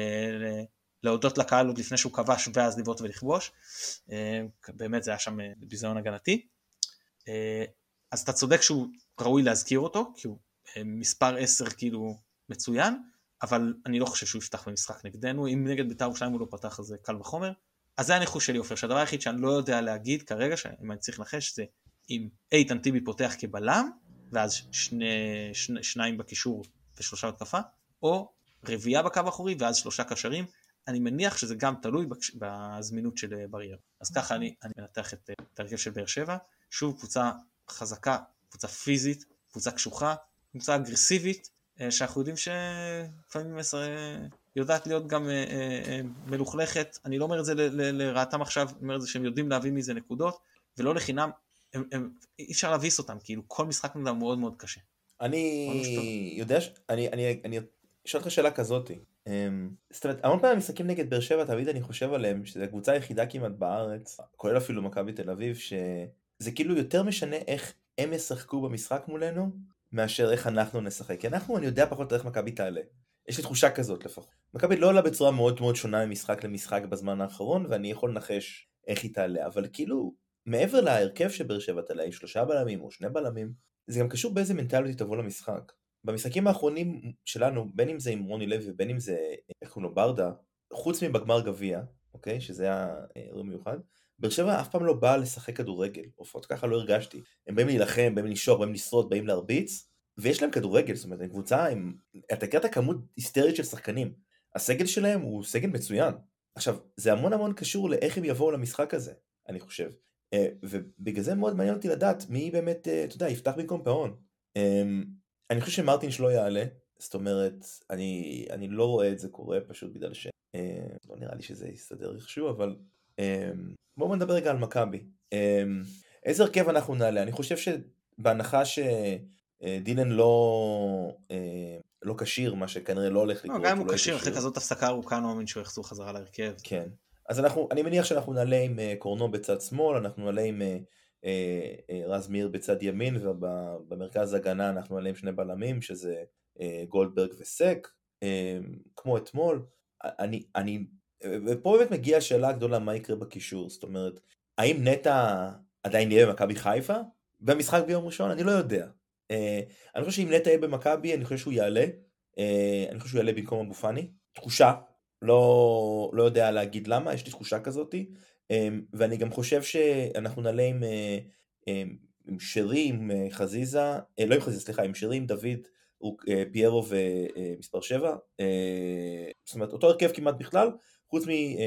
Speaker 1: להודות לקהל עוד לפני שהוא כבש, ואז לבעוט ולכבוש, באמת זה היה שם ביזיון הגנתי, אז אתה צודק שהוא ראוי להזכיר אותו, כי הוא מספר עשר כאילו מצוין, אבל אני לא חושב שהוא יפתח במשחק נגדנו, אם נגד בית"ר ירושלים הוא לא פתח, אז זה קל וחומר. אז זה הניחוש שלי, אופר, שהדבר היחיד שאני לא יודע להגיד כרגע, אם אני צריך לנחש, זה אם איתן טיבי פותח כבלם, ואז שני, שני, שניים בקישור ושלושה התקפה, או רביעה בקו האחורי, ואז שלושה קשרים. אני מניח שזה גם תלוי בזמינות של ברייר. אז ככה אני, אני מנתח את ההרכב של באר שבע, שוב קבוצה חזקה, קבוצה פיזית, קבוצה קשוחה, קבוצה אגרסיבית, שאנחנו יודעים שלפעמים יודעת להיות גם מלוכלכת, אני לא אומר את זה לרעתם עכשיו, אני אומר את זה שהם יודעים להביא מזה נקודות, ולא לחינם, הם, הם, אי אפשר להביס אותם, כאילו כל משחק נדע מאוד מאוד קשה.
Speaker 2: אני יודע, אני, אני, אני אשאל לך שאלה כזאת, זאת אומרת, המון פעמים משחקים נגד באר שבע, תמיד אני חושב עליהם, שזו הקבוצה היחידה כמעט בארץ, כולל אפילו מכבי תל אביב, שזה כאילו יותר משנה איך הם ישחקו במשחק מולנו, מאשר איך אנחנו נשחק. כי אנחנו, אני יודע פחות איך מכבי תעלה. יש לי תחושה כזאת לפחות. מכבי לא עולה בצורה מאוד מאוד שונה ממשחק למשחק בזמן האחרון, ואני יכול לנחש איך היא תעלה. אבל כאילו, מעבר להרכב שבאר שבע תעלה, עם שלושה בלמים או שני בלמים, זה גם קשור באיזה מנטליות תבוא למשחק. במשחקים האחרונים שלנו, בין אם זה עם רוני לוי, בין אם זה, איך קוראים לו, ברדה, חוץ מבגמר גביע, אוקיי? שזה היה אירוע מיוחד, באר שבע אף פעם לא באה לשחק כדורגל, אופות, ככה לא הרגשתי. הם באים להילחם, באים לשור, באים לשרוד, באים להרביץ, ויש להם כדורגל, זאת אומרת, קבוצה, הם... אתה הכרת כמות היסטרית של שחקנים, הסגל שלהם הוא סגל מצוין. עכשיו, זה המון המון קשור לאיך הם יבואו למשחק הזה. אני חושב. ובגלל זה מאוד מעניין אותי לדעת מי באמת, אתה יודע, יפתח במקום פאון. אני חושב שמרטינש לא יעלה, זאת אומרת, אני, אני לא רואה את זה קורה, פשוט בגלל ש... לא נראה לי שזה יסתדר איכשהו, אבל בואו נדבר רגע על מכבי. איזה הרכב אנחנו נעלה? אני חושב שבהנחה שדילן לא לא קשיר, מה שכנראה לא הולך לקרות.
Speaker 1: גם אם הוא קשיר, אחרי כזאת הפסקה ארוכה, נאמין שהוא יחזור חזרה להרכב.
Speaker 2: כן. אז אנחנו, אני מניח שאנחנו נעלה עם קורנו בצד שמאל, אנחנו נעלה עם רז מאיר בצד ימין, ובמרכז הגנה אנחנו נעלה עם שני בלמים, שזה גולדברג וסק, כמו אתמול. אני, אני, ופה באמת מגיעה השאלה הגדולה, מה יקרה בקישור? זאת אומרת, האם נטע עדיין יהיה במכבי חיפה? במשחק ביום ראשון? אני לא יודע. אני חושב שאם נטע יהיה במכבי, אני חושב שהוא יעלה, אני חושב שהוא יעלה במקום אבו פאני, תחושה, לא, לא יודע להגיד למה, יש לי תחושה כזאת, ואני גם חושב שאנחנו נעלה עם, עם שרי, עם חזיזה, לא עם חזיזה, סליחה, עם שרי, עם דוד, פיירו ומספר שבע, זאת אומרת, אותו הרכב כמעט בכלל, חוץ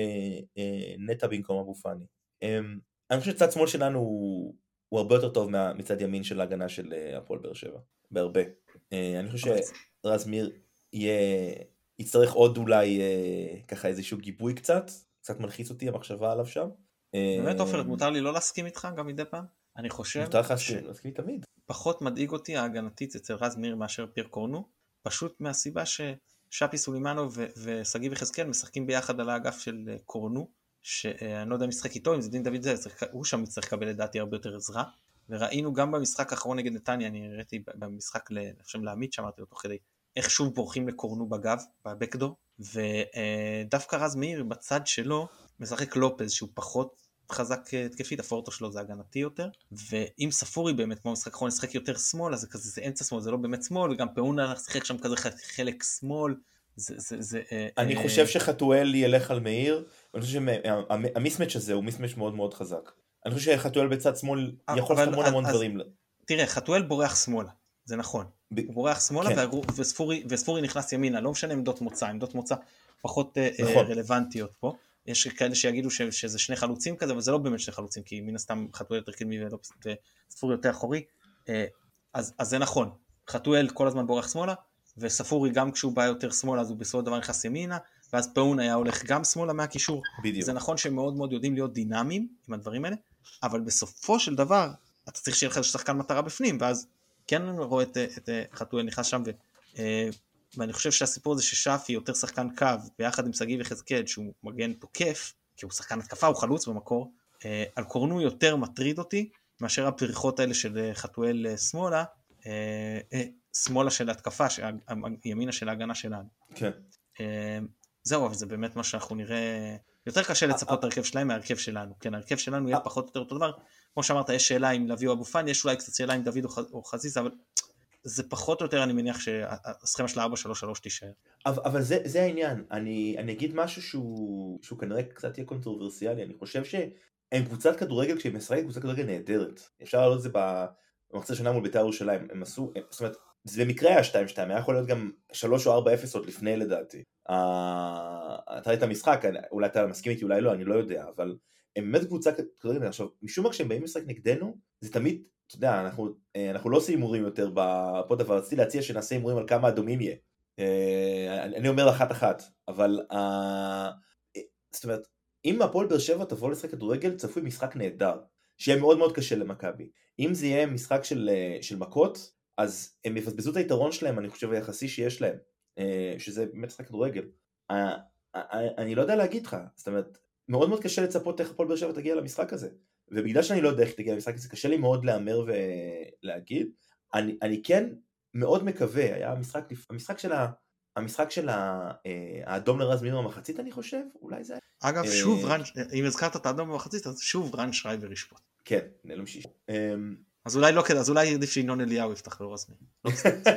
Speaker 2: מנטע במקום אבו פאני. אני חושב שצד שמאל שלנו הוא, הוא הרבה יותר טוב מצד ימין של ההגנה של הפועל באר שבע, בהרבה. אני חושב שרז מאיר יהיה... יצטרך עוד אולי ככה איזשהו גיבוי קצת, קצת מלחיץ אותי המחשבה עליו שם.
Speaker 1: באמת אופר, מותר לי לא להסכים איתך גם מדי פעם? אני חושב...
Speaker 2: מותר לך להסכים תמיד.
Speaker 1: פחות מדאיג אותי ההגנתית אצל רז מאיר מאשר פיר קורנו, פשוט מהסיבה ששפי סולימנו וסגי וחזקאל משחקים ביחד על האגף של קורנו, שאני לא יודע משחק איתו, אם זה דין דוד זה, הוא שם צריך לקבל לדעתי הרבה יותר עזרה, וראינו גם במשחק האחרון נגד נתניה, אני ראיתי במשחק לעמית שאמרתי אותו כדי, איך שוב בורחים לקורנו בגב, בבקדור, ודווקא רז מאיר בצד שלו, משחק לופז שהוא פחות חזק תקפית, הפורטו שלו זה הגנתי יותר, ואם ספורי באמת כמו משחק אחרון ישחק יותר שמאל, אז זה כזה, זה אמצע שמאל, זה לא באמת שמאל, וגם פאונה שחק שם כזה חלק שמאל, זה, זה, זה,
Speaker 2: אני
Speaker 1: אה,
Speaker 2: חושב שחתואל ילך על מאיר, ואני חושב שהמיסמץ' הזה הוא מיסמץ' מאוד מאוד חזק. אני חושב שחתואל בצד שמאל יכול לעשות המון המון דברים.
Speaker 1: תראה, חתואל בורח שמאלה, זה נכון. הוא בורח שמאלה, וספורי נכנס ימינה, לא משנה עמדות מוצא, עמדות מוצא פחות רלוונטיות פה. יש כאלה שיגידו שזה שני חלוצים כזה, אבל זה לא באמת שני חלוצים, כי מן הסתם חתואל יותר קדמי וספורי יותר אחורי. אז זה נכון, חתואל כל הזמן בורח שמאלה, וספורי גם כשהוא בא יותר שמאלה, אז הוא בסופו של דבר נכנס ימינה, ואז פאון היה הולך גם שמאלה מהקישור. זה נכון שהם מאוד מאוד יודעים להיות דינמיים עם הדברים האלה, אבל בסופו של דבר, אתה צריך שיהיה לך שחקן מטרה בפנים, ואז כן אני רואה את, את חתואל נכנס שם, ו, ואני חושב שהסיפור הזה ששפי יותר שחקן קו, ביחד עם סגי וחזקאל, שהוא מגן תוקף, כי הוא שחקן התקפה, הוא חלוץ במקור, על קורנו יותר מטריד אותי, מאשר הפריחות האלה של חתואל שמאלה, שמאלה של התקפה, ימינה של ההגנה שלנו.
Speaker 2: כן.
Speaker 1: זהו, אבל זה באמת מה שאנחנו נראה, יותר קשה לצפות הרכב שלהם מהרכב שלנו, כן, הרכב שלנו יהיה פחות או יותר אותו דבר, כמו שאמרת, יש שאלה אם להביא או אבו פאני, יש אולי קצת שאלה אם דוד או חזיזה, אבל זה פחות או יותר, אני מניח שהסכמה של ארבע שלוש שלוש תישאר.
Speaker 2: אבל זה, זה העניין, אני, אני אגיד משהו שהוא, שהוא כנראה קצת יהיה קונטרוברסיאלי, אני חושב שהם קבוצת כדורגל, כשהם משחקים קבוצת כדורגל נהדרת, אפשר לעלות את זה במחצית השנה מול בית"ר ירושלים, הם עשו, הם, זאת אומרת, זה במקרה היה שתיים שתיים, היה יכול להיות גם שלוש או ארבע אפס עוד לפני לדעתי. אתה ראית את המשחק, אולי אתה מסכים איתי, אולי לא, אני לא יודע, אבל הם באמת קבוצה כדורגל. עכשיו, משום מה כשהם באים לשחק נגדנו, זה תמיד, אתה יודע, אנחנו, אנחנו לא עושים הימורים יותר פה דבר, רציתי להציע שנעשה הימורים על כמה אדומים יהיה. אני אומר אחת אחת, אבל, זאת אומרת, אם הפועל באר שבע תבוא לשחק כדורגל, צפוי משחק נהדר, שיהיה מאוד מאוד קשה למכבי. אם זה יהיה משחק של, של מכות, אז הם יפסבזו את היתרון שלהם, אני חושב היחסי שיש להם, שזה באמת משחק כדורגל. אני לא יודע להגיד לך, זאת אומרת, מאוד מאוד קשה לצפות איך הפועל באר שבע תגיע למשחק הזה, ובגלל שאני לא יודע איך תגיע למשחק הזה, קשה לי מאוד לאמר ולהגיד. אני, אני כן מאוד מקווה, היה המשחק, המשחק של ה... המשחק של האדום לרז מאיר במחצית, אני חושב, אולי זה...
Speaker 1: אגב, שוב, אם הזכרת את האדום במחצית, אז שוב רן שרייבר ישפוט.
Speaker 2: כן, נעלם שיש.
Speaker 1: אז אולי לא כדא, אז אולי עדיף שינון אליהו יפתח לו רז מאיר.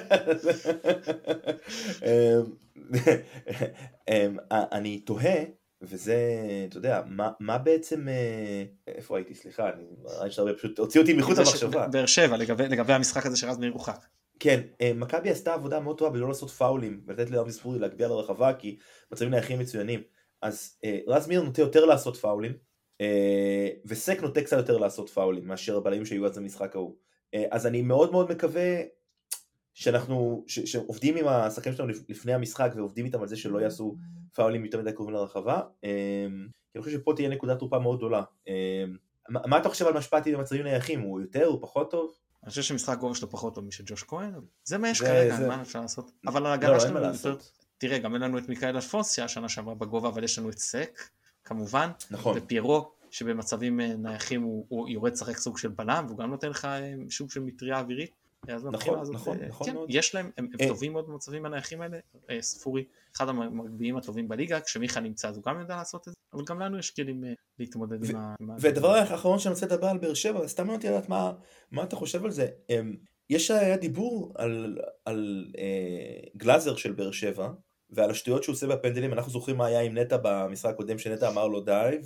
Speaker 2: אני תוהה, וזה, אתה יודע, מה בעצם... איפה הייתי? סליחה, רן שרייבר פשוט הוציא אותי מחוץ למחשבה.
Speaker 1: באר שבע, לגבי המשחק הזה שרז מאיר הורחק.
Speaker 2: כן, מכבי עשתה עבודה מאוד טובה בלא לעשות פאולים, ולתת לרמי ספורי להגביה לרחבה, כי מצבים נייחים מצוינים. אז רז מאיר נוטה יותר לעשות פאולים, וסק נוטה קצת יותר לעשות פאולים מאשר הבלמים שהיו אז במשחק ההוא. אז אני מאוד מאוד מקווה שאנחנו, שעובדים עם השחקנים שלנו לפני המשחק ועובדים איתם על זה שלא יעשו פאולים יותר מדי קרובים לרחבה, כי אני חושב שפה תהיה נקודת תורפה מאוד גדולה. מה אתה חושב על משפטי במצבים נייחים? הוא יותר, הוא פחות טוב?
Speaker 1: אני חושב שמשחק גובה שלו פחות טוב משל ג'וש כהן, זה מה יש כרגע, מה אפשר לעשות? אבל ההגנה שלנו יותר, תראה, גם אין לנו את מיקאל אלפונסיה, שנה שעברה בגובה, אבל יש לנו את סק, כמובן, ופיירו, שבמצבים נייחים הוא יורד לשחק סוג של בלם, והוא גם נותן לך שוב של מטריה אווירית.
Speaker 2: נכון, נכון, נכון מאוד.
Speaker 1: יש להם, הם טובים מאוד במצבים הנייחים האלה, ספורי, אחד המגביעים הטובים בליגה, כשמיכה נמצא, אז הוא גם יודע לעשות את זה, אבל גם לנו יש כלים להתמודד עם ה...
Speaker 2: והדבר האחרון שאני רוצה לדבר על באר שבע, סתם לא יודעת מה אתה חושב על זה, יש היה דיבור על גלאזר של באר שבע, ועל השטויות שהוא עושה בפנדלים, אנחנו זוכרים מה היה עם נטע במשחק הקודם, שנטע אמר לו די,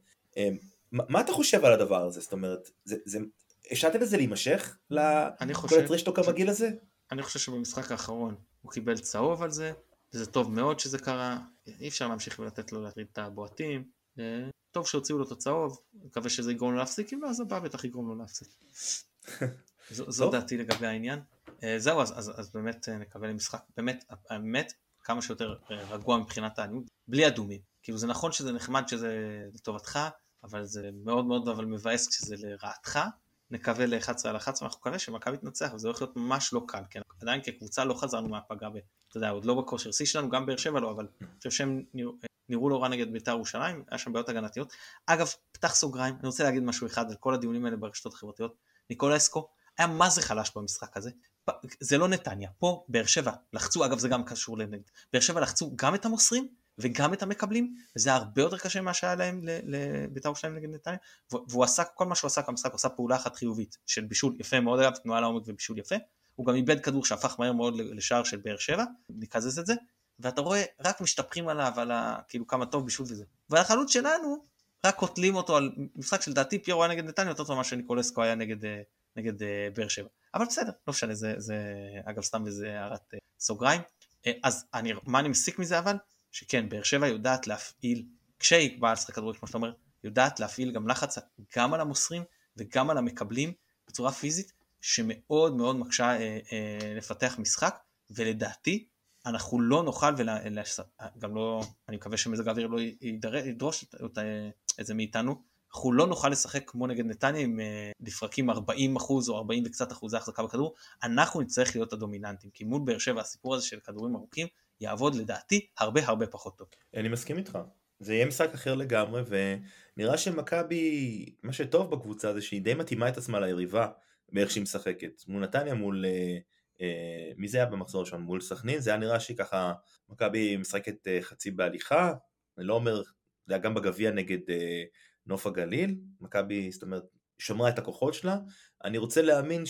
Speaker 2: ומה אתה חושב על הדבר הזה? זאת אומרת, זה... השאתם לזה להימשך? לכל הטרשטוק המגיל הזה?
Speaker 1: אני חושב שבמשחק האחרון הוא קיבל צהוב על זה, וזה טוב מאוד שזה קרה, אי אפשר להמשיך ולתת לו להטריד את הבועטים, טוב שהוציאו לו את הצהוב, מקווה שזה יגרום לו להפסיק, אם לא, אז הבא בטח יגרום לו להפסיק. זו דעתי לגבי העניין. זהו, אז באמת נקווה למשחק, באמת, באמת, כמה שיותר רגוע מבחינת העניין, בלי אדומים. כאילו זה נכון שזה נחמד שזה לטובתך, אבל זה מאוד מאוד אבל מבאס כשזה לרעתך, נקווה ל-אחת עשרה על אחת עשרה, אנחנו מקווה שמכבי תנצח, וזה הולך להיות ממש לא קל, כי עדיין כקבוצה לא חזרנו מהפגה, אתה יודע, עוד לא בכושר שיא שלנו, גם באר שבע לא, אבל אני חושב שהם נראו לא רע נגד בית"ר ירושלים, היה שם בעיות הגנתיות. אגב, פתח סוגריים, אני רוצה להגיד משהו אחד על כל הדיונים האלה ברשתות החברתיות, ניקולסקו היה מה זה חלש במשחק הזה, זה לא נתניה, פה באר שבע לחצו, אגב זה גם קשור לנגד, באר שבע לחצו גם את המוסרים, וגם את המקבלים, וזה הרבה יותר קשה מה שהיה להם לבית"ר ירושלים נגד נתניה, והוא עשה, כל מה שהוא עשה במשחק, הוא עשה פעולה אחת חיובית, של בישול יפה מאוד, אגב, תנועה לעומק ובישול יפה, הוא גם איבד כדור שהפך מהר מאוד לשער של באר שבע, נקזז את זה, ואתה רואה, רק משתפרים עליו, על כאילו כמה טוב בישול וזה, והחלוץ שלנו, רק קוטלים אותו על משחק של דעתי, פיירו היה נגד נתניה, יותר טוב מה שניקולסקו היה נגד, נגד באר שבע, אבל בסדר, לא משנה, זה, זה, אגב, סתם וזה הערת סוגריים, אז אני, מה אני מסיק מזה אבל? שכן, באר שבע יודעת להפעיל, כשהיא באה לשחק כדורגל, כמו שאתה אומר, יודעת להפעיל גם לחץ, גם על המוסרים וגם על המקבלים, בצורה פיזית, שמאוד מאוד מקשה אה, אה, לפתח משחק, ולדעתי, אנחנו לא נוכל, ולה, גם לא, אני מקווה שמזג האוויר לא ידרוש את, את זה מאיתנו, אנחנו לא נוכל לשחק כמו נגד נתניה, עם אה, לפרקים ארבעים אחוז או ארבעים וקצת אחוזי החזקה בכדור, אנחנו נצטרך להיות הדומיננטים, כי מול באר שבע, הסיפור הזה של כדורים ארוכים, יעבוד לדעתי הרבה הרבה פחות טוב.
Speaker 2: אני מסכים איתך. זה יהיה משחק אחר לגמרי, ונראה שמכבי, מה שטוב בקבוצה זה שהיא די מתאימה את עצמה ליריבה, באיך שהיא משחקת. מול נתניה, מול, אה, אה, מי זה היה במחזור שם? מול סכנין, זה היה נראה שהיא ככה, מכבי משחקת אה, חצי בהליכה, אני לא אומר, זה היה גם בגביע נגד אה, נוף הגליל, מכבי, זאת אומרת, שמרה את הכוחות שלה, אני רוצה להאמין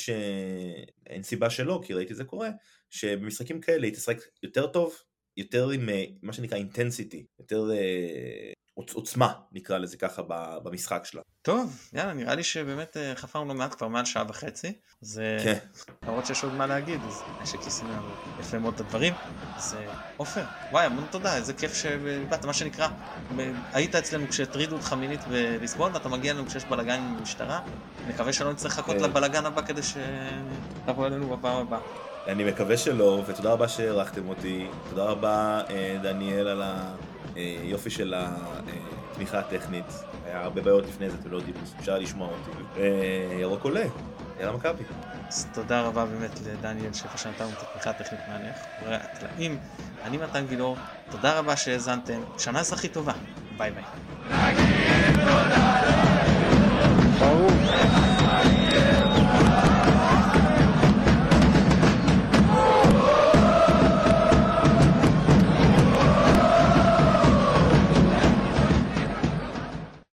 Speaker 2: שאין סיבה שלא, כי ראיתי זה קורה, שבמשחקים כאלה היא תשחק יותר טוב, יותר עם מה שנקרא אינטנסיטי, יותר אה, עוצמה, נקרא לזה ככה, במשחק שלה.
Speaker 1: טוב, יאללה, נראה לי שבאמת חפרנו לא מעט כבר מעל שעה וחצי, אז כן. למרות שיש עוד מה להגיד, אז שכיסינו יפה מאוד את הדברים, אז אופר, וואי, המון תודה, איזה כיף שבאת, מה שנקרא, היית אצלנו כשהטרידו אותך מינית בליסבון, ואתה מגיע לנו כשיש בלגן עם המשטרה, נקווה שלא נצטרך לחכות לבלגן הבא כדי שתבוא אלינו בפעם הבאה.
Speaker 2: אני מקווה שלא, ותודה רבה שהערכתם אותי, תודה רבה דניאל על היופי של התמיכה הטכנית, היה הרבה בעיות לפני זה, אתם לא יודעים, אפשר לשמוע אותי, ירוק עולה, יאללה מכבי.
Speaker 1: אז תודה רבה באמת לדניאל שפשע נתנו את התמיכה הטכנית מענך, וראה התלאים, אני מתן גילאור, תודה רבה שהאזנתם, שנה אזרחית טובה, ביי ביי.